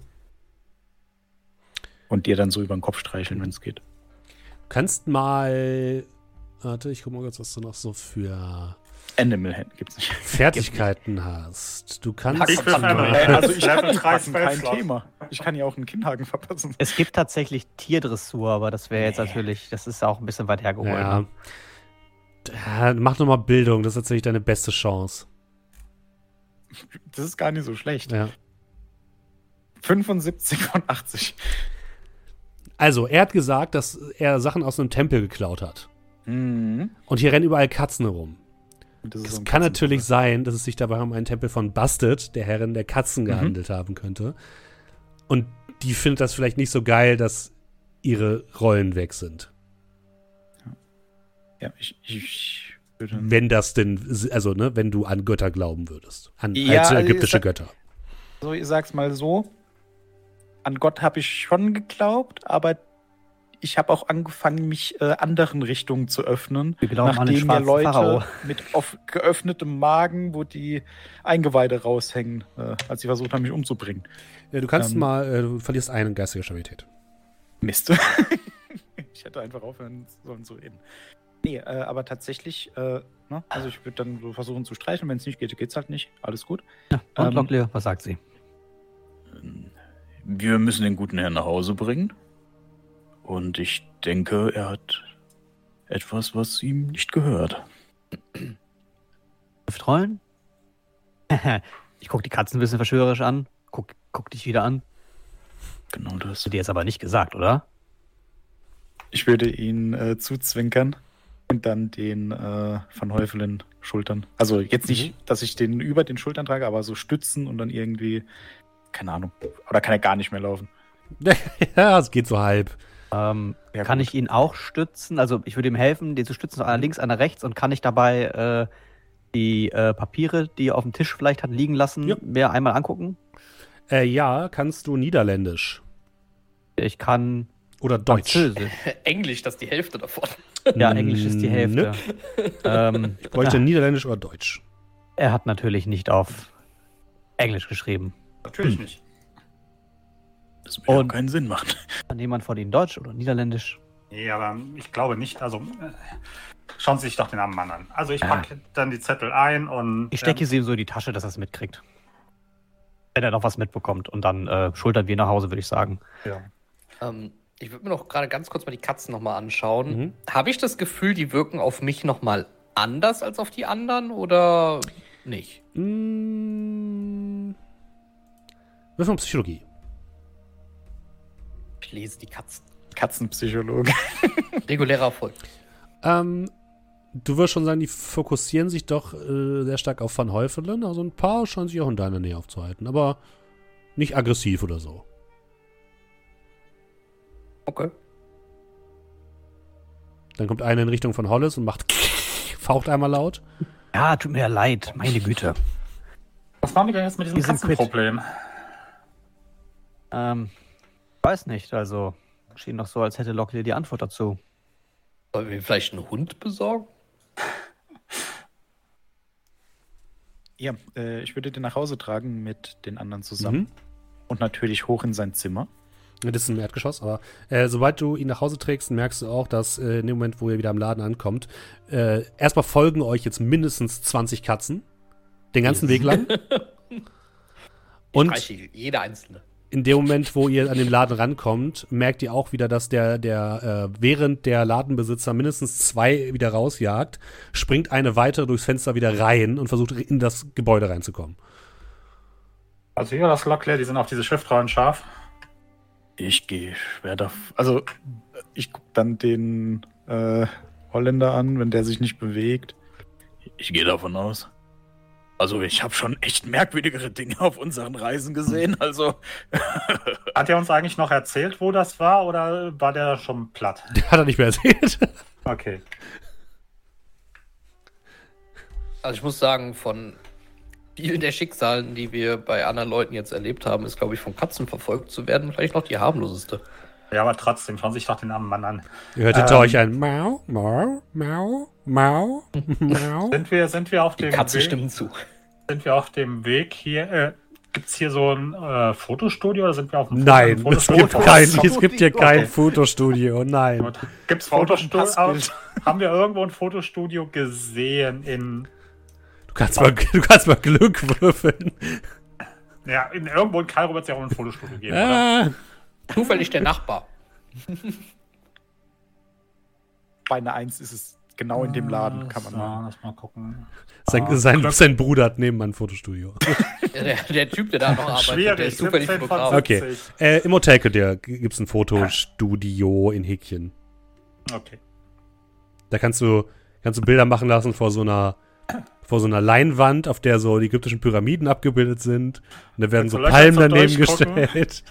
Und dir dann so über den Kopf streicheln, wenn es geht. Du kannst mal, warte, ich guck mal kurz, was du noch so für Animal Hand gibt's nicht. Fertigkeiten hast. Du kannst Ich will Hackfleisch. Animal. Äh, also ich Level kann ihn drei packen, kein Spellslot. Thema. Ich kann ja auch einen Kinnhaken verpassen. Es gibt tatsächlich Tierdressur, aber das wäre jetzt natürlich, das ist auch ein bisschen weit hergeholt. ja. Ne? Ja, mach nochmal Bildung, das ist tatsächlich deine beste Chance. Das ist gar nicht so schlecht. Ja. fünfundsiebzig von achtzig. Also, er hat gesagt, dass er Sachen aus einem Tempel geklaut hat. Mhm. Und hier rennen überall Katzen herum. Das ist Es so ein kann Katzenbuch. natürlich sein, dass es sich dabei um einen Tempel von Bastet, der Herrin der Katzen, gehandelt haben könnte. Und die findet das vielleicht nicht so geil, dass ihre Rollen weg sind. Ja, ich, ich würde. Wenn das denn, also, ne, wenn du an Götter glauben würdest. An Ja, alte also ägyptische ich sag- Götter. So, ich sag's mal so. An Gott habe ich schon geglaubt, aber ich habe auch angefangen, mich äh, anderen Richtungen zu öffnen. Wir glauben an den nachdem mir schwarzen Leute Pharao. mit auf geöffnetem Magen, wo die Eingeweide raushängen, äh, als sie versucht haben, mich umzubringen. Ja, du kannst Ähm. mal, äh, du verlierst eine geistige Stabilität. Mist. Ich hätte einfach aufhören sollen zu reden. Nee, äh, aber tatsächlich, äh, ne? Also ich würde dann so versuchen zu streichen. Wenn es nicht geht, geht's halt nicht. Alles gut. Ja, und Ähm, Locklear, was sagt sie? Wir müssen den guten Herrn nach Hause bringen. Und ich denke, er hat etwas, was ihm nicht gehört. Schriftrollen? Ich guck die Katzen ein bisschen verschwörerisch an. Guck, guck dich wieder an. Genau das. Hast du dir jetzt aber nicht gesagt, oder? Ich würde ihn äh, zuzwinkern und dann den äh, Van Heuvelen schultern. Also jetzt nicht, dass ich den über den Schultern trage, aber so stützen und dann irgendwie, keine Ahnung. Oder kann er gar nicht mehr laufen? Ja, es geht so halb. Ähm, Ja, kann gut. ich ihn auch stützen? Also ich würde ihm helfen, den zu stützen, einer links, einer rechts, und kann ich dabei äh, die äh, Papiere, die er auf dem Tisch vielleicht hat liegen lassen, Ja. mir einmal angucken? Äh, ja, kannst du Niederländisch Ich kann oder Deutsch. Französisch. Englisch, das ist die Hälfte davon. Ja, Englisch ist die Hälfte. ähm, Ich bräuchte Niederländisch oder Deutsch. er hat natürlich nicht auf Englisch geschrieben. Natürlich nicht. Das würde ja keinen Sinn machen. Kann jemand von Ihnen Deutsch oder Niederländisch? Nee, aber ich glaube nicht. Also äh, schauen Sie sich doch den armen Mann an. Also ich packe ah. dann die Zettel ein und... Ich stecke ähm, sie ihm so in die Tasche, dass er es mitkriegt. Wenn er noch was mitbekommt. Und dann äh, schultern wir nach Hause, würde ich sagen. Ja. Ähm, ich würde mir noch gerade ganz kurz mal die Katzen nochmal anschauen. Mhm. Habe ich das Gefühl, die wirken auf mich nochmal anders als auf die anderen oder nicht? Mmh. Wirf mal Psychologie. Ich lese die Katzen. Katzenpsychologe. Regulärer Erfolg. Ähm, du wirst schon sagen, die fokussieren sich doch äh, sehr stark auf Van Heufelen. Also ein paar scheinen sich auch in deiner Nähe aufzuhalten, aber nicht aggressiv oder so. Okay. Dann kommt einer in Richtung von Hollis und macht faucht einmal laut. Ja, tut mir ja leid, meine Güte. Was machen wir denn jetzt mit diesem Wir sind quitt. Katzenproblem? Ähm, weiß nicht, also schien doch so, als hätte Locklear die Antwort dazu. Sollen wir vielleicht einen Hund besorgen? Ja, äh, ich würde den nach Hause tragen mit den anderen zusammen. Mhm. Und natürlich hoch in sein Zimmer. Das ist ein Erdgeschoss, aber äh, sobald du ihn nach Hause trägst, merkst du auch, dass äh, in dem Moment, wo ihr wieder am Laden ankommt, äh, erstmal folgen euch jetzt mindestens zwanzig Katzen. Den ganzen Weg lang. Und jeder einzelne. In dem Moment, wo ihr an den Laden rankommt, merkt ihr auch wieder, dass der, der äh, während der Ladenbesitzer mindestens zwei wieder rausjagt, springt eine weitere durchs Fenster wieder rein und versucht in das Gebäude reinzukommen. Also hier, das Locklear, die sind auf diese Schriftrollen scharf. Ich gehe schwer da. Also, ich gucke dann den äh, Holländer an, wenn der sich nicht bewegt. Ich gehe davon aus. Also, ich habe schon echt merkwürdigere Dinge auf unseren Reisen gesehen. Also. Hat er uns eigentlich noch erzählt, wo das war, oder war der schon platt? Der hat er nicht mehr erzählt. Okay. Also, ich muss sagen, von vielen der Schicksalen, die wir bei anderen Leuten jetzt erlebt haben, ist, glaube ich, von Katzen verfolgt zu werden, vielleicht noch die harmloseste. Ja, aber trotzdem, schauen Sie sich doch den armen Mann an. Ihr hört hinter ähm, euch ein Mau, Mau, Mau, Mau, Mau. Sind wir, sind wir auf die dem Katzen Weg? stimmen zu. Sind wir auf dem Weg hier? Äh, gibt es hier so ein äh, Fotostudio oder sind wir auf dem Nein, Foto- es gibt, kein, es gibt hier kein okay. Fotostudio, nein. Gibt es Fotostudio? Haben wir irgendwo ein Fotostudio gesehen in... Du kannst, mal, du kannst mal Glück würfeln. Ja, in, irgendwo in Kairo wird es ja auch ein Fotostudio geben, ah. oder? Zufällig der Nachbar. Bei einer Eins ist es genau in dem Laden, kann man so, mal. Lass mal gucken. Sein, ah, sein, sein Bruder hat nebenan ein Fotostudio. Ja, der, der Typ, der da noch arbeitet, Schwierig, der ist zufällig Fotograf. Okay, äh, im Hotel gibt es ein Fotostudio in Häkchen. Okay. Da kannst du, kannst du Bilder machen lassen vor so einer vor so einer Leinwand, auf der so die ägyptischen Pyramiden abgebildet sind. Und da werden so Palmen daneben gestellt.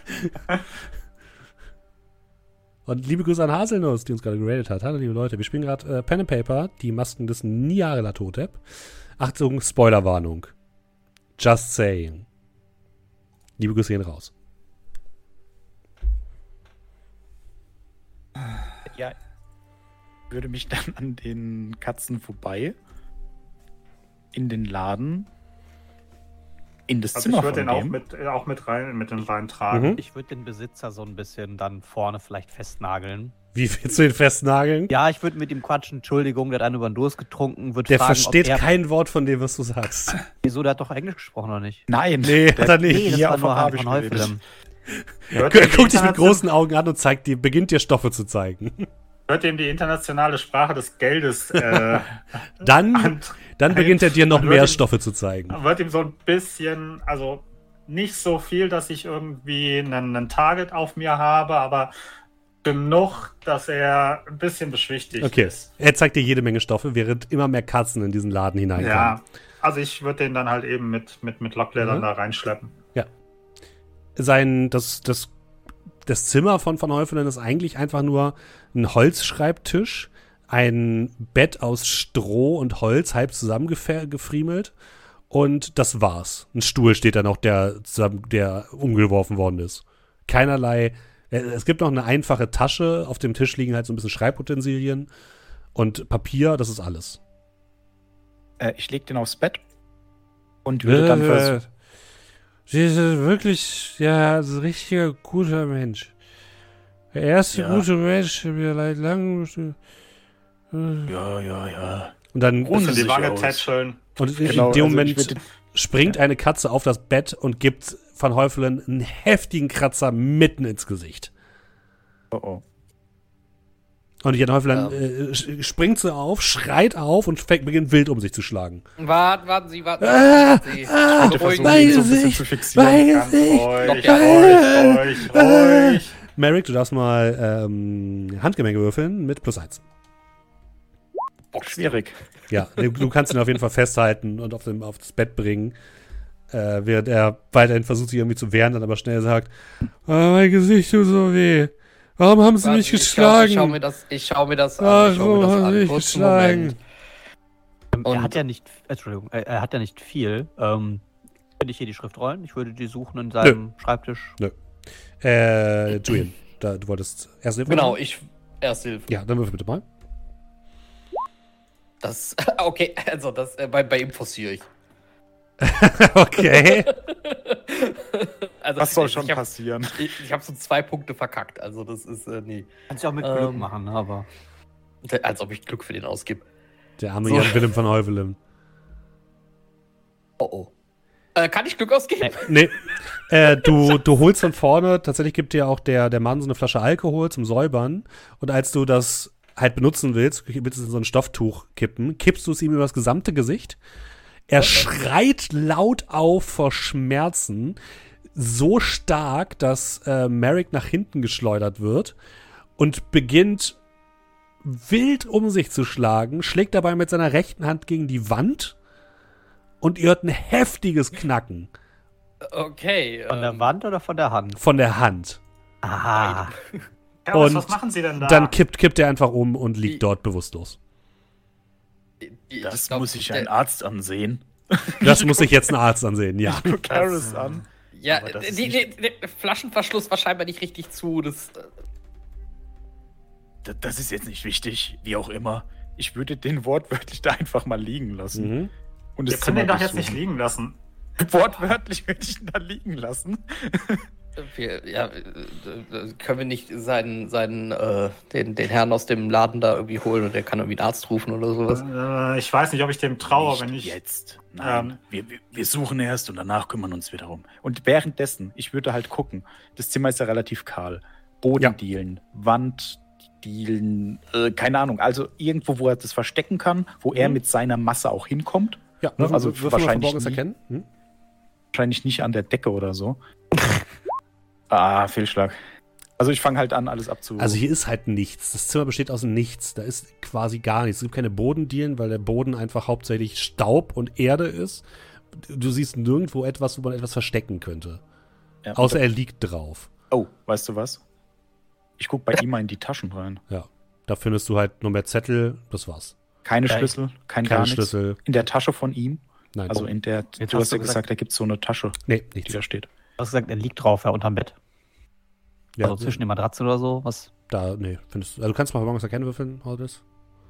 Und liebe Grüße an Haselnuss, die uns gerade geradet hat. Hallo, liebe Leute. Wir spielen gerade äh, Pen and Paper, die Masken des Nyarlathotep. Achtung, Spoilerwarnung. Just saying. Liebe Grüße gehen raus. Ja, ich würde mich dann an den Katzen vorbei in den Laden, in das also Zimmer ich würde den auch dem. mit, auch mit rein, mit den rein tragen. Mhm. Ich würde den Besitzer so ein bisschen dann vorne vielleicht festnageln. Wie willst du ihn festnageln? Ja, ich würde mit ihm quatschen. Entschuldigung, der hat einen über den Durst getrunken. Der fragen, versteht ob er, kein Wort von dem, was du sagst. Wieso, der hat doch Englisch gesprochen, oder nicht? Nein, nee, hat er nicht. Nee, das Hier war auf nur Arabisch von Häufelen. Guckt dich mit großen Augen an und zeigt dir, beginnt dir Stoffe zu zeigen. Hört ihm die internationale Sprache des Geldes äh, Dann, an, dann beginnt er dir noch mehr ihm, Stoffe zu zeigen. Wird ihm so ein bisschen, also nicht so viel, dass ich irgendwie einen, einen Target auf mir habe, aber genug, dass er ein bisschen beschwichtigt okay. ist. Er zeigt dir jede Menge Stoffe, während immer mehr Katzen in diesen Laden hineinkommen. Ja, also ich würde den dann halt eben mit, mit, mit Locklear mhm. dann da reinschleppen. Ja. Sein, das, das Das Zimmer von Van Häufelen ist eigentlich einfach nur ein Holzschreibtisch, ein Bett aus Stroh und Holz, halb zusammengefriemelt. Und das war's. Ein Stuhl steht da noch, der, der umgeworfen worden ist. Keinerlei. Es gibt noch eine einfache Tasche. Auf dem Tisch liegen halt so ein bisschen Schreibutensilien und Papier. Das ist alles. Äh, ich leg den aufs Bett und würde dann versuchen. Sie ist wirklich, ja, so ein richtiger guter Mensch. Der erste Ja. gute Mensch, der mir leid lang. Ja, ja, ja. Und dann Ruhen Bisschen Sie die sich Wange aus. tätscheln. und in Genau, dem also Moment ich würde- springt eine Katze auf das Bett und gibt Van Heuvelen einen heftigen Kratzer mitten ins Gesicht. Oh, oh. Und Jan Häuflein Ähm. äh, sch- springt so auf, schreit auf und fängt, beginnt wild um sich zu schlagen. Warten, warten Sie, warten Sie. Ah, warten Sie. ah, könnte Beruhigen versuchen, Sie ihn so ein sich. bisschen zu fixieren. Weiß Ganz ich. ruhig, Ja. ruhig, ruhig, ruhig. Merrick, du darfst mal ähm, Handgemenge würfeln mit plus eins. Schwierig. Ja, du, du kannst ihn auf jeden Fall festhalten und auf dem, aufs Bett bringen, äh, während er weiterhin versucht, sich irgendwie zu wehren, dann aber schnell sagt, oh, mein Gesicht tut so weh. Warum haben sie Warten mich Sie, ich schau- Ich schau geschlagen? mir das, ich schau mir das an. Ich schau Warum mir das haben sie an. mich Kurzen geschlagen? Moment. Ähm, er Und- hat ja nicht, Entschuldigung, er, er hat ja nicht viel. Ähm, würde ich hier die Schriftrollen? Ich würde die suchen in seinem Schreibtisch. Äh, Julian, da, du wolltest erst Hilfe Genau, machen? ich. Erste Hilfe. Ja, dann würfel bitte mal. Das. Okay, also das äh, bei, bei ihm forciere ich. Okay. Also, Was soll ich schon hab, passieren? Ich, ich habe so zwei Punkte verkackt. Also das ist äh, nee. Kannst du auch mit Ähm, Glück machen, ne, aber. Als ob ich Glück für den ausgib. Der arme So. Jan Willem van Heuvelen. Oh oh. Äh, kann ich Glück ausgeben? Nee, äh, du, du holst von vorne, tatsächlich gibt dir auch der, der Mann so eine Flasche Alkohol zum Säubern. Und als du das halt benutzen willst, willst du es in so ein Stofftuch kippen, kippst du es ihm über das gesamte Gesicht. Er schreit laut auf vor Schmerzen, so stark, dass äh, Merrick nach hinten geschleudert wird und beginnt wild um sich zu schlagen, schlägt dabei mit seiner rechten Hand gegen die Wand und ihr hört ein heftiges Knacken Okay. Von der ähm, Wand oder von der Hand? von der Hand. Aha. Ja, was, Und was machen Sie denn da? Dann kippt, kippt er einfach um und liegt Die- dort bewusst. ich Das glaub, muss ich der- einen Arzt ansehen. Das muss sich jetzt ein Arzt ansehen, ja. Ich guck Harris an. Ja, Aber das ist die, nicht- die, die Flaschenverschluss war scheinbar nicht richtig zu. Das, äh, D- Das ist jetzt nicht wichtig, wie auch immer. Ich würde den wortwörtlich da einfach mal liegen lassen. Mhm. Und Wir das können Zimmer den doch jetzt nicht durchsuchen. liegen lassen. Wortwörtlich würde ich ihn da liegen lassen. wir, ja, äh, äh, können wir nicht seinen, seinen äh, den, den Herrn aus dem Laden da irgendwie holen und der kann irgendwie einen Arzt rufen oder sowas? Äh, ich weiß nicht, ob ich dem traue, Nicht wenn ich. jetzt. Nein, Ähm. wir, wir, wir suchen erst und danach kümmern uns wieder um. Und währenddessen, ich würde halt gucken. Das Zimmer ist ja relativ kahl. Bodendielen, Wanddielen, äh, keine Ahnung. Also irgendwo, wo er das verstecken kann, wo er Mhm. mit seiner Masse auch hinkommt. Ja, Ne, also also würfel mal wahrscheinlich Verborgenes nie. erkennen. Hm? Wahrscheinlich nicht an der Decke oder so. Ah, Fehlschlag. Also ich fange halt an, alles abzu... Also hier ist halt nichts. Das Zimmer besteht aus nichts. Da ist quasi gar nichts. Es gibt keine Bodendielen, weil der Boden einfach hauptsächlich Staub und Erde ist. Du siehst nirgendwo etwas, wo man etwas verstecken könnte. Ja, Außer er liegt drauf. Oh, weißt du was? Ich guck bei ihm mal in die Taschen rein. Ja. Da findest du halt nur mehr Zettel. Das war's. Keine Ja, Schlüssel, kein Keine gar nichts. Schlüssel. In der Tasche von ihm, Nein. also oh. in der, Jetzt du hast hast du ja gesagt- gesagt, da gibt es so eine Tasche, Nee, die nichts. da steht. Du hast gesagt, er liegt drauf, ja, unterm Bett. Ja, Also zwischen den Matratzen oder so. Was? Da, nee, findest du. Also du kannst mal Verborgenes erkennen würfeln, Aldis.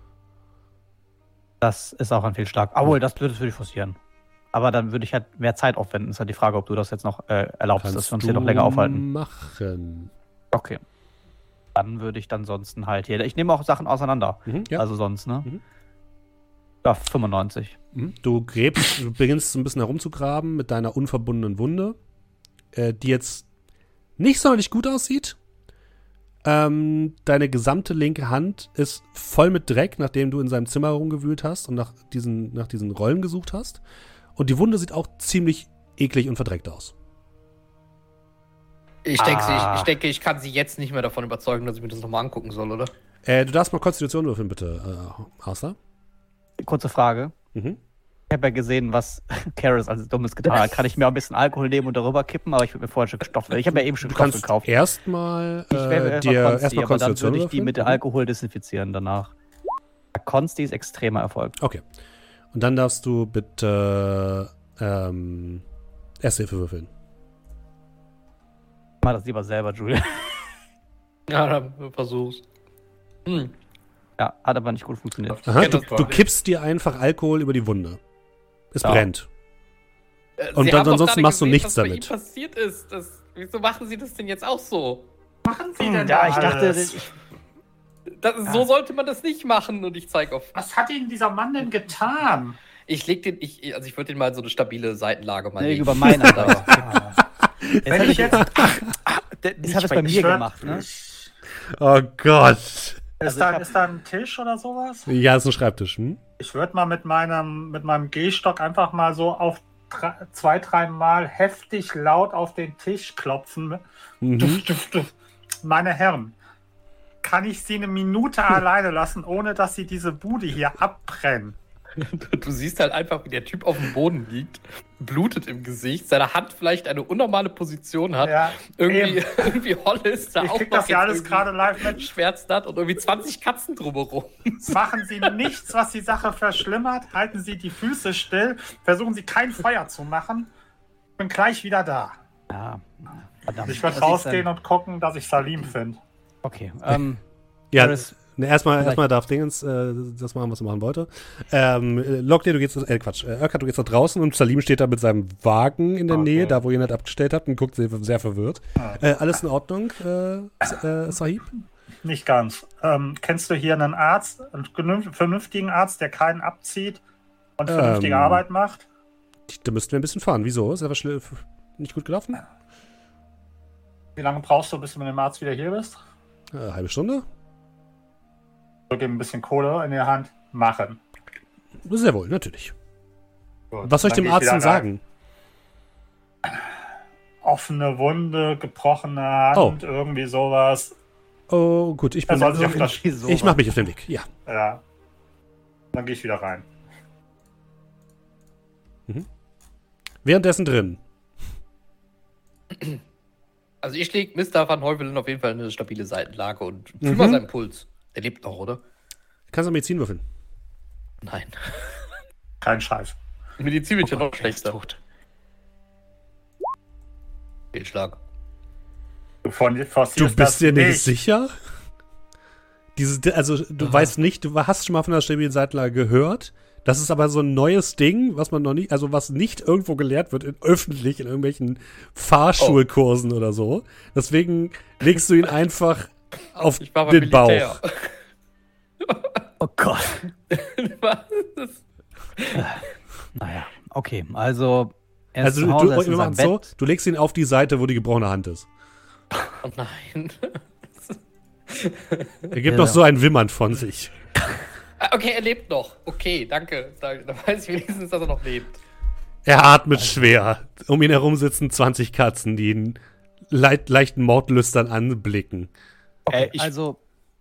Das ist auch ein Fehlschlag. Obwohl, das würde, das würde ich forcieren. Aber dann würde ich halt mehr Zeit aufwenden. Ist halt die Frage, ob du das jetzt noch äh, erlaubst, dass wir uns hier noch länger aufhalten. machen. Okay. Dann würde ich dann sonst halt hier. Ich nehme auch Sachen auseinander. Mhm, ja. Also sonst, ne? Mhm. Ja, fünfundneunzig. Mhm. Du gräbst, du beginnst so ein bisschen herumzugraben mit deiner unverbundenen Wunde, äh, die jetzt nicht sonderlich gut aussieht. Ähm, deine gesamte linke Hand ist voll mit Dreck, nachdem du in seinem Zimmer rumgewühlt hast und nach diesen, nach diesen Rollen gesucht hast. Und die Wunde sieht auch ziemlich eklig und verdreckt aus. Ich, denke, Ah. ich, ich denke, ich kann sie jetzt nicht mehr davon überzeugen, dass ich mir das nochmal angucken soll, oder? Äh, du darfst mal Konstitution würfeln, bitte, äh, Arthur. Kurze Frage. Mhm. Ich habe ja gesehen, was Karis als Dummes getan hat. Kann ich mir auch ein bisschen Alkohol nehmen und darüber kippen, aber ich würde mir vorher ein Stück Stoff. Ich habe ja eben schon Du Stoff kannst gekauft. erstmal Ich wäre äh, dir Konsti, erstmal aber dann Konstitution würde ich die würfeln. mit Mhm. Alkohol desinfizieren danach. Konsti ist extremer Erfolg. Okay. Und dann darfst du bitte ähm, Erste Hilfe würfeln. Mach das lieber selber, Julia. Ja, dann versuch's. Hm. Ja, hat aber nicht gut funktioniert. Aha, kenn du, das du gar kippst dir einfach Alkohol über die Wunde. Es Ja. brennt. Äh, Und Sie dann, haben doch ansonsten gerade machst du gesehen, nichts was bei damit. Ihnen passiert ist. Das, wieso machen Sie das denn jetzt auch so? Machen Sie denn Ja, da ich dachte, alles? ich, Das, so Ja. sollte man das nicht machen. Und ich zeige auf. Was hat Ihnen dieser Mann denn getan? Ich leg den, ich, also ich würde den mal in so eine stabile Seitenlage mal nee, legen. über meine Seite. Jetzt Wenn habe ich ich jetzt. Der- Das nicht habe ich bei mir Ich würd- gemacht, ne? Oh Gott. Ist, Also da, ich hab- ist da ein Tisch oder sowas? Ja, ist ein Schreibtisch. Hm? Ich würde mal mit meinem, mit meinem Gehstock einfach mal so auf drei, zwei, dreimal heftig laut auf den Tisch klopfen. Mhm. Duff, duff, duff. Meine Herren, kann ich Sie eine Minute alleine lassen, ohne dass Sie diese Bude hier abbrennen? Du siehst halt einfach, wie der Typ auf dem Boden liegt, blutet im Gesicht, seine Hand vielleicht eine unnormale Position hat. Ja, Irgendwie, eben. irgendwie Hollis da Ich auch krieg noch das ja jetzt alles irgendwie gerade live mit. schwärzt hat und irgendwie zwanzig Katzen drumherum. Machen Sie nichts, was die Sache verschlimmert. Halten Sie die Füße still. Versuchen Sie kein Feuer zu machen. Bin gleich wieder da. Ja, verdammt. Ich werde Was ist rausgehen denn- und gucken, dass ich Salim finde. Okay, ähm, Ja, Harris, ne, erstmal, vielleicht- erstmal darf Dingens äh, das machen, was er machen wollte. Ähm, äh, Locklear, du gehst, äh, Quatsch, äh, Urquhart, du gehst da draußen und Salim steht da mit seinem Wagen in der Okay. Nähe, da wo ihr nicht abgestellt habt und guckt sehr, sehr verwirrt. Ah. Äh, alles in Ordnung, äh, S- äh, Sahib? Nicht ganz. Ähm, kennst du hier einen Arzt, einen genü- vernünftigen Arzt, der keinen abzieht und vernünftige Ähm. Arbeit macht? Da müssten wir ein bisschen fahren. Wieso? Ist etwas schl- nicht gut gelaufen? Wie lange brauchst du, bis du mit dem Arzt wieder hier bist? Äh, halbe Stunde? Drück ihm ein bisschen Kohle in die Hand. Machen. Sehr wohl, natürlich. Gut, Was soll ich dann dem geh Arzt wieder denn sagen? rein. Offene Wunde, gebrochene Hand, irgendwie sowas. Oh, gut, ich Er bin. soll sich auf das. irgendwie so Ich mach mich auf den Weg, ja. Ja. Dann gehe ich wieder rein. Währenddessen drin. Also ich leg Mister Van Heuvelen auf jeden Fall in eine stabile Seitenlage und fühl Mhm. mal seinen Puls. Der lebt noch, oder? Kannst du Medizin würfeln? Nein. Kein Scheiß. Medizin wird ja noch Er ist schlechter. tot. Fehlschlag. Du, von, Du forcierst bist das dir nicht sicher? Dieses, also, du Aha. weißt nicht, du hast schon mal von der stabilen Seitenlage gehört. Das ist aber so ein neues Ding, was man noch nicht, also was nicht irgendwo gelehrt wird, in, öffentlich in irgendwelchen Fahrschulkursen oder so. Deswegen legst du ihn einfach auf Ich war beim den Militär. Bauch. Oh Gott. Was? Das- Naja, okay, also er ist Also zu du, Hause, du, er ist in wir seinem machen so, Bett. du legst ihn auf die Seite, wo die gebrochene Hand ist. Oh nein. Er gibt Ja. noch so ein Wimmern von sich. Ah, okay, er lebt noch. Okay, danke. Da, da weiß ich wenigstens, dass er noch lebt. Er atmet schwer. Um ihn herum sitzen zwanzig Katzen, die ihn leicht, leichten Mordlüstern anblicken. Äh, ich, Also,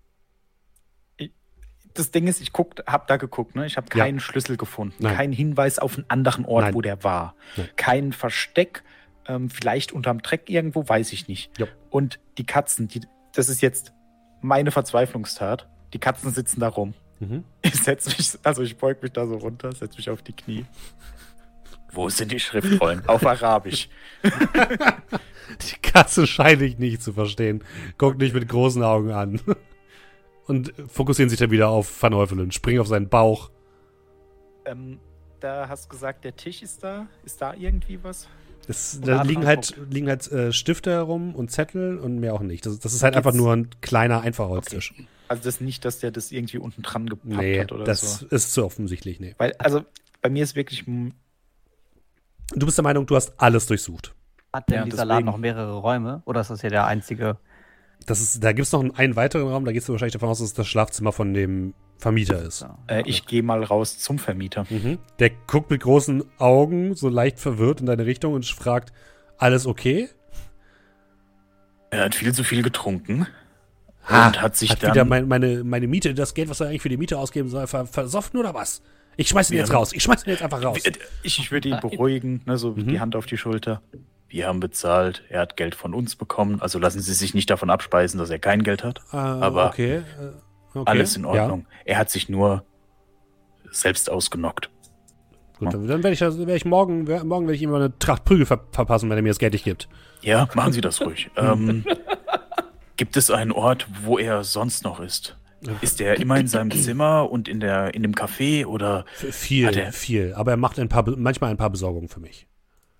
das Ding ist, ich guck, hab da geguckt, ne? Ich habe Ja. keinen Schlüssel gefunden, Nein. keinen Hinweis auf einen anderen Ort, Nein. wo der war. Nein. Kein Versteck, ähm, vielleicht unterm Dreck irgendwo, weiß ich nicht. Ja. Und die Katzen, die, das ist jetzt meine Verzweiflungstat. Die Katzen sitzen da rum. Mhm. Ich setz mich, also ich beug mich da so runter, setz mich auf die Knie. Wo sind die Schriftrollen? Auf Arabisch. Die Katze scheint ich nicht zu verstehen. Guckt nicht mit großen Augen an. Und fokussieren sich dann wieder auf Van Heuvelen. Springen auf seinen Bauch. Ähm, da hast du gesagt, der Tisch ist da. Ist da irgendwie was? Es, Oder da hat liegen man halt, liegen halt äh, Stifte herum und Zettel und mehr auch nicht. Das, das ist halt Geht's- einfach nur ein kleiner Einfachholztisch. Also das nicht, dass der das irgendwie unten dran gepappt Nee, hat oder das so. ist zu offensichtlich. Nee. Weil, also bei mir ist wirklich, mm, Du bist der Meinung, du hast alles durchsucht. hat denn Ja, dieser deswegen. Laden noch mehrere Räume? Oder ist das hier der einzige? Das ist, da gibt es noch einen, einen weiteren Raum, da gehst du wahrscheinlich davon aus, dass es das Schlafzimmer von dem Vermieter ist. Ja, äh, ich gehe mal raus zum Vermieter. Mhm. Der guckt mit großen Augen so leicht verwirrt in deine Richtung und fragt, alles okay? Er hat viel zu viel getrunken Ha, und hat sich Hat dann... wieder mein, meine, meine Miete, das Geld, was er eigentlich für die Miete ausgeben soll, ver versoffen oder was? Ich schmeiß ihn Wir jetzt haben- raus. Ich schmeiß ihn jetzt einfach raus. Ich, ich würde ihn beruhigen, ne, so Mhm. die Hand auf die Schulter. Wir haben bezahlt, er hat Geld von uns bekommen, also lassen Sie sich nicht davon abspeisen, dass er kein Geld hat. Äh, aber okay. äh, okay. Alles in Ordnung. Er hat sich nur selbst ausgenockt. Ja, gut, dann, dann werde ich, das- werd ich morgen, wer- morgen werde ich ihm mal eine Tracht Prügel ver verpassen, wenn er mir das Geld nicht gibt. Ja, machen Sie das ruhig. ähm, gibt es einen Ort, wo er sonst noch ist? Ist er immer in seinem Zimmer und in, der, in dem Café oder F viel, Hat er- viel. Aber er macht ein paar, Be- manchmal ein paar Besorgungen für mich.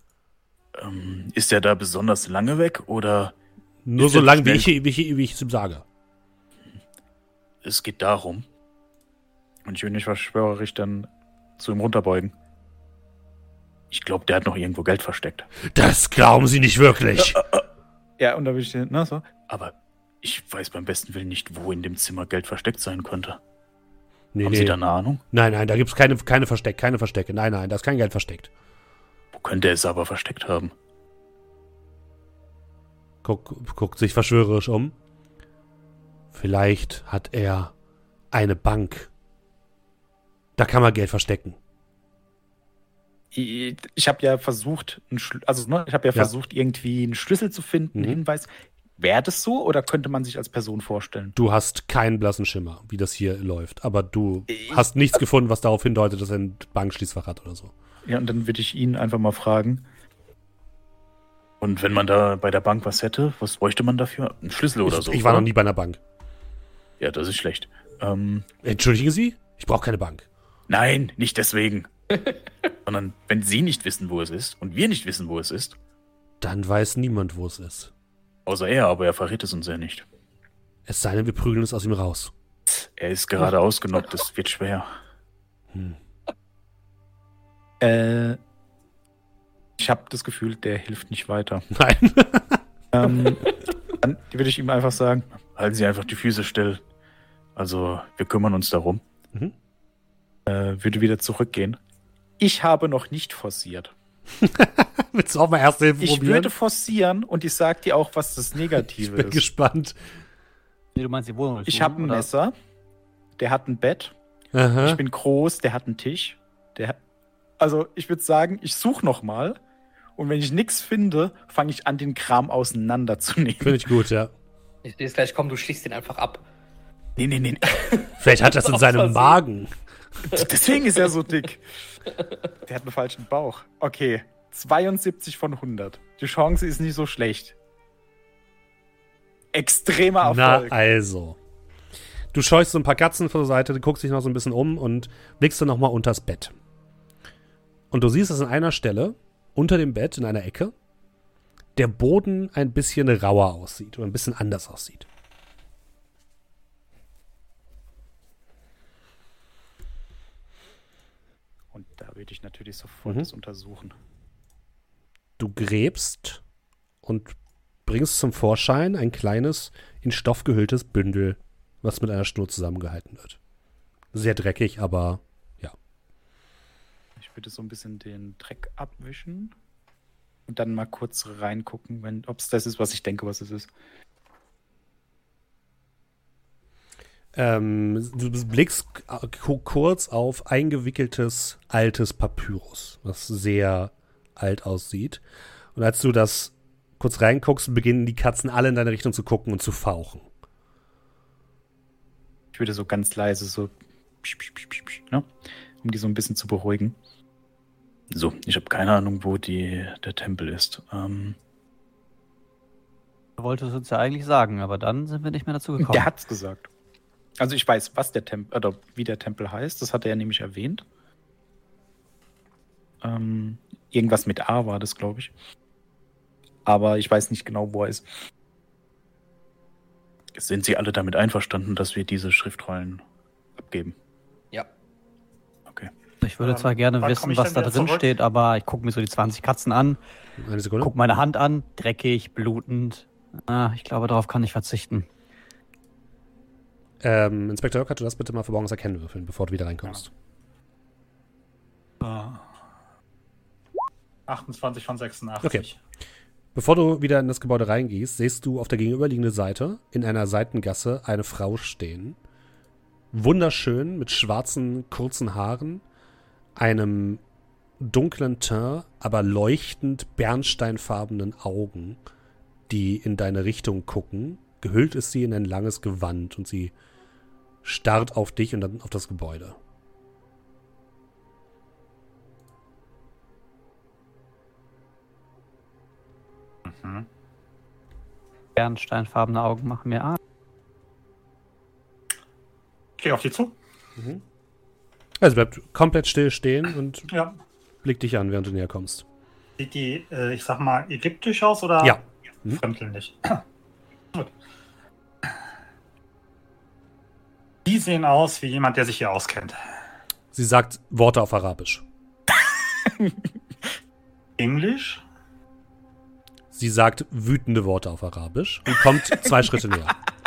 Ähm, ist er da besonders lange weg oder? Nur so lange, wie ich, wie, ich, wie ich es ihm sage. Es geht darum. Und ich will nicht verschwörerisch dann zu ihm runterbeugen. Ich glaube, der hat noch irgendwo Geld versteckt. Das glauben Sie nicht wirklich. Ja, äh, äh. ja und da will ich, na so. Aber ich weiß beim besten Willen nicht, wo in dem Zimmer Geld versteckt sein könnte. Nee, Haben nee. Sie da eine Ahnung? Nein, nein, da gibt es keine, keine Versteck, keine Verstecke. Nein, nein, da ist kein Geld versteckt. Wo könnte er es aber versteckt haben? Guck, guckt sich verschwörerisch um. Vielleicht hat er eine Bank. Da kann man Geld verstecken. Ich, ich habe ja versucht, einen Schl- also ne, ich habe ja, Ja. versucht, irgendwie einen Schlüssel zu finden, einen Mhm. Hinweis. Wäre das so oder könnte man sich als Person vorstellen? Du hast keinen blassen Schimmer, wie das hier läuft. Aber du Ich- hast nichts gefunden, was darauf hindeutet, dass er ein Bankschließfach hat oder so. Ja, und dann würde ich ihn einfach mal fragen. Und wenn man da bei der Bank was hätte, was bräuchte man dafür? Ein Schlüssel oder ich, so? ich war oder? noch nie bei einer Bank. Ja, das ist schlecht. Ähm, Entschuldigen Sie? Ich brauche keine Bank. nein, nicht deswegen. Sondern wenn Sie nicht wissen, wo es ist und wir nicht wissen, wo es ist, Dann weiß niemand, wo es ist. außer er, aber er verrät es uns ja nicht. Es sei denn, wir prügeln es aus ihm raus. Er ist gerade ausgenockt, das wird schwer. Hm. Äh, ich habe das Gefühl, der hilft nicht weiter. Nein. ähm, dann würde ich ihm einfach sagen, halten Sie einfach die Füße still. Also, wir kümmern uns darum. Mhm. Äh, würde wieder zurückgehen. Ich habe noch nicht forciert. Willst du auch mal Erste Hilfe Ich probieren? würde forcieren und ich sag dir auch, was das ich Negative bin ist. gespannt. Nee, du meinst die Wohnung? Ich habe ein oder? Messer, der hat ein Bett. Aha. Ich bin groß, der hat einen Tisch. Der hat, also ich würde sagen, ich suche noch mal und wenn ich nichts finde, fange ich an, den Kram auseinanderzunehmen. Finde ich gut, ja. Ich sehe es gleich, komm, du schließt den einfach ab. Nee, nee, nee. Vielleicht hat er es in Aus seinem Versehen. Magen. Deswegen ist er so dick. Der hat einen falschen Bauch. Okay, zweiundsiebzig von hundert. Die Chance ist nicht so schlecht. Extremer Na, Erfolg. also. Du scheust so ein paar Katzen vor der Seite, du guckst dich noch so ein bisschen um und blickst dann nochmal unters Bett. Und du siehst, dass an einer Stelle, unter dem Bett, in einer Ecke, der Boden ein bisschen rauer aussieht oder ein bisschen anders aussieht. Und da würde ich natürlich sofort Mhm. das untersuchen. Du gräbst und bringst zum Vorschein ein kleines, in Stoff gehülltes Bündel, was mit einer Schnur zusammengehalten wird. Sehr dreckig, aber ja. Ich würde so ein bisschen den Dreck abwischen und dann mal kurz reingucken, ob es das ist, was ich denke, was es ist. Ähm, du blickst k- kurz auf eingewickeltes, altes Papyrus, was sehr alt aussieht. Und als du das kurz reinguckst, beginnen die Katzen alle in deine Richtung zu gucken und zu fauchen. Ich würde so ganz leise so, psch, psch, psch, psch, psch, ne? Um die so ein bisschen zu beruhigen. So, ich habe keine Ahnung, wo die, der Tempel ist. Ähm, Du wolltest uns ja eigentlich sagen, aber dann sind wir nicht mehr dazu gekommen. der hat's gesagt. Also ich weiß, was der Tempel, oder wie der Tempel heißt. Das hat er ja nämlich erwähnt. Ähm, irgendwas mit A war das, glaube ich. Aber ich weiß nicht genau, wo er ist. Sind Sie alle damit einverstanden, dass wir diese Schriftrollen abgeben? Ja. Okay. Ich würde Ähm, zwar gerne wann komm wissen, ich was denn da wieder drin zurück? steht, aber ich gucke mir so die zwanzig Katzen an, Eine Sekunde. gucke meine Hand an, dreckig, blutend. Ah, ich glaube, darauf kann ich verzichten. Ähm, Inspektor, kannst du das bitte mal verborgenes Erkennen würfeln, bevor du wieder reinkommst? achtundzwanzig von sechsundachtzig. Okay. Bevor du wieder in das Gebäude reingehst, siehst du auf der gegenüberliegenden Seite in einer Seitengasse eine Frau stehen. Wunderschön, mit schwarzen, kurzen Haaren, einem dunklen Teint, aber leuchtend bernsteinfarbenen Augen, die in deine Richtung gucken. Gehüllt ist sie in ein langes Gewand und sie starrt auf dich und dann auf das Gebäude. Mhm. Bernsteinfarbene Augen machen mir Angst. Geh auf die zu. Also bleibt komplett still stehen und Ja. blickt dich an, während du näher kommst. Sieht die, äh, ich sag mal, ägyptisch aus oder Ja. Mhm. fremdländisch? Gut. Die sehen aus wie jemand, der sich hier auskennt. Sie sagt Worte auf Arabisch. Englisch? Sie sagt wütende Worte auf Arabisch und kommt zwei Schritte näher.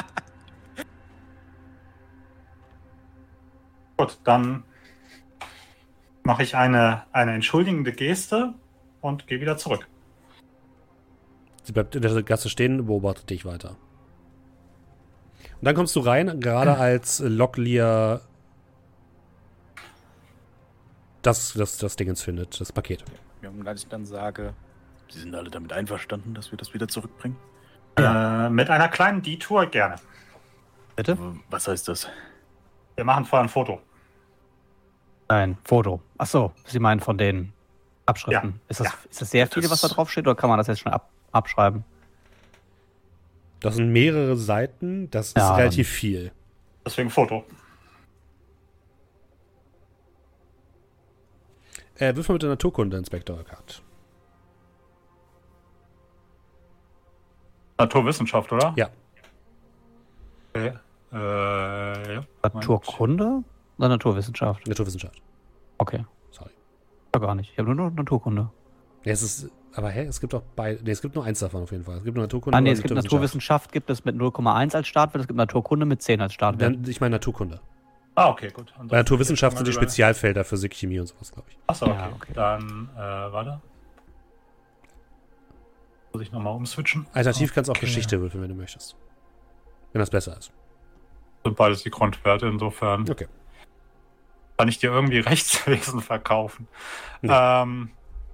Gut, dann mache ich eine, eine entschuldigende Geste und gehe wieder zurück. Sie bleibt in der Gasse stehen und beobachtet dich weiter. Und dann kommst du rein, gerade als Locklear das, das, das Dingens findet, das Paket. Ja, und als ich dann sage, Sie sind alle damit einverstanden, dass wir das wieder zurückbringen? Äh, mit einer kleinen Detour gerne. Bitte? Was heißt das? Wir machen vorher ein Foto. Ein Foto. Achso, Sie meinen von den Abschriften. Ja. Ist, das, Ja. ist das sehr viele, was da drauf steht, oder kann man das jetzt schon ab, abschreiben? Das sind mehrere Seiten, das ist Ja, relativ viel. Deswegen Foto. Äh, wirf mal mit der Naturkunde, Inspektor Eckhardt. Naturwissenschaft, oder? Ja. Okay. Äh, ja. Naturkunde oder Naturwissenschaft? Naturwissenschaft. Okay. Sorry. Ja, gar nicht. Ich habe nur Naturkunde. Ja, es ist, aber hä, es gibt auch bei, nee, es gibt nur eins davon auf jeden Fall. Es gibt nur Naturkunde Ah, nee, oder es gibt Naturwissenschaft, gibt es mit null Komma eins als Startwert, es gibt Naturkunde mit zehn als Startwert. Dann, ich meine Naturkunde. Ah, okay, gut. Bei Naturwissenschaft sind die Spezialfelder, Physik, Chemie und sowas, glaube ich. Achso, okay. Ja, okay. Dann, äh, warte. Muss ich nochmal umswitchen? Alternativ kannst du auch Okay. Geschichte würfeln, wenn du möchtest. Wenn das besser ist. Sind beides die Grundwerte, insofern Okay. kann ich dir irgendwie Rechtswesen verkaufen. Nee. Ähm,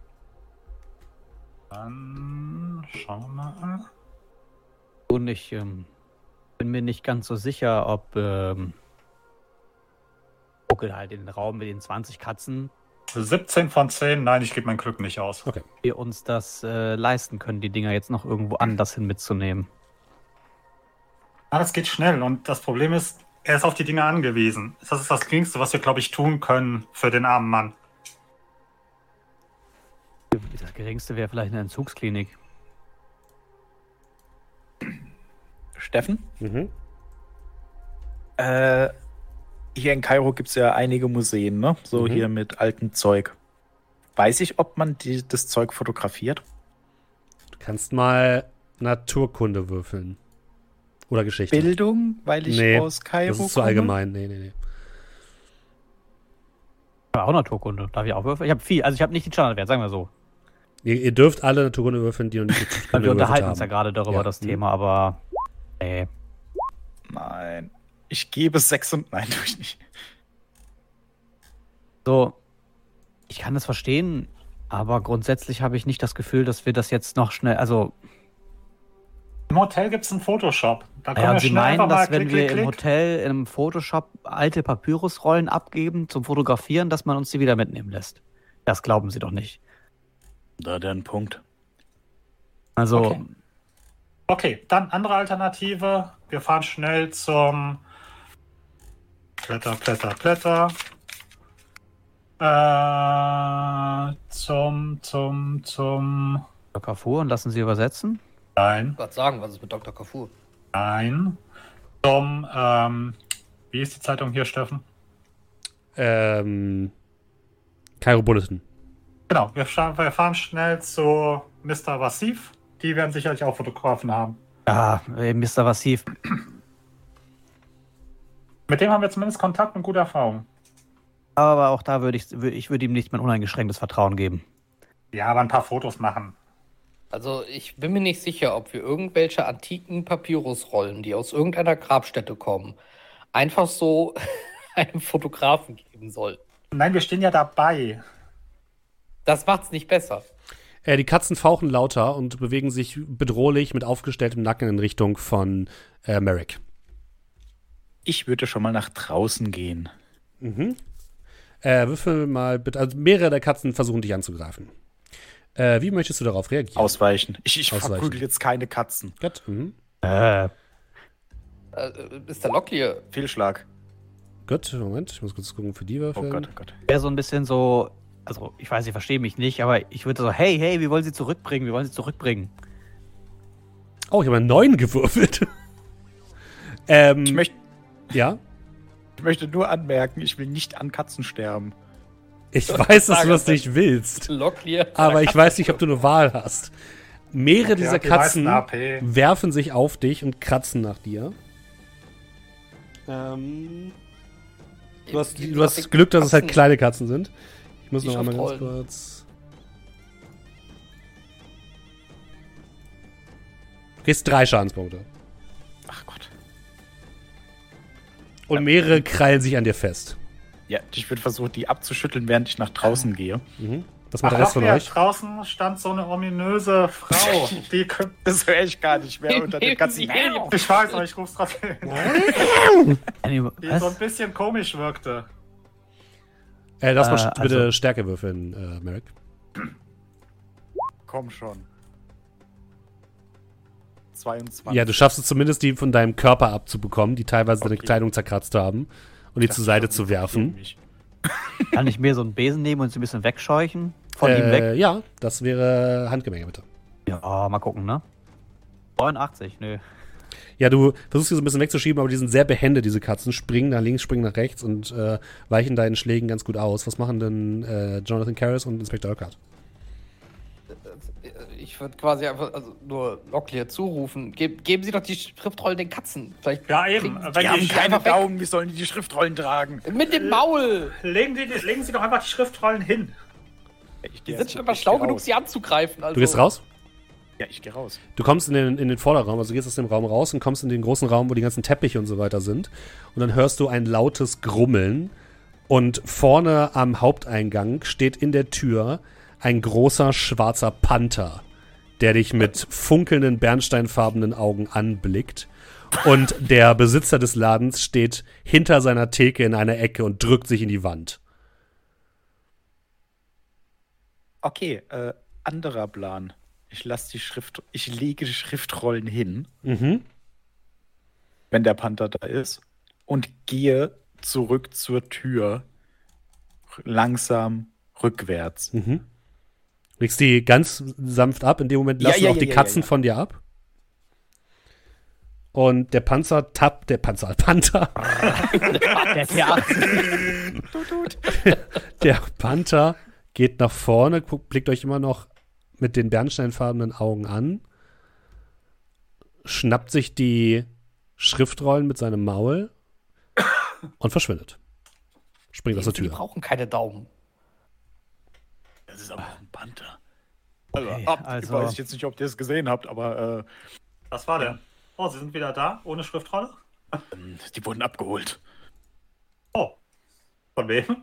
dann schauen wir mal. Und ich ähm, bin mir nicht ganz so sicher, ob ähm, gucke halt in den Raum mit den zwanzig Katzen, siebzehn von zehn, nein, ich gebe mein Glück nicht aus. Okay. wir uns das äh, leisten können, die Dinger jetzt noch irgendwo anders hin mitzunehmen. Ah, das geht schnell und das Problem ist, er ist auf die Dinge angewiesen. Das ist das Geringste, was wir, glaube ich, tun können für den armen Mann. Das geringste wäre vielleicht eine Entzugsklinik. Steffen? Mhm. Äh, hier in Kairo gibt es ja einige Museen, ne? So Mhm. hier mit altem Zeug. Weiß ich, ob man die, das Zeug fotografiert? Du kannst mal Naturkunde würfeln. Oder Geschichte. Bildung, weil ich Nee, aus Kairo Das ist zu komme? allgemein. Nee, nee, nee. Aber auch Naturkunde. Darf ich auch würfeln? Ich habe viel, also ich habe nicht den Standardwert, sagen wir so. Ihr, ihr dürft alle Naturkunde würfeln, die noch nicht Weil Naturkunde wir gewürfelt unterhalten haben. uns ja gerade darüber, Ja. das Mhm. Thema, aber nee. Nein. Ich gebe sechs und nein, tue ich nicht. So, ich kann das verstehen, aber grundsätzlich habe ich nicht das Gefühl, dass wir das jetzt noch schnell, also Im Hotel gibt es einen Photoshop. Da können ja, wir und Sie schnell meinen, einfach mal dass wenn klick, wir klick, im klick. Hotel in einem Photoshop alte Papyrusrollen abgeben zum Fotografieren, dass man uns die wieder mitnehmen lässt? Das glauben Sie doch nicht. Da der ein Punkt. Also, Okay. Okay, dann andere Alternative. Wir fahren schnell zum Blätter, Blätter, Blätter. Äh, zum, zum, zum. Doktor Carrefour und lassen Sie übersetzen. Nein, Ich wollte sagen, was ist mit Doktor Carrefour? nein. Zum, ähm, wie ist die Zeitung hier, Steffen? Ähm, Kairo Bulletin. Genau, wir, scha- wir fahren schnell zu Mister Wassif. Die werden sicherlich auch Fotografen haben. Ja, äh, Mister Wassif. Mit dem haben wir zumindest Kontakt und gute Erfahrungen. Aber auch da würde ich, wür- ich würde ihm nicht mein uneingeschränktes Vertrauen geben. Ja, aber ein paar Fotos machen. Also ich bin mir nicht sicher, ob wir irgendwelche antiken Papyrusrollen, die aus irgendeiner Grabstätte kommen, einfach so einem Fotografen geben sollten. Nein, wir stehen ja dabei. Das macht's nicht besser. Äh, die Katzen fauchen lauter und bewegen sich bedrohlich mit aufgestelltem Nacken in Richtung von äh, Merrick. Ich würde schon mal nach draußen gehen. Mhm. Äh, würfel mal bitte. Also mehrere der Katzen versuchen dich anzugreifen. Äh, wie möchtest du darauf reagieren? Ausweichen. Ich, ich Ausweichen. verprügel jetzt keine Katzen. Gut. Mhm. Äh, Äh, Mister Locklear, Fehlschlag. Gut, Moment, ich muss kurz gucken für die Oh Würfel. Gott, oh Gott. wäre so ein bisschen so, also ich weiß, ich verstehe mich nicht, aber ich würde so, hey, hey, wir wollen sie zurückbringen, wir wollen sie zurückbringen. Oh, ich habe einen neuen gewürfelt. ähm, Ich möchte ja, ich möchte nur anmerken, ich will nicht an Katzen sterben. ich weiß, dass du das nicht willst, Locklear. aber ich weiß nicht, ob du eine Wahl hast. Mehrere dieser hat die meisten Katzen A P. werfen sich auf dich und kratzen nach dir. Ähm, du hast, du hast Glück, dass es halt kleine Katzen sind. Ich muss Die noch einmal ganz Schriftrollen. kurz. Du kriegst drei Schadenspunkte. Ach Gott. Und mehrere krallen sich an dir fest. Ja, ich würde versuchen, die abzuschütteln, während ich nach draußen gehe. Mhm. Das macht Ach, der Rest von Locklear, euch. draußen stand so eine ominöse Frau. Die kö- Das höre ich gar nicht mehr unter den Katzen. ich weiß, aber ich ruf's trotzdem. Anyway, Die so ein was? bisschen komisch wirkte. Äh, lass mal Äh, st- bitte also- Stärke würfeln, äh, Merrick. Komm schon. zweiundzwanzig. Ja, du schaffst es zumindest, die von deinem Körper abzubekommen, die teilweise deine Okay. Kleidung zerkratzt haben, und die Das zur ist Seite schon zu werfen. mich. Kann ich mir so einen Besen nehmen und sie ein bisschen wegscheuchen? Von ihm Äh, weg? ja, das wäre Handgemenge, bitte. Ja, mal gucken, ne? neunundachtzig, nö. Ja, du versuchst sie so ein bisschen wegzuschieben, aber die sind sehr behende, diese Katzen. Springen nach links, springen nach rechts und äh, weichen deinen Schlägen ganz gut aus. Was machen denn äh, Jonathan Karras und Inspector Urquhart? Ich würde quasi einfach also nur Locklear zurufen. Ge geben Sie doch die Schriftrollen den Katzen. Vielleicht Ja, eben. kriegen- Wenn Die haben die, keine einfach weg. Daumen, wie sollen die die Schriftrollen tragen? Mit dem Maul! legen, die, legen Sie doch einfach die Schriftrollen hin. Ich Die geh sind jetzt- schon immer ich schlau geh genug, raus. sie anzugreifen. Also. Du gehst raus? Ja, ich gehe raus. Du kommst in den, in den Vorderraum, also du gehst aus dem Raum raus und kommst in den großen Raum, wo die ganzen Teppiche und so weiter sind. Und dann hörst du ein lautes Grummeln. Und vorne am Haupteingang steht in der Tür ein großer schwarzer Panther, der dich mit funkelnden, bernsteinfarbenen Augen anblickt. Und der Besitzer des Ladens steht hinter seiner Theke in einer Ecke und drückt sich in die Wand. Okay, äh, anderer Plan. Ich lasse die Schrift, ich lege die Schriftrollen hin, Mhm. wenn der Panther da ist, und gehe zurück zur Tür, langsam rückwärts. Mhm. Legst die ganz sanft ab. In dem Moment Ja, lassen ja, auch ja, die ja, Katzen ja. von dir ab. Und der Panzer tappt, der Panzer, Panther, Der T achtzig. der Panther geht nach vorne, guckt, blickt euch immer noch mit den bernsteinfarbenen Augen an, schnappt sich die Schriftrollen mit seinem Maul und verschwindet. Springt aus der Die Tür. brauchen keine Daumen. Das ist aber auch ein Panther. Also, Okay, ab, also- weiß ich jetzt nicht, ob ihr es gesehen habt, aber Was war denn? Oh, Sie sind wieder da, ohne Schriftrolle? äh, die wurden abgeholt. Oh. Von wem?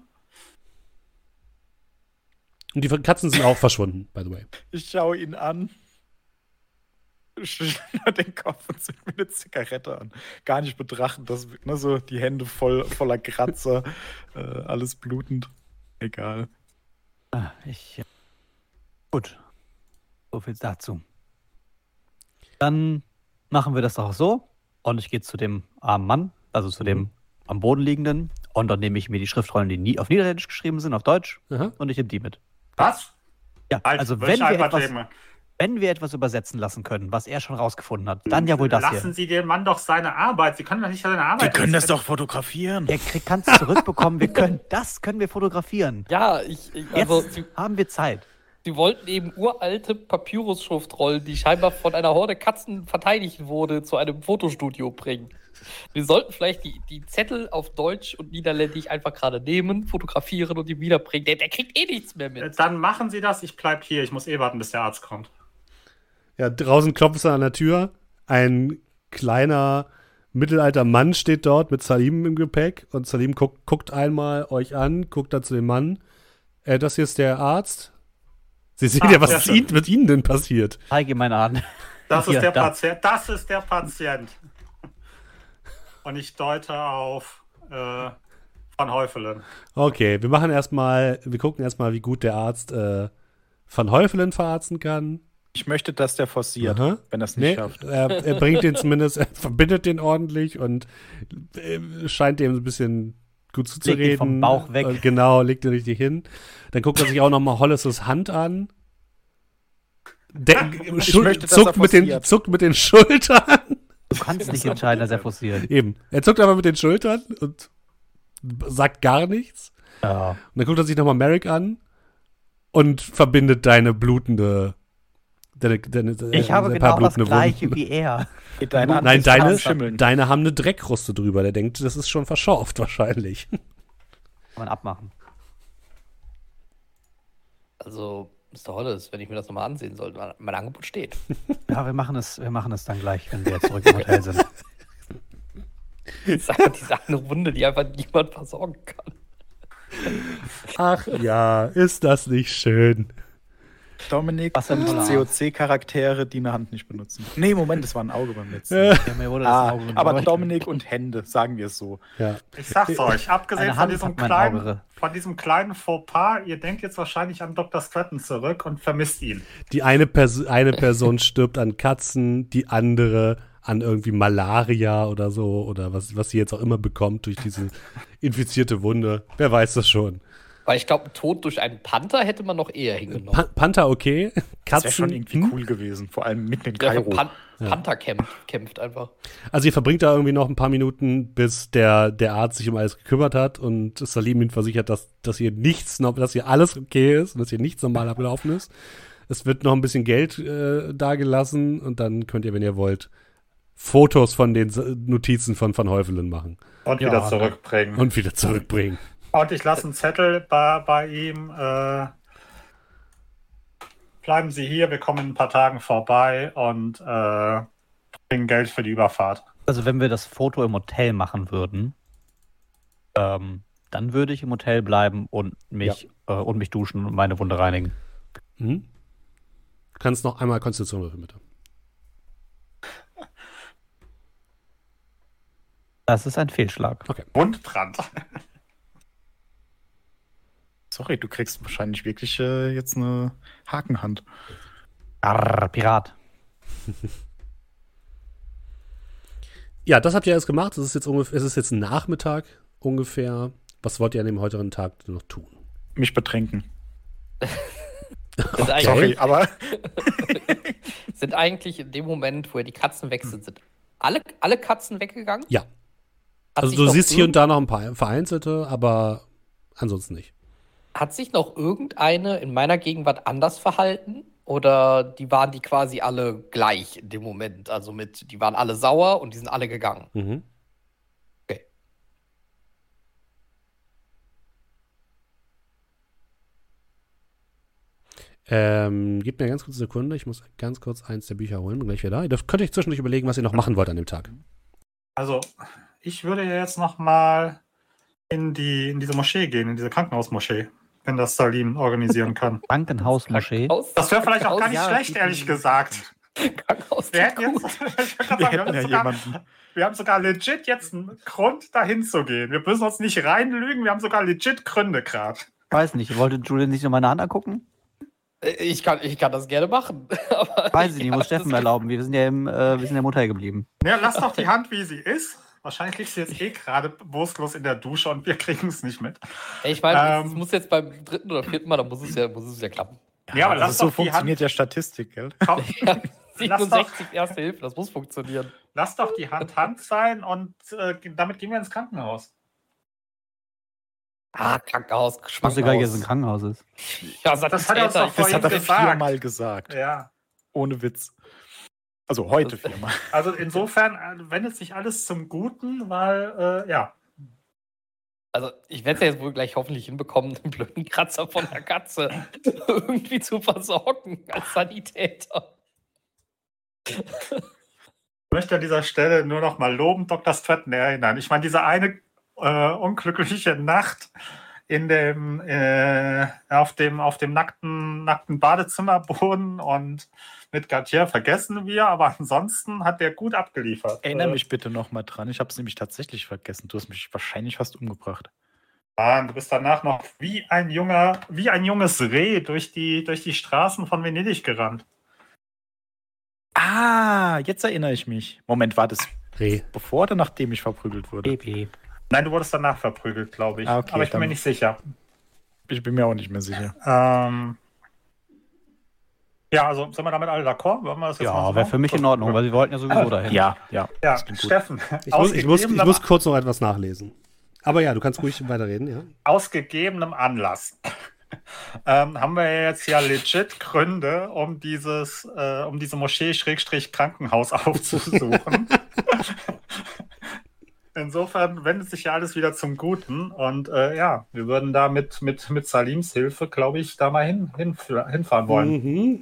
Und die Katzen sind auch verschwunden, by the way. Ich schaue ihn an, schüttle den Kopf und zünd mir eine Zigarette an. Gar nicht betrachten, dass ne, so die Hände voll, voller Kratzer, äh, alles blutend. Egal. Ah, ich. Gut. So viel dazu. Dann machen wir das doch so. Und ich gehe zu dem armen Mann, also zu dem am Boden liegenden. Und dann nehme ich mir die Schriftrollen, die nie auf Niederländisch geschrieben sind, auf Deutsch. Aha. Und ich nehme die mit. Was? Ja, Halt, also will wenn ich wir, einfach etwas, nehmen. wenn wir etwas übersetzen lassen können, was er schon rausgefunden hat, dann ja wohl das Lassen hier. Sie den Mann doch seine Arbeit. Sie können doch nicht seine Arbeit. Wir können das doch fotografieren. Er kann es zurückbekommen. Wir können, das können wir fotografieren. Ja, ich, ich Jetzt also sie, haben wir Zeit. sie wollten eben uralte Papyrus-Schriftrollen, die scheinbar von einer Horde Katzen verteidigt wurde, zu einem Fotostudio bringen. Wir sollten vielleicht die, die Zettel auf Deutsch und Niederländisch einfach gerade nehmen, fotografieren und die wiederbringen. Der, der kriegt eh nichts mehr mit. Dann machen Sie das. Ich bleib hier. Ich muss eh warten, bis der Arzt kommt. Ja, draußen klopft es an der Tür. Ein kleiner, mittelalter Mann steht dort mit Salim im Gepäck. Und Salim guckt, guckt einmal euch an, guckt dann zu dem Mann. Äh, das hier ist der Arzt. Sie sehen Ah, ja, was sehr ist schön. Ihnen, mit Ihnen denn passiert? Zeige ihm meine Hand. Das ist Hier, der da. Patient. Das ist der Patient. Und ich deute auf äh, Van Heufelen. Okay, wir machen erstmal, wir gucken erstmal, wie gut der Arzt äh, Van Heufelen verarzten kann. Ich möchte, dass der forciert, Aha. wenn er es nicht Nee, schafft. er, er bringt den zumindest, er verbindet den ordentlich und äh, scheint dem ein bisschen gut zuzureden. Legt ihn vom Bauch weg. Äh, genau, legt ihn richtig hin. Dann guckt er sich auch nochmal Hollis' Hand an. Der, ich Schul- möchte, dass zuckt, er mit den, forciert. zuckt mit den Schultern. Du kannst nicht entscheiden, dass er forciert. Eben. Er zuckt einfach mit den Schultern und sagt gar nichts. Ja. Und dann guckt er sich nochmal Merrick an und verbindet deine blutende. Deine, deine, Ich habe ein paar genau das blutende gleiche Wunden. wie er. Deine Hand Nein, ist deine, am Schimmeln. deine haben eine Dreckkruste drüber. Der denkt, das ist schon verschorft wahrscheinlich. Kann man abmachen. Also, Mister Hollis, wenn ich mir das nochmal ansehen sollte, mein, mein Angebot steht. Ja, wir machen es, wir machen es dann gleich, wenn wir jetzt zurück im Hotel sind. Das ist einfach diese eine Wunde, die einfach niemand versorgen kann. Ach ja, ist das nicht schön? Dominik Was ein und toller C O C-Charaktere, die eine Hand nicht benutzen. Nee, Moment, das war ein Auge beim letzten. Äh, Ja, mir wurde das ah, Auge aber beleuchtet. Dominik und Hände, sagen wir es so. Ja. Ich sag's euch, abgesehen Eine von Hand diesem, hat mein kleinen, Auge. von diesem kleinen Fauxpas, ihr denkt jetzt wahrscheinlich an Doktor Stratton zurück und vermisst ihn. Die eine, Pers- eine Person stirbt an Katzen, die andere an irgendwie Malaria oder so oder was, was sie jetzt auch immer bekommt durch diese infizierte Wunde. Wer weiß das schon. Weil ich glaube, Tod durch einen Panther hätte man noch eher hingenommen. Pa- Panther okay, Das Katzen. wäre schon irgendwie hm? cool gewesen, vor allem mitten in Der für Kairo. Pan Panther kämpft, kämpft einfach. Also ihr verbringt da irgendwie noch ein paar Minuten, bis der, der Arzt sich um alles gekümmert hat und Salim ihn versichert, dass, dass hier nichts, noch, dass hier alles okay ist und dass hier nichts normal abgelaufen ist. Es wird noch ein bisschen Geld äh, dagelassen und dann könnt ihr, wenn ihr wollt, Fotos von den S- Notizen von Van Heuvelen machen Und Ja, wieder ne. zurückbringen. Und, und wieder zurückbringen. ich lasse einen Zettel bei, bei ihm. Äh, bleiben Sie hier, wir kommen in ein paar Tagen vorbei und äh, bringen Geld für die Überfahrt. Also wenn wir das Foto im Hotel machen würden, ähm, dann würde ich im Hotel bleiben und mich, äh, und mich duschen und meine Wunde reinigen. Mhm. Du kannst noch einmal Konstitution würfeln, bitte. Das ist ein Fehlschlag. Wundbrand. Sorry, du kriegst wahrscheinlich wirklich äh, jetzt eine Hakenhand. Arr, Pirat. Ja, das habt ihr alles gemacht. Es ist jetzt ungefähr, es ist jetzt Nachmittag ungefähr. Was wollt ihr an dem heutigen Tag noch tun? Mich betrinken. Sind, eigentlich, Sorry, aber sind eigentlich in dem Moment, wo ja die Katzen weg sind, sind alle, alle Katzen weggegangen? Ja. Hat Also sich du noch siehst hier und irgend- da noch ein paar vereinzelte, aber ansonsten nicht. Hat sich noch irgendeine in meiner Gegenwart anders verhalten? Oder die waren die quasi alle gleich in dem Moment? Also mit, die waren alle sauer und die sind alle gegangen. Mhm. Okay. Ähm, gebt mir eine ganz kurze Sekunde. Ich muss ganz kurz eins der Bücher holen. Bin gleich wieder da. Ihr dürft, könnt euch zwischendurch überlegen, was ihr noch machen wollt an dem Tag. Also, ich würde ja jetzt noch mal in, die, in diese Moschee gehen, in diese Krankenhausmoschee, wenn das Salim organisieren kann. Krankenhausmoschee. Krankenhaus- Das wäre vielleicht auch gar nicht Krankenhaus- schlecht, ehrlich gesagt. Krankenhaus Wir hätten jetzt, ich würd grad wir sagen, wir, hätten ja haben sogar, jemanden. wir haben sogar legit jetzt einen Grund, dahin zu gehen. Wir müssen uns nicht reinlügen, wir haben sogar legit Gründe gerade. Weiß nicht, wollte Julian sich noch meine Hand angucken? Äh, Ich kann, ich kann das gerne machen. Aber Weiß ich nicht, ja, muss Steffen das- erlauben. Wir sind ja im, äh, wir sind ja im Hotel geblieben. Ja, lass doch die Hand, wie sie ist. Wahrscheinlich liegt sie jetzt eh gerade bewusstlos in der Dusche und wir kriegen es nicht mit. Ich meine, es Ähm. muss jetzt beim dritten oder vierten Mal, dann muss es ja, muss es ja klappen. Ja, aber Also lass so doch die Hand. funktioniert ja Statistik, gell? Komm, Ja, siebenundsechzig Erste Hilfe, das muss funktionieren. lass doch die Hand Hand sein und äh, damit gehen wir ins Krankenhaus. Ah, Krankenhaus, Ich wusste gar nicht, dass es ein Krankenhaus. Krankenhaus ist. Ja, Das hat er uns Sanitäter, doch ich- Das hat er gesagt. viermal gesagt. Ja. Ohne Witz. Also heute Das- viermal. Also insofern äh, wendet sich alles zum Guten, weil, äh, ja. Also, ich werde es ja jetzt wohl gleich hoffentlich hinbekommen, den blöden Kratzer von der Katze irgendwie zu versorgen als Sanitäter. Ich möchte an dieser Stelle nur noch mal lobend Doktor Stratton erinnern. Ich meine, diese eine äh, unglückliche Nacht in dem, äh, auf dem, auf dem nackten, nackten Badezimmerboden und mit Gautier vergessen wir, aber ansonsten hat der gut abgeliefert. Erinnere Äh, mich bitte nochmal dran. Ich habe es nämlich tatsächlich vergessen. Du hast mich wahrscheinlich fast umgebracht. Mann, du bist danach noch wie ein junger, wie ein junges Reh durch die, durch die Straßen von Venedig gerannt. Ah, jetzt erinnere ich mich. Moment, war das Reh. bevor oder nachdem ich verprügelt wurde? Baby. Nein, du wurdest danach verprügelt, glaube ich. Ah, okay, aber ich bin mir nicht sicher. Ich bin mir auch nicht mehr sicher. Ähm, ja, also sind wir damit alle d'accord? Wollen wir das jetzt mal Ja, so wäre machen? für mich in Ordnung, weil wir wollten ja sowieso dahin. Ja, ja. Ja, das klingt gut. Steffen, Ich muss, ich, muss, ich ausgegebenem- muss kurz noch etwas nachlesen. Aber ja, du kannst ruhig weiterreden, ja. aus gegebenem Anlass ähm, haben wir ja jetzt ja legit Gründe, um dieses, äh, um diese Moschee-Krankenhaus aufzusuchen. Insofern wendet sich ja alles wieder zum Guten und äh, ja, wir würden da mit, mit, mit Salims Hilfe, glaube ich, da mal hin, hin, hinfahren wollen. Mhm.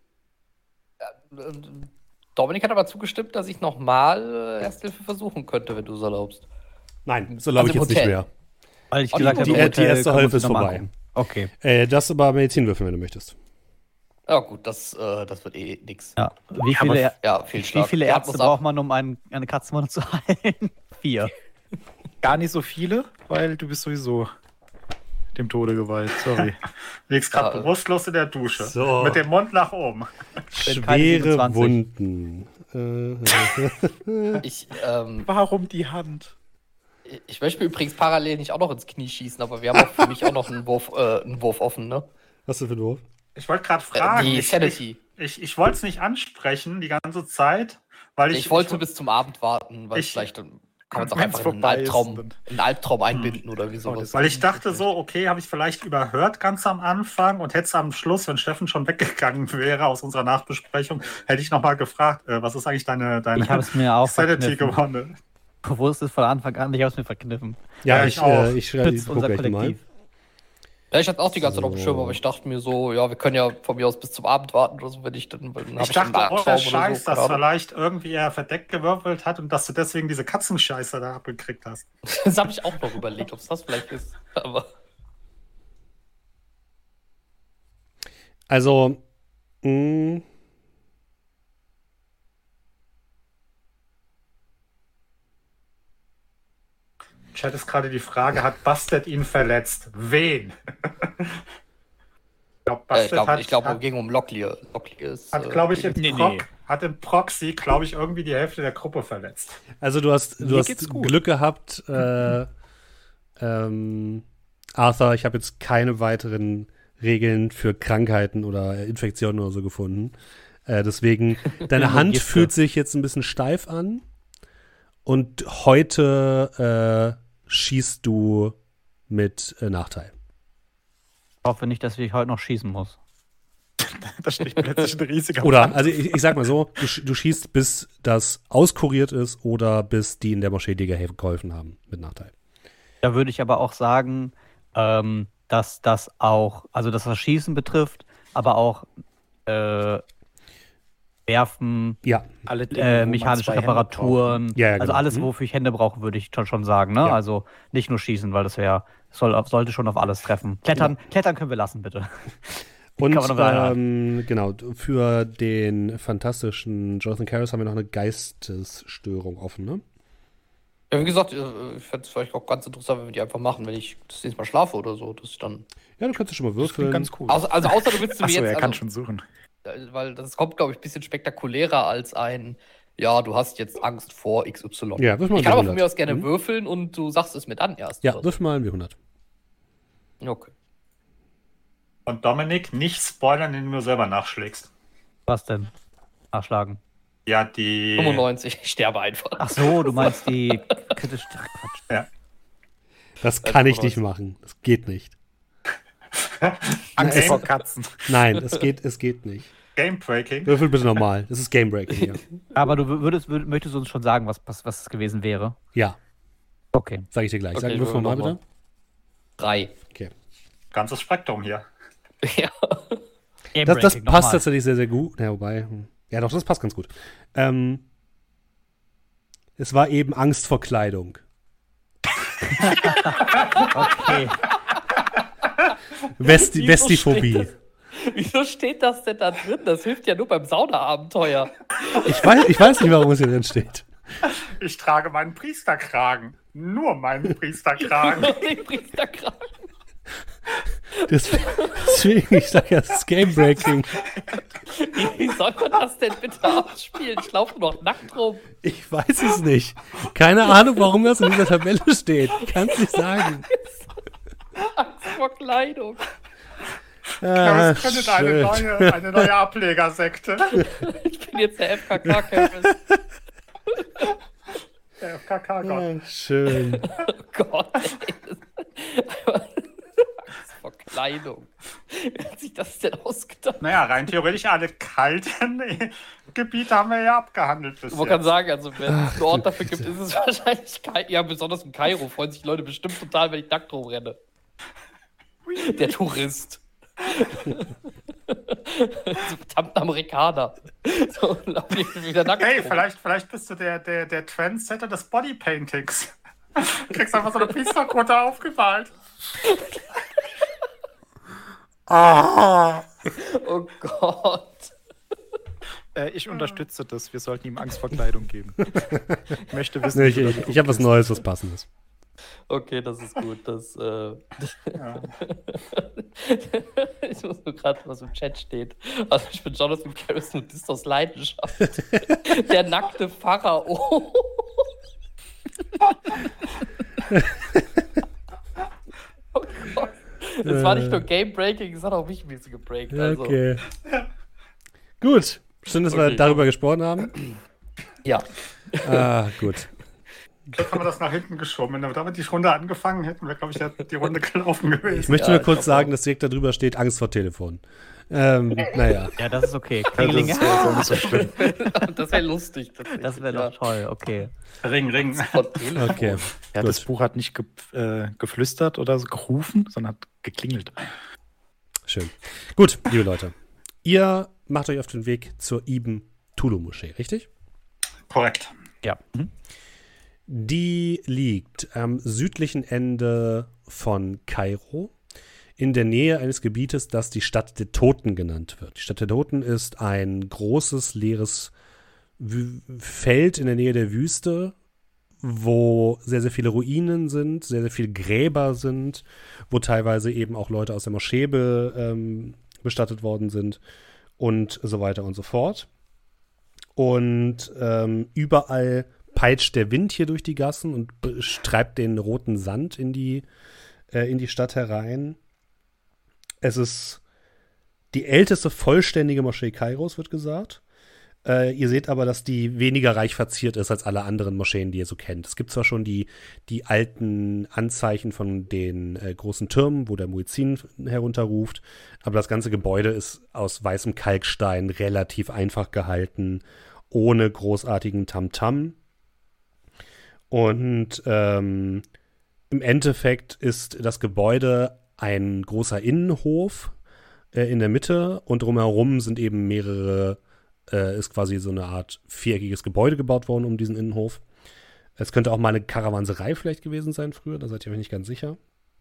Dominik hat aber zugestimmt, dass ich nochmal Ersthilfe versuchen könnte, wenn du es erlaubst. Nein, das erlaube ich Also jetzt im nicht Hotel. mehr. Weil ich Oh, gesagt die- habe, die- im die Hotel erste können wir Hilfe uns ist noch mal vorbei. angucken. Okay. Äh, das aber Medizin würfeln, wenn du möchtest. Ja gut, das, äh, das wird eh nix. Ja. Wie viele, Er- Ja, viel wie Schlaf. viele Der Ärzte muss ab. braucht man, um einen, eine Katzenmutter zu heilen? Vier. Gar nicht so viele, weil du bist sowieso dem Tode geweiht. Sorry. Liegst gerade Ja. bewusstlos in der Dusche. So. Mit dem Mund nach oben. Bin keine Schwere siebenundzwanzig. Wunden. Äh, Ich, ähm, Warum die Hand? ich möchte mir übrigens parallel nicht auch noch ins Knie schießen, aber wir haben auch für mich auch noch einen Wurf, äh, einen Wurf offen, ne? Was ist denn für ein Wurf? Ich wollte gerade Äh, fragen. die ich Sanity. ich, ich, ich wollte es nicht ansprechen die ganze Zeit, weil ich. Ich, wollte ich, bis zum Abend warten, weil ich- vielleicht dann kann man es auch wenn's einfach in einen vorbei ist, Albtraum, dann- in einen Albtraum einbinden oder wie sowas. Weil ich dachte so, okay, habe ich vielleicht überhört ganz am Anfang und hätte es am Schluss, wenn Steffen schon weggegangen wäre aus unserer Nachbesprechung, hätte ich nochmal gefragt, äh, was ist eigentlich deine, deine Ich habe es mir auch Sanity verkniffen. gewonnen? Du wusstest von Anfang an, ich habe es mir verkniffen. Ja, Ja, ich, ich auch. äh, ich, schreibe- ich Schützt guck unser gleich mal. Kollektiv. Ja, ich hatte auch die ganze Zeit auf dem So. Schirm, aber ich dachte mir so, ja, wir können ja von mir aus bis zum Abend warten oder so, wenn ich dann, dann hab Ich dann dachte, einen oh, Albtraum der Scheiß, keine dass Ahnung. vielleicht irgendwie er verdeckt gewürfelt hat und dass du deswegen diese Katzenscheiße da abgekriegt hast. Das habe ich auch noch überlegt, ob es das vielleicht ist. Aber Also, mh, Chat ist gerade die Frage, hat Bastet ihn verletzt? Wen? Ich glaube, äh, ich Bastet glaube, hat, ich glaub, es hat, ging um Locklear. Locklear ist. hat äh, glaube ich, in Nee, Proc, nee. hat in Proxy, glaube ich, irgendwie die Hälfte der Gruppe verletzt. also du hast, du Mir hast geht's gut. Glück gehabt, äh, ähm, Arthur, ich habe jetzt keine weiteren Regeln für Krankheiten oder Infektionen oder so gefunden. Äh, deswegen, deine Hand Gifte. fühlt sich jetzt ein bisschen steif an und heute äh, schießt du mit äh, Nachteil. Ich hoffe nicht, dass ich heute noch schießen muss. Da steht plötzlich ein riesiger Oder, Brand. also ich, ich sag mal so, du, sch- du schießt, bis das auskuriert ist oder bis die in der Moschee dir gehel- geholfen haben mit Nachteil. Da würde ich aber auch sagen, ähm, dass das auch, also dass das Schießen betrifft, aber auch äh, Werfen, Ja, Alle Dinge, wo äh, man mechanische zwei Hände Reparaturen, Ja, ja, also genau. alles, Mhm. wofür ich Hände brauche, würde ich schon, schon sagen. Ne? Ja. Also nicht nur Schießen, weil das wäre, soll, sollte schon auf alles treffen. Klettern, Klettern können wir lassen, bitte. und Kann man noch ähm, genau, für den fantastischen Jonathan Karras haben wir noch eine Geistesstörung offen, ne? Ja, wie gesagt, äh, ich fände es vielleicht auch ganz interessant, wenn wir die einfach machen, wenn ich das nächste Mal schlafe oder so, dass ich dann. Ja, du kannst es schon mal Das klingt würfeln. ganz cool. Also, also außer du willst du mir Achso, jetzt. er kann also, schon suchen. äh, Weil das kommt, glaube ich, ein bisschen spektakulärer als ein, ja, du hast jetzt Angst vor X Y. Ja, würfel mal Ich kann aber von hundert. mir aus gerne Mhm. würfeln und du sagst es mir dann erst. Ja, oder würfel mal ein W hundert. so. Okay. Und Dominik, nicht spoilern, den du nur selber nachschlägst. Was denn? Nachschlagen. Ja, die. fünfundneunzig, ich sterbe einfach. Ach so, du meinst die kritisch. Ach, Quatsch. Das Äh, kann ich nicht fünfundneunzig. machen. Das geht nicht. Angst es- vor Katzen. Nein, es geht, es geht nicht. Game Breaking. Würfel bitte nochmal. Das ist Game Breaking hier. Aber du würdest, würd, möchtest du uns schon sagen, was, was, was es gewesen wäre? Ja, Okay. sag ich dir gleich. Sag Okay, Würfel mal würfel bitte. Drei. Okay. Ganzes Spektrum hier. Ja. Game Das, das Breaking, passt nochmal. tatsächlich sehr, sehr gut. Ja, wobei. hm. Ja, doch, das passt ganz gut. Ähm, es war eben Angst vor Kleidung. Okay. Vesti Wieso Vestiphobie. steht das- Wieso steht das denn da drin? Das hilft ja nur beim Saunaabenteuer. Ich weiß, ich weiß nicht, warum es hier drin steht. Ich trage meinen Priesterkragen. Nur meinen Priesterkragen. Den Priesterkragen. Das, deswegen, ich sage ja, es ist Game Breaking. Wie soll man das denn bitte abspielen? Ich laufe noch nackt rum. Ich weiß es nicht. Keine Ahnung, warum das in dieser Tabelle steht. Kannst nicht sagen. Angst vor Kleidung. Ah, das findet eine neue, eine neue Ablegersekte. Ich bin jetzt der F K K-Chemist. Der F K K-Gott. Ah, schön. Oh Gott, ey. Angst vor Kleidung. Wer hat sich das denn ausgedacht? Naja, rein theoretisch alle kalten Gebiete haben wir ja abgehandelt bis Man kann jetzt. sagen, also wenn es einen Ort dafür gibt, ist es wahrscheinlich Kai- ja, besonders in Kairo freuen sich Leute bestimmt total, wenn ich nackt rumrenne. Der Tourist. So verdammt Amerikaner. So, lauf ich wieder nackt Hey, rum. vielleicht, vielleicht bist du der, der, der Trendsetter des Bodypaintings. Du kriegst einfach so eine Pizza-Quote aufgemalt. Ah. Oh Gott. Äh, ich unterstütze das. Wir sollten ihm Angst vor Kleidung geben. Ich möchte wissen, Nee, ich wie du ich, damit ich habe was umgehst. Neues, was Passendes. Okay, das ist gut. Das, äh... Ja. Ich muss nur gerade, was im Chat steht. Also ich bin Jonathan Karras Nudist aus Leidenschaft. Der nackte Pharao. Oh Gott. Das war nicht nur Game-Breaking, es hat auch mich ein bisschen gebreakt. Also. Okay. Gut. Schön, dass wir Okay. darüber gesprochen haben. Ja. Ah, gut. Jetzt haben wir das nach hinten geschoben. Wenn wir damit die Runde angefangen hätten, wäre, glaube ich, die- die Runde gelaufen Ich gewesen. möchte Ja, nur ich kurz glaub sagen, auch. dass direkt darüber steht Angst vor Telefon. Ähm, naja. Ja, das ist okay. Das Klingelinge. ist ja nicht so schlimm. Das wäre lustig. tatsächlich. Das wäre Ja. doch toll, okay. Ring, Ring. Von Telefon. Okay. Ja, Gut. das Buch hat nicht ge äh, geflüstert oder so gerufen, sondern hat geklingelt. Schön. Gut, liebe Leute. Ihr macht euch auf den Weg zur Ibn Tulu-Moschee, richtig? Korrekt. Ja. Die liegt am südlichen Ende von Kairo, in der Nähe eines Gebietes, das die Stadt der Toten genannt wird. Die Stadt der Toten ist ein großes, leeres Wü- Feld in der Nähe der Wüste, wo sehr, sehr viele Ruinen sind, sehr, sehr viele Gräber sind, wo teilweise eben auch Leute aus der Moschee be, ähm, bestattet worden sind und so weiter und so fort. Und ähm, überall peitscht der Wind hier durch die Gassen und be- treibt den roten Sand in die, äh, in die Stadt herein. Es ist die älteste vollständige Moschee Kairos, wird gesagt. Äh, ihr seht aber, dass die weniger reich verziert ist als alle anderen Moscheen, die ihr so kennt. Es gibt zwar schon die, die alten Anzeichen von den äh, großen Türmen, wo der Muezzin herunterruft, aber das ganze Gebäude ist aus weißem Kalkstein relativ einfach gehalten, ohne großartigen Tamtam. Und ähm, im Endeffekt ist das Gebäude ein großer Innenhof äh, in der Mitte und drumherum sind eben mehrere, äh, ist quasi so eine Art viereckiges Gebäude gebaut worden um diesen Innenhof. Es könnte auch mal eine Karawanserei vielleicht gewesen sein früher, da seid ihr euch nicht ganz sicher.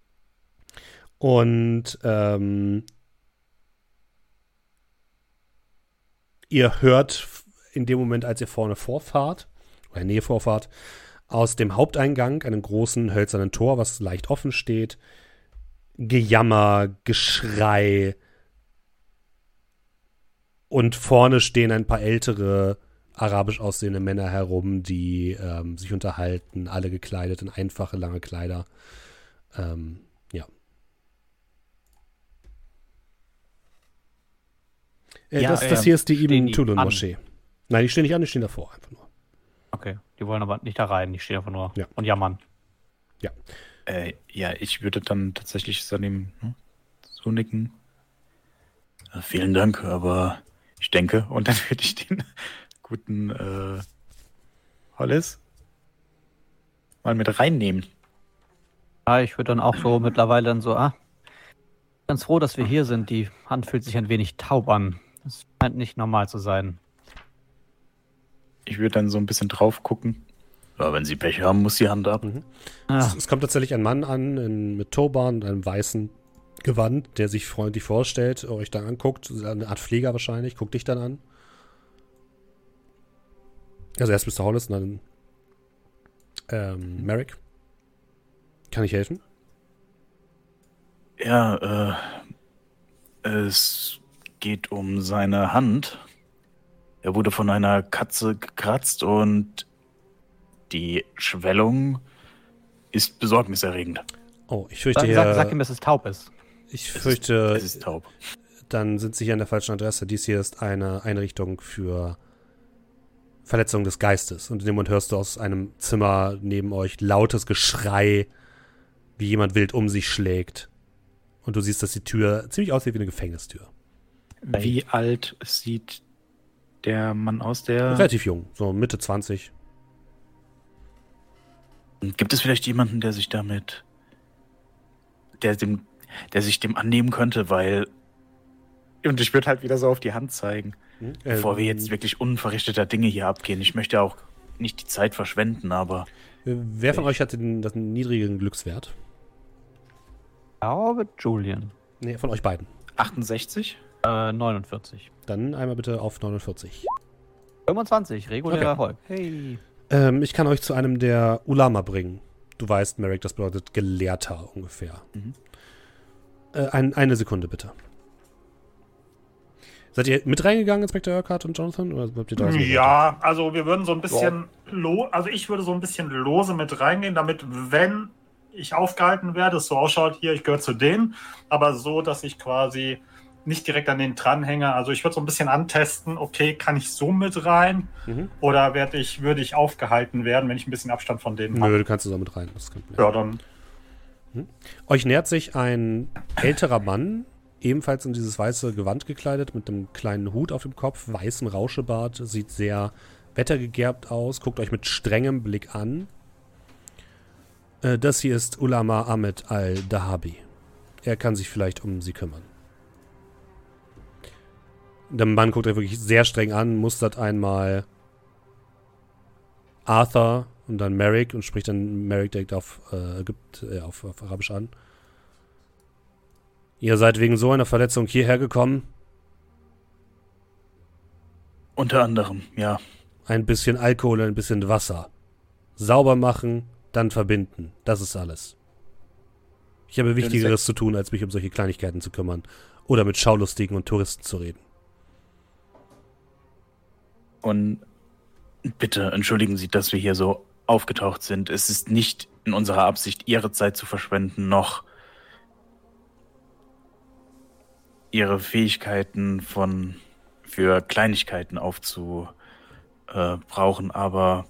Und ähm, ihr hört in dem Moment, als ihr vorne vorfahrt, oder Nähe vorfahrt, aus dem Haupteingang, einem großen hölzernen Tor, was leicht offen steht, Gejammer, Geschrei und vorne stehen ein paar ältere, arabisch aussehende Männer herum, die ähm, sich unterhalten, alle gekleidet in einfache, lange Kleider. Ähm, ja. Äh, Ja, das, ähm, das hier ist die stehen Ibn die Tulun-Moschee. Nein, die stehen nicht an, die stehen davor einfach nur. Okay. Die wollen aber nicht da rein, die stehen einfach nur Ja. und jammern. Äh, ja, ich würde dann tatsächlich Salim hm, so nicken. Ja, vielen Dank, aber ich denke, und dann würde ich den guten äh, Hollis mal mit reinnehmen. Ja, ich würde dann auch so mittlerweile dann so, ah, ganz froh, dass wir hier sind. Die Hand fühlt sich ein wenig taub an. Das scheint nicht normal zu sein. Ich würde dann so ein bisschen drauf gucken. Ja, wenn Sie Pech haben, muss die Hand ab. Ah, Es, es kommt tatsächlich ein Mann an in, mit Turban und einem weißen Gewand, der sich freundlich vorstellt, euch dann anguckt. Eine Art Pfleger wahrscheinlich, guckt dich dann an. Also erst Mister Hollis und dann ähm, Merrick. Kann ich helfen? Ja, äh, es geht um seine Hand. Er wurde von einer Katze gekratzt und die Schwellung ist besorgniserregend. Oh, ich fürchte Sag, hier... sag, sag ihm, dass es taub ist. Ich Es fürchte... ist, es ist taub. Dann sind Sie hier an der falschen Adresse. Dies hier ist eine Einrichtung für Verletzung des Geistes. Und in dem Moment hörst du aus einem Zimmer neben euch lautes Geschrei, wie jemand wild um sich schlägt. Und du siehst, dass die Tür ziemlich aussieht wie eine Gefängnistür. Wie alt sieht der Mann aus, der... Relativ jung, so Mitte zwanzig. Gibt es vielleicht jemanden, der sich damit... Der, dem, der sich dem annehmen könnte, weil... Und ich würde halt wieder so auf die Hand zeigen, Hm? bevor wir Ähm, jetzt wirklich unverrichteter Dinge hier abgehen. Ich möchte auch nicht die Zeit verschwenden, aber... Wer von euch hat den, den niedrigen Glückswert? Ich glaube, Julian. Nee, von euch beiden. achtundsechzig? Äh, neunundvierzig. Dann einmal bitte auf neunundvierzig. fünfundzwanzig, regulärer Okay. Erfolg. Hey. Ähm, ich kann euch zu einem der Ulama bringen. Du weißt, Merrick, das bedeutet Gelehrter ungefähr. Mhm. Äh, ein, eine Sekunde bitte. Seid ihr mit reingegangen, Inspektor Urquhart und Jonathan? Oder habt ihr da so Ja, also wir würden so ein bisschen, lo also ich würde so ein bisschen lose mit reingehen, damit, wenn ich aufgehalten werde, es so ausschaut, hier, ich gehöre zu denen, aber so, dass ich quasi nicht direkt an den dranhänge. Also ich würde so ein bisschen antesten, okay, kann ich so mit rein Mhm. oder werde ich, würde ich aufgehalten werden, wenn ich ein bisschen Abstand von denen Nö, habe? du kannst so mit rein. Das ist kein Problem. Ja, dann Euch nähert sich ein älterer Mann, ebenfalls in dieses weiße Gewand gekleidet, mit einem kleinen Hut auf dem Kopf, weißem Rauschebart, sieht sehr wettergegerbt aus, guckt euch mit strengem Blick an. Äh, das hier ist Ulama Ahmed al-Dahabi. Er kann sich vielleicht um sie kümmern. Der Mann guckt euch wirklich sehr streng an, mustert einmal Arthur und dann Merrick und spricht dann Merrick direkt auf, äh, Ägypt, äh, auf, auf Arabisch an. Ihr seid wegen so einer Verletzung hierher gekommen? Unter anderem, ja. Ein bisschen Alkohol, ein bisschen Wasser. Sauber machen, dann verbinden. Das ist alles. Ich habe Wichtigeres zu tun, als mich um solche Kleinigkeiten zu kümmern. Oder mit Schaulustigen und Touristen zu reden. Und bitte entschuldigen Sie, dass wir hier so aufgetaucht sind. Es ist nicht in unserer Absicht, Ihre Zeit zu verschwenden, noch Ihre Fähigkeiten von für Kleinigkeiten aufzubrauchen, aber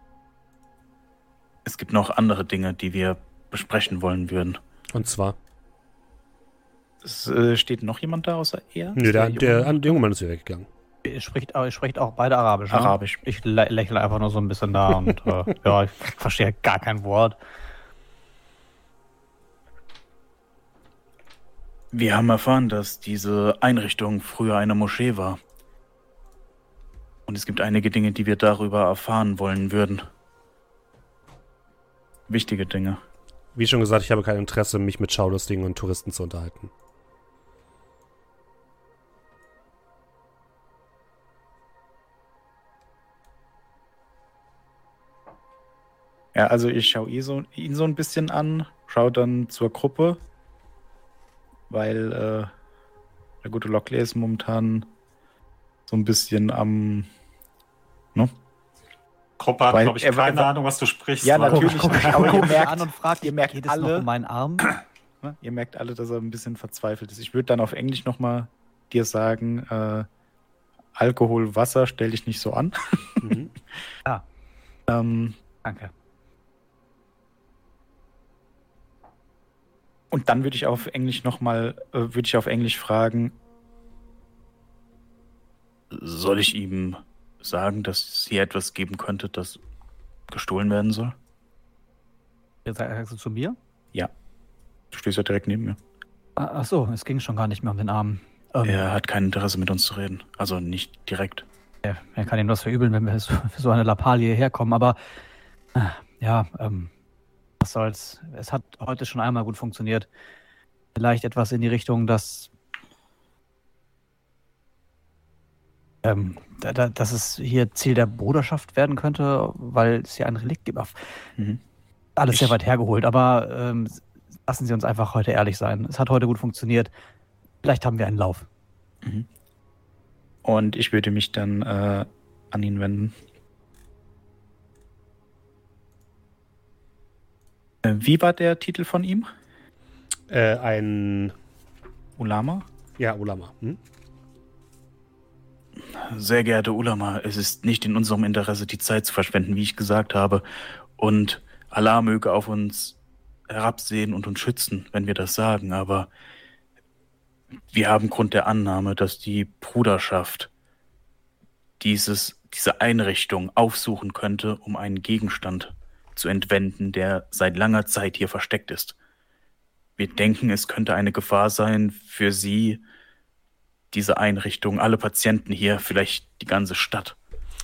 es gibt noch andere Dinge, die wir besprechen wollen würden. Und zwar? Es, äh, steht noch jemand da außer er? Nö, der, der, der junge Mann ist hier weggegangen. Ihr spricht, ihr spricht auch beide Arabisch, ne? Arabisch. Ich lä lächle einfach nur so ein bisschen da und äh, ja, ich verstehe gar kein Wort. Wir haben erfahren, dass diese Einrichtung früher eine Moschee war. Und es gibt einige Dinge, die wir darüber erfahren wollen würden. Wichtige Dinge. Wie schon gesagt, ich habe kein Interesse, mich mit Schaulustigen und Touristen zu unterhalten. Ja, also ich schaue ihn so, ihn so ein bisschen an, schaue dann zur Gruppe, weil äh, der gute Lockley ist momentan so ein bisschen am... Ne? Gruppe hat, Weil glaube ich, er- keine er- Ahnung, was du sprichst. Ja, weil- natürlich. Guck, guck, Aber guck ihr mich merkt- an und fragt, ihr merkt geht es alle- noch um meinen Arm? Ne? Ihr merkt alle, dass er ein bisschen verzweifelt ist. Ich würde dann auf Englisch nochmal dir sagen, äh, Alkohol, Wasser, stell dich nicht so an. Mhm. ähm, Danke. und dann würde ich auf Englisch nochmal, äh, würde ich auf Englisch fragen, soll ich ihm sagen, dass es hier etwas geben könnte, das gestohlen werden soll? Jetzt sagst du zu mir? Ja. Du stehst ja direkt neben mir. Ah, ach so, es ging schon gar nicht mehr um den Arm. Ähm, Er hat kein Interesse, mit uns zu reden. Also nicht direkt. Er, er kann ihm das verübeln, wenn wir so- für so eine Lappalie herkommen, aber äh, ja, ähm, was soll's. Es hat heute schon einmal gut funktioniert. Vielleicht etwas in die Richtung, dass ähm, da, da, dass es hier Ziel der Bruderschaft werden könnte, weil es hier ein Relikt gibt. Mhm. Alles sehr Ich- weit hergeholt, aber ähm, lassen Sie uns einfach heute ehrlich sein. Es hat heute gut funktioniert. Vielleicht haben wir einen Lauf. Mhm. Und ich würde mich dann äh, an ihn wenden. Äh, wie war der Titel von ihm? Äh, ein... Ulama? Ja, Ulama. Hm? Sehr geehrte Ulama, es ist nicht in unserem Interesse, die Zeit zu verschwenden, wie ich gesagt habe. Und Allah möge auf uns herabsehen und uns schützen, wenn wir das sagen. Aber wir haben Grund der Annahme, dass die Bruderschaft dieses, diese Einrichtung aufsuchen könnte, um einen Gegenstand zu entwenden, der seit langer Zeit hier versteckt ist. Wir denken, es könnte eine Gefahr sein für Sie, diese Einrichtung, alle Patienten hier, vielleicht die ganze Stadt.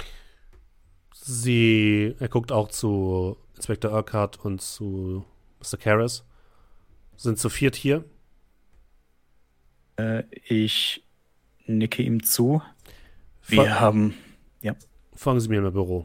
Sie, er guckt auch zu Inspektor Urquhart und zu Mister Karras. Sind zu viert hier. Äh, ich nicke ihm zu. Wir Fol- haben, ja. Folgen Sie mir in mein Büro.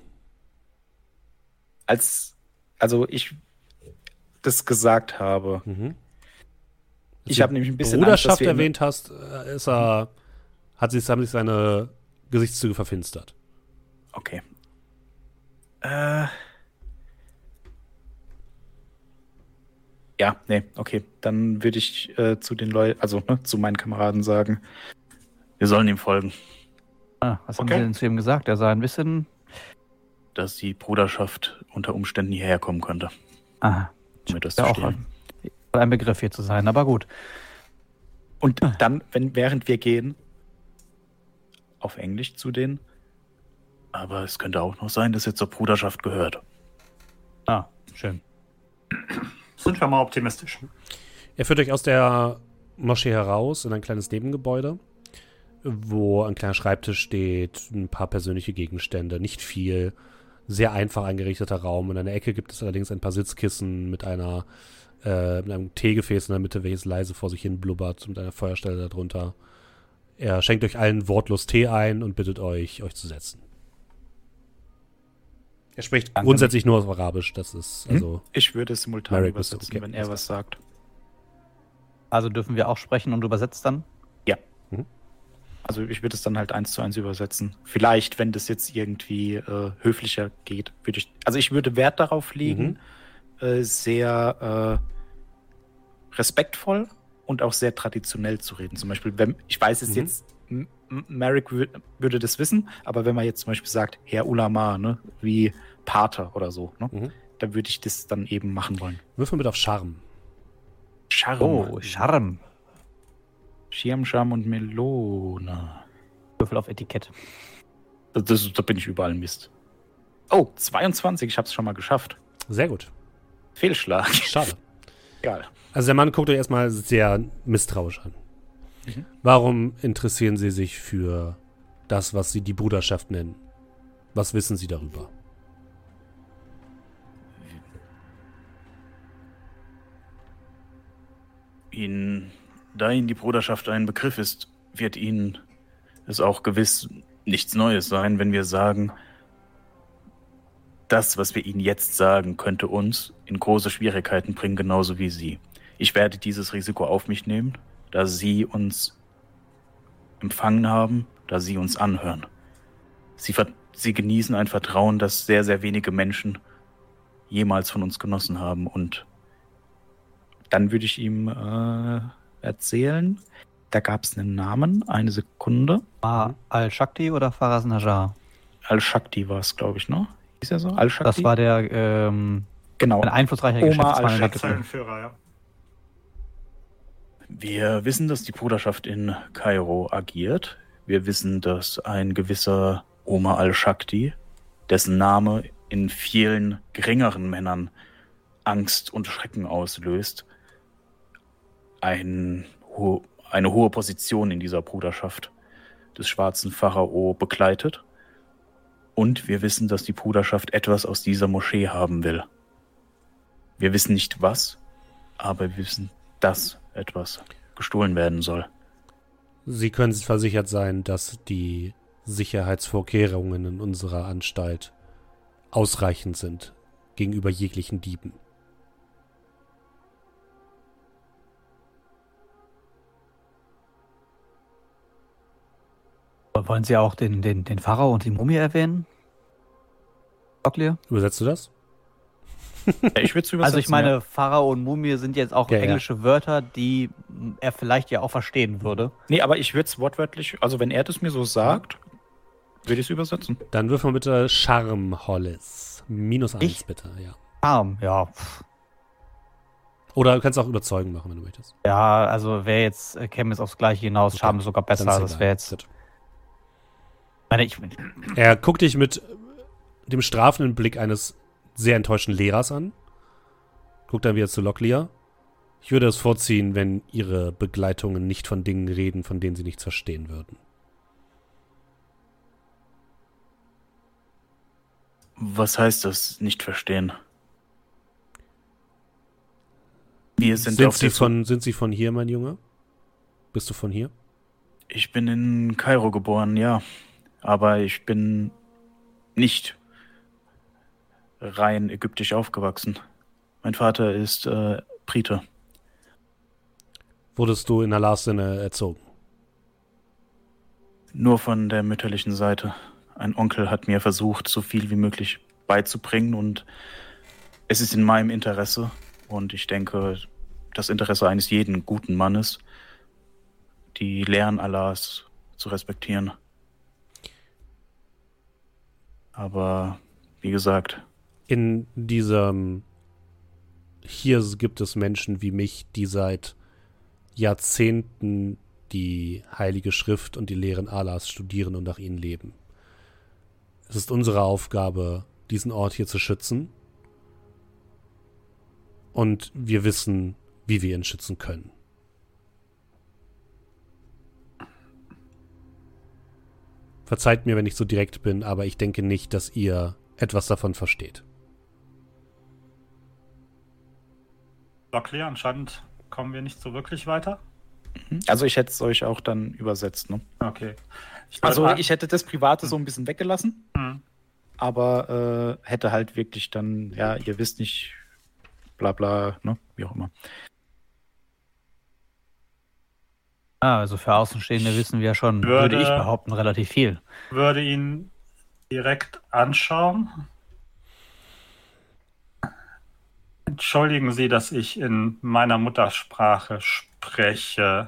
Als, also ich das gesagt habe, Mhm. ich habe nämlich ein bisschen Bruderschaft Angst, dass wir in- erwähnt hast, äh, ist er, hat sich, haben sich seine Gesichtszüge verfinstert. Okay. Äh. Ja, nee, okay. Dann würde ich äh, zu den Leuten, also ne, zu meinen Kameraden sagen, wir sollen ihm folgen, Ah, was haben Okay. Sie denn zu ihm gesagt? Er sah ein bisschen. dass die Bruderschaft unter Umständen hierher kommen könnte, Ah, um mir das ja zu auch stehlen. ein, ein Begriff hier zu sein, aber gut. Und dann, wenn, während wir gehen, auf Englisch zu denen, aber es könnte auch noch sein, dass er zur Bruderschaft gehört. Ah, schön. Sind wir mal optimistisch. Er führt euch aus der Moschee heraus in ein kleines Nebengebäude, wo ein kleiner Schreibtisch steht, ein paar persönliche Gegenstände, nicht viel, sehr einfach eingerichteter Raum. In einer Ecke gibt es allerdings ein paar Sitzkissen mit einer äh, mit einem Teegefäß in der Mitte, welches leise vor sich hin blubbert, mit einer Feuerstelle darunter. Er schenkt euch allen wortlos Tee ein und bittet euch, euch zu setzen. Er spricht Danke. grundsätzlich nur auf Arabisch, das ist also Ich würde simultan Merrick, bist du übersetzen, okay? wenn er was sagt. Also dürfen wir auch sprechen und du übersetzt dann? Also ich würde es dann halt eins zu eins übersetzen. Vielleicht, wenn das jetzt irgendwie äh, höflicher geht, würde ich. Also ich würde Wert darauf legen, äh, sehr äh, respektvoll und auch sehr traditionell zu reden. Zum Beispiel, wenn ich weiß es Mhm. jetzt, M- M- Merrick wür- würde das wissen, aber wenn man jetzt zum Beispiel sagt, Herr Ulama, ne, wie Pater oder so, ne, Mhm. dann würde ich das dann eben machen wollen. Würfel mit auf Charme. Charme. Oh, Charme. Schirm, Charme und Melone. Würfel auf Etikett. Das, das, da bin ich überall Mist. Oh, zweiundzwanzig, ich habe es schon mal geschafft. Sehr gut. Fehlschlag. Schade. Egal. Also der Mann guckt euch erstmal sehr misstrauisch an. Mhm. Warum interessieren Sie sich für das, was Sie die Bruderschaft nennen? Was wissen Sie darüber? Ihnen, da Ihnen die Bruderschaft ein Begriff ist, wird Ihnen es auch gewiss nichts Neues sein, wenn wir sagen, das, was wir Ihnen jetzt sagen, könnte uns in große Schwierigkeiten bringen, genauso wie Sie. Ich werde dieses Risiko auf mich nehmen, da Sie uns empfangen haben, da Sie uns anhören. Sie, ver- Sie genießen ein Vertrauen, das sehr, sehr wenige Menschen jemals von uns genossen haben. Und dann würde ich ihm äh, erzählen, da gab es einen Namen, eine Sekunde. War Al-Shakti oder Faraz Najjar? Al-Shakti war es, glaube ich, ne? Ist er so? Al-Shakti? Das war der ähm, genau. ein einflussreicher Omar Geschäftsmann in Al-Shakti. Ägypten. Zellenführer, ja. Wir wissen, dass die Bruderschaft in Kairo agiert. Wir wissen, dass ein gewisser Omar Al-Shakti, dessen Name in vielen geringeren Männern Angst und Schrecken auslöst, ein, ho- eine hohe Position in dieser Bruderschaft des schwarzen Pharao begleitet. Und wir wissen, dass die Bruderschaft etwas aus dieser Moschee haben will. Wir wissen nicht was, aber wir wissen, dass etwas gestohlen werden soll. Sie können versichert sein, dass die Sicherheitsvorkehrungen in unserer Anstalt ausreichend sind gegenüber jeglichen Dieben. Wollen Sie auch den, den, den Pharao und die Mumie erwähnen? Locklear? Übersetzt du das? Ja, ich würde es übersetzen. Also ich meine, ja. Pharao und Mumie sind jetzt auch Ja, englische ja. Wörter, die er vielleicht ja auch verstehen würde. Nee, aber ich würde es wortwörtlich, also wenn er das mir so sagt, würde ich es übersetzen. Dann wirf mal bitte Charme, Hollis. Minus eins, Ich? bitte, ja. Arm, ja. pff. Oder du kannst auch überzeugen machen, wenn du möchtest. Ja, also wäre jetzt, äh, käme jetzt aufs Gleiche hinaus, Okay, Charme ist sogar besser. Dann ist Das egal. wäre jetzt. Gut. Meine, ich, Er guckt dich mit dem strafenden Blick eines sehr enttäuschten Lehrers an. Guckt dann wieder zu Locklear. Ich würde es vorziehen, wenn ihre Begleitungen nicht von Dingen reden, von denen sie nichts verstehen würden. Was heißt das, nicht verstehen? Wir sind, Sind auf sie, der Su- von, sind sie von hier, mein Junge? Bist du von hier? Ich bin in Kairo geboren, ja. Aber ich bin nicht rein ägyptisch aufgewachsen. Mein Vater ist äh, Brite. Wurdest du in Allahs Sinne erzogen? Nur von der mütterlichen Seite. Ein Onkel hat mir versucht, so viel wie möglich beizubringen und es ist in meinem Interesse und ich denke, das Interesse eines jeden guten Mannes, die Lehren Allahs zu respektieren. Aber wie gesagt, In diesem hier gibt es Menschen wie mich, die seit Jahrzehnten die Heilige Schrift und die Lehren Allahs studieren und nach ihnen leben. Es ist unsere Aufgabe, diesen Ort hier zu schützen. Und wir wissen, wie wir ihn schützen können. Verzeiht mir, wenn ich so direkt bin, aber ich denke nicht, dass ihr etwas davon versteht. Locklear, anscheinend kommen wir nicht so wirklich weiter. also ich hätte es euch auch dann übersetzt. Ne? Okay. Ich Also würde- ich hätte das Private so ein bisschen weggelassen, Hm. aber äh, hätte halt wirklich dann, ja, ihr wisst nicht, bla bla, ne, wie auch immer. ah, also für Außenstehende wissen wir ja schon, Würde- würde ich behaupten, relativ viel. würde ihn direkt anschauen. Entschuldigen Sie, dass ich in meiner Muttersprache spreche.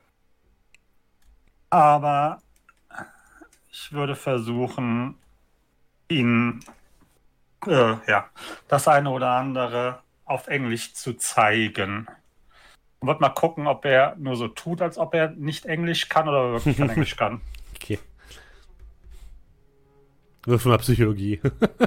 Aber ich würde versuchen, Ihnen äh, ja, das eine oder andere auf Englisch zu zeigen. Und wird mal gucken, ob er nur so tut, als ob er nicht Englisch kann oder wirklich kein Englisch kann. Okay. Würfel mal Psychologie.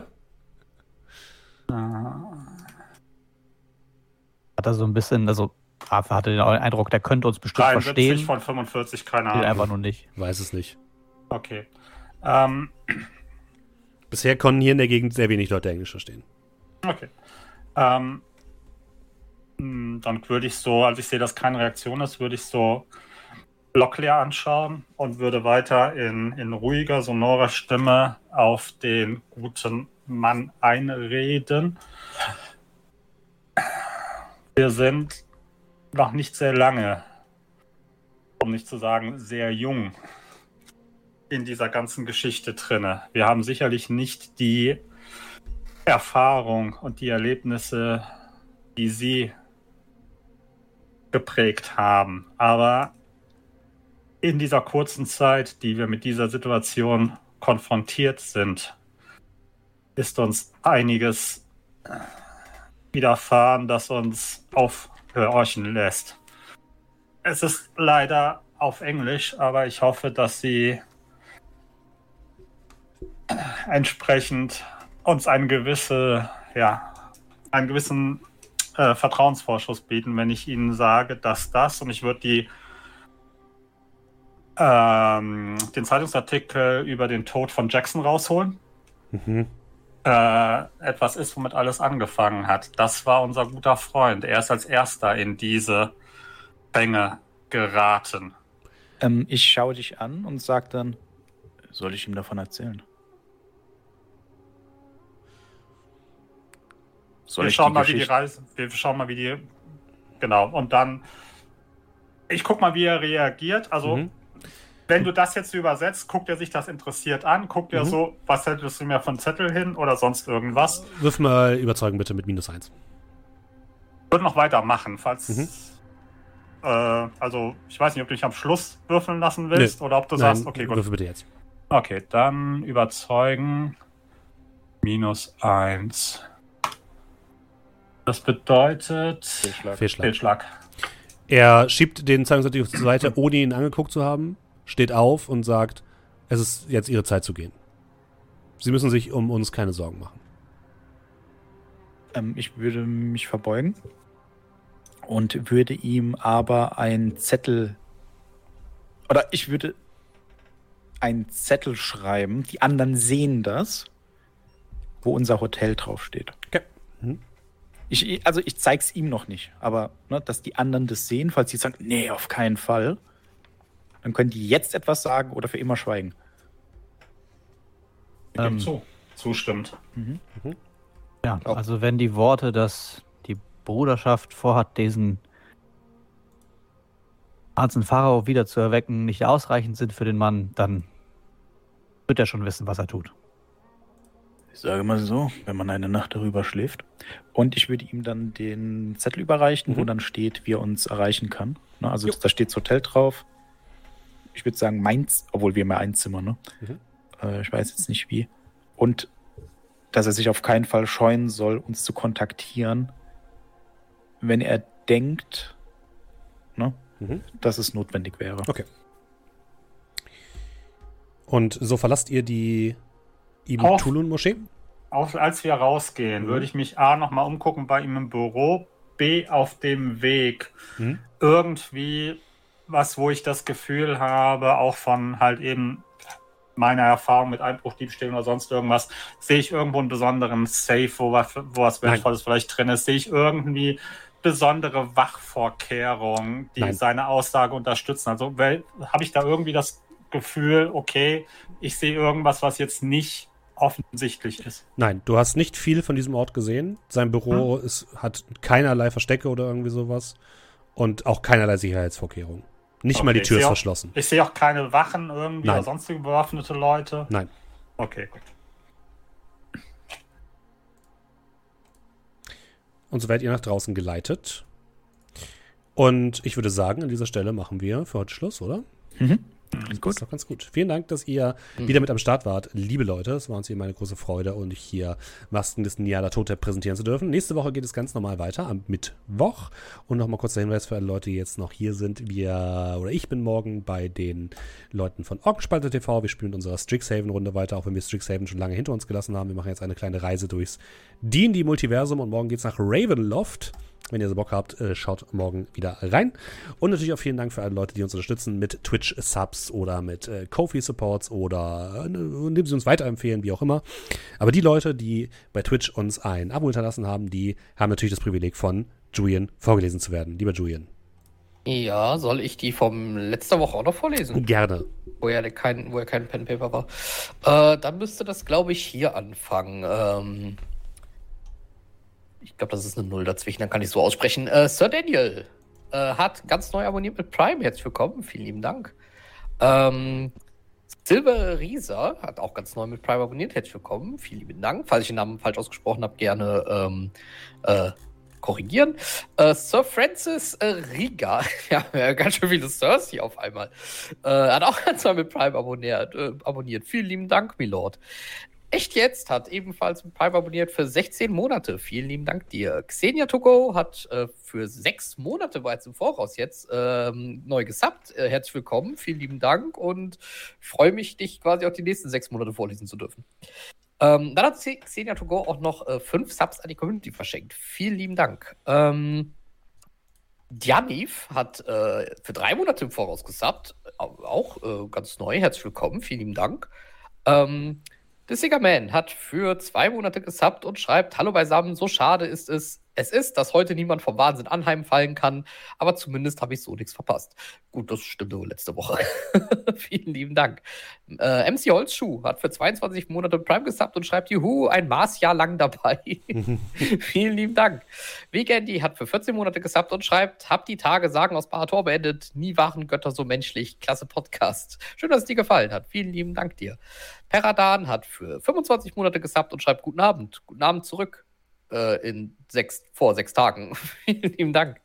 Hat er so ein bisschen, also Rafa hatte den Eindruck, der könnte uns bestimmt dreiundsiebzig verstehen. von fünfundvierzig, keine Will Ahnung. einfach nur nicht. Weiß es nicht. Okay. Ähm, Bisher konnten hier in der Gegend sehr wenig Leute Englisch verstehen. okay. Ähm, mh, dann würde ich so, als ich sehe, dass keine Reaktion ist, würde ich so Locklear anschauen und würde weiter in, in ruhiger, sonorer Stimme auf den guten Mann einreden. Wir sind noch nicht sehr lange, um nicht zu sagen sehr jung, in dieser ganzen Geschichte drinne. Wir haben sicherlich nicht die Erfahrung und die Erlebnisse, die Sie geprägt haben. Aber in dieser kurzen Zeit, die wir mit dieser Situation konfrontiert sind, ist uns einiges widerfahren, das uns aufhorchen lässt. Es ist leider auf Englisch, aber ich hoffe, dass Sie entsprechend uns einen, gewisse, ja, einen gewissen äh, Vertrauensvorschuss bieten, wenn ich Ihnen sage, dass das, und ich würde die ähm, den Zeitungsartikel über den Tod von Jackson rausholen, Mhm. äh, etwas ist, womit alles angefangen hat. Das war unser guter Freund. Er ist als erster in diese Fänge geraten. Ähm, ich schaue dich an und sage dann, soll ich ihm davon erzählen? Soll wir ich schauen die mal, wie die Geschichte- Reise, wir schauen mal, wie die, genau, und dann, ich guck mal, wie er reagiert. Also, Mhm. wenn du das jetzt übersetzt, guckt er sich das interessiert an, guckt er Mhm. so, was hättest du mir von Zettel hin oder sonst irgendwas. Wirf mal überzeugen bitte mit minus eins. Ich würde noch weitermachen, falls. Mhm. Äh, also, ich weiß nicht, ob du dich am Schluss würfeln lassen willst Nee. oder ob du Nein, sagst, okay, gut. würfel bitte jetzt. Okay, dann überzeugen. Minus eins. Das bedeutet. Fehlschlag. Fehlschlag. Fehlschlag. Er schiebt den Zeitungsartikel zur Seite, ohne ihn angeguckt zu haben, steht auf und sagt, es ist jetzt Ihre Zeit zu gehen. Sie müssen sich um uns keine Sorgen machen. Ähm, ich würde mich verbeugen und würde ihm aber einen Zettel oder ich würde einen Zettel schreiben. Die anderen sehen das, wo unser Hotel draufsteht. Okay. Mhm. Ich, also ich zeig's ihm noch nicht, aber ne, dass die anderen das sehen, falls sie sagen, nee, auf keinen Fall, dann können die jetzt etwas sagen oder für immer schweigen. Ich gebe Ähm. zu. Zustimmt. Ja, also wenn die Worte, dass die Bruderschaft vorhat, diesen Arzt Pharao wieder zu erwecken, nicht ausreichend sind für den Mann, dann wird er schon wissen, was er tut. Ich sage mal so, wenn man eine Nacht darüber schläft. Und ich würde ihm dann den Zettel überreichen, Mhm. wo dann steht, wie er uns erreichen kann. Ne, also Jo. da steht das Hotel drauf. Ich würde sagen, meins, obwohl wir haben ja ein Zimmer, ne? Mhm. Äh, ich weiß jetzt nicht wie. Und dass er sich auf keinen Fall scheuen soll, uns zu kontaktieren, wenn er denkt, ne, Mhm. dass es notwendig wäre. Okay. Und so verlasst ihr die Ibn Auf- Tulun-Moschee? Auch als wir rausgehen, Mhm. würde ich mich A nochmal umgucken bei ihm im Büro, B auf dem Weg. Mhm. Irgendwie was, wo ich das Gefühl habe, auch von halt eben meiner Erfahrung mit Einbruchdiebstählen oder sonst irgendwas, sehe ich irgendwo einen besonderen Safe, wo was, wo was Nein. Wertvolles vielleicht drin ist, sehe ich irgendwie besondere Wachvorkehrungen, die Nein. seine Aussage unterstützen. Also weil- habe ich da irgendwie das Gefühl, okay, ich sehe irgendwas, was jetzt nicht offensichtlich ist. Nein, du hast nicht viel von diesem Ort gesehen. Sein Büro ist, hat keinerlei Verstecke oder irgendwie sowas. Und auch keinerlei Sicherheitsvorkehrungen. Nicht mal Okay, die Tür ich ist sehe auch- verschlossen. Ich sehe auch keine Wachen irgendwie Nein. oder sonstige bewaffnete Leute. Nein. Okay, gut. Und so werdet ihr nach draußen geleitet. Und ich würde sagen, an dieser Stelle machen wir für heute Schluss, oder? Mhm. Das ist doch ganz gut. Vielen Dank, dass ihr Mhm. wieder mit am Start wart. Liebe Leute, es war uns hier meine große Freude, und hier Masken des Nyarlathotep präsentieren zu dürfen. Nächste Woche geht es ganz normal weiter, am Mittwoch. Und nochmal kurz der Hinweis für alle Leute, die jetzt noch hier sind. Wir, oder ich bin morgen bei den Leuten von Orkenspalter T V. Wir spielen mit unserer Strixhaven-Runde weiter, auch wenn wir Strixhaven schon lange hinter uns gelassen haben. Wir machen jetzt eine kleine Reise durchs D und D-Multiversum und morgen geht's nach Ravenloft. Wenn ihr so Bock habt, äh, schaut morgen wieder rein. Und natürlich auch vielen Dank für alle Leute, die uns unterstützen mit Twitch-Subs oder mit äh, Ko-Fi-Supports oder äh, indem sie uns weiterempfehlen, wie auch immer. Aber die Leute, die bei Twitch uns ein Abo hinterlassen haben, die haben natürlich das Privileg, von Julian vorgelesen zu werden. Lieber Julian. Ja, soll ich die vom letzter Woche auch noch vorlesen? Gerne. Wo ja kein, wo ja kein Pen Paper war. Äh, dann müsste das, glaube ich, hier anfangen. Ähm, ich glaube, das ist eine Null dazwischen, dann kann ich so aussprechen. Äh, Sir Daniel äh, hat ganz neu abonniert mit Prime. Herzlich willkommen, vielen lieben Dank. Ähm, Silver Risa hat auch ganz neu mit Prime abonniert. Herzlich willkommen, vielen lieben Dank. Falls ich den Namen falsch ausgesprochen habe, gerne ähm, äh, korrigieren. Äh, Sir Francis äh, Riga, ja, ja, ganz schön viele Sirs hier auf einmal, äh, hat auch ganz neu mit Prime abonniert. Äh, abonniert. Vielen lieben Dank, Milord. Echt jetzt hat ebenfalls mit Prime abonniert für sechzehn Monate. Vielen lieben Dank dir. Xenia Togo hat äh, für sechs Monate bereits im Voraus jetzt ähm, neu gesubbt. Äh, herzlich willkommen, vielen lieben Dank, und ich freue mich, dich quasi auch die nächsten sechs Monate vorlesen zu dürfen. Ähm, dann hat Xenia Togo auch noch äh, fünf Subs an die Community verschenkt. Vielen lieben Dank. Ähm, Djaniv hat äh, für drei Monate im Voraus gesubbt. Auch äh, ganz neu. Herzlich willkommen. Vielen lieben Dank. Ähm, The Singer Man hat für zwei Monate gesubbt und schreibt: Hallo beisammen, so schade ist es, Es ist, dass heute niemand vom Wahnsinn anheimfallen kann, aber zumindest habe ich so nichts verpasst. Gut, das stimmte wohl letzte Woche. Vielen lieben Dank. Äh, M C Holzschuh hat für zweiundzwanzig Monate Prime gesubbt und schreibt, juhu, ein Marsjahr lang dabei. Vielen lieben Dank. Weekendy hat für vierzehn Monate gesubbt und schreibt, hab die Tage Sagen aus Barator beendet. Nie waren Götter so menschlich. Klasse Podcast. Schön, dass es dir gefallen hat. Vielen lieben Dank dir. Peradan hat für fünfundzwanzig Monate gesubbt und schreibt, guten Abend. Guten Abend zurück. In sechs, vor sechs Tagen. Vielen lieben Dank.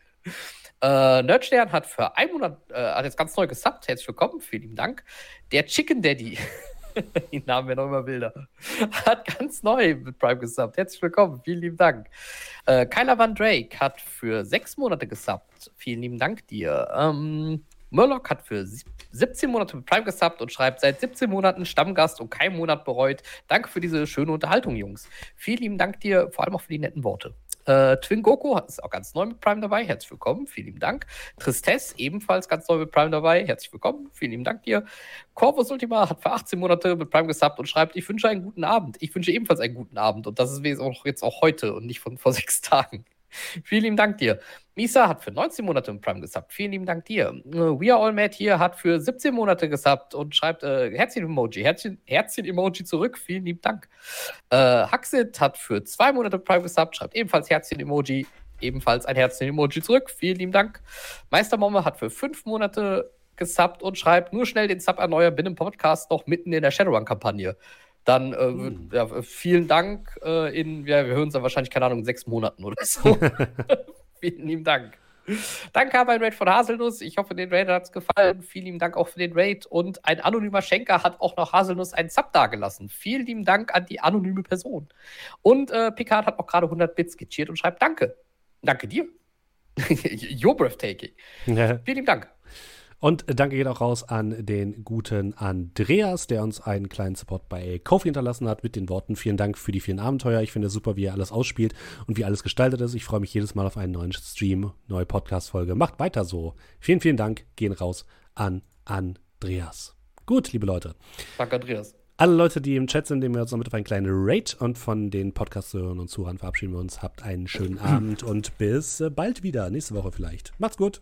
Äh, Nerdstern hat für einen Monat, äh, hat jetzt ganz neu gesubbt. Herzlich willkommen, vielen lieben Dank. Der Chicken Daddy, den Namen werden noch immer wilder, hat ganz neu mit Prime gesubbt. Herzlich willkommen, vielen lieben Dank. Äh, Kyler Van Drake hat für sechs Monate gesubbt. Vielen lieben Dank dir. Ähm, Murloc hat für siebzehn Monate mit Prime gesubbt und schreibt, seit siebzehn Monaten Stammgast und keinen Monat bereut. Danke für diese schöne Unterhaltung, Jungs. Vielen lieben Dank dir, vor allem auch für die netten Worte. Äh, Twin Goku ist auch ganz neu mit Prime dabei. Herzlich willkommen, vielen lieben Dank. Tristesse ebenfalls ganz neu mit Prime dabei. Herzlich willkommen, vielen lieben Dank dir. Corvus Ultima hat für achtzehn Monate mit Prime gesubbt und schreibt, ich wünsche einen guten Abend. Ich wünsche ebenfalls einen guten Abend. Und das ist auch jetzt auch heute und nicht von vor sechs Tagen. Vielen lieben Dank dir. Misa hat für neunzehn Monate im Prime gesubbt. Vielen lieben Dank dir. Uh, We Are All Mad hier hat für siebzehn Monate gesubbt und schreibt äh, Herzchen-Emoji. Herzchen, Herzchen-Emoji zurück. Vielen lieben Dank. Äh, Haxit hat für zwei Monate im Prime gesubbt, schreibt ebenfalls Herzchen-Emoji. Ebenfalls ein Herzchen-Emoji zurück. Vielen lieben Dank. Meistermomme hat für fünf Monate gesubbt und schreibt nur schnell den Sub erneuern, bin im Podcast noch mitten in der Shadowrun-Kampagne. Dann äh, hm. ja, vielen Dank. Äh, in, ja, wir hören uns dann wahrscheinlich, keine Ahnung, in sechs Monaten oder so. Vielen lieben Dank. Danke aber ein Raid von Haselnuss. Ich hoffe, den Raid hat es gefallen. Vielen lieben Dank auch für den Raid. Und ein anonymer Schenker hat auch noch Haselnuss einen Sub dagelassen. Vielen lieben Dank an die anonyme Person. Und äh, Picard hat auch gerade hundert Bits gecheckt und schreibt Danke. Danke dir. You're breathtaking. Ja. Vielen lieben Dank. Und Danke geht auch raus an den guten Andreas, der uns einen kleinen Support bei Ko-fi hinterlassen hat mit den Worten, vielen Dank für die vielen Abenteuer. Ich finde es super, wie er alles ausspielt und wie alles gestaltet ist. Ich freue mich jedes Mal auf einen neuen Stream, neue Podcast-Folge. Macht weiter so. Vielen, vielen Dank. Gehen raus an Andreas. Gut, liebe Leute. Danke, Andreas. Alle Leute, die im Chat sind, nehmen wir uns noch mit auf einen kleinen Raid und von den Podcast-Hörern und Zuhörern verabschieden wir uns. Habt einen schönen Abend und bis bald wieder. Nächste Woche vielleicht. Macht's gut.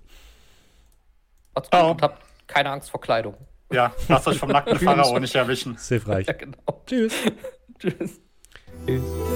Macht's gut und habt keine Angst vor Kleidung. Ja, lasst euch vom nackten Pharao nicht erwischen. Ist hilfreich. Ja, genau. Tschüss. Tschüss. Tschüss.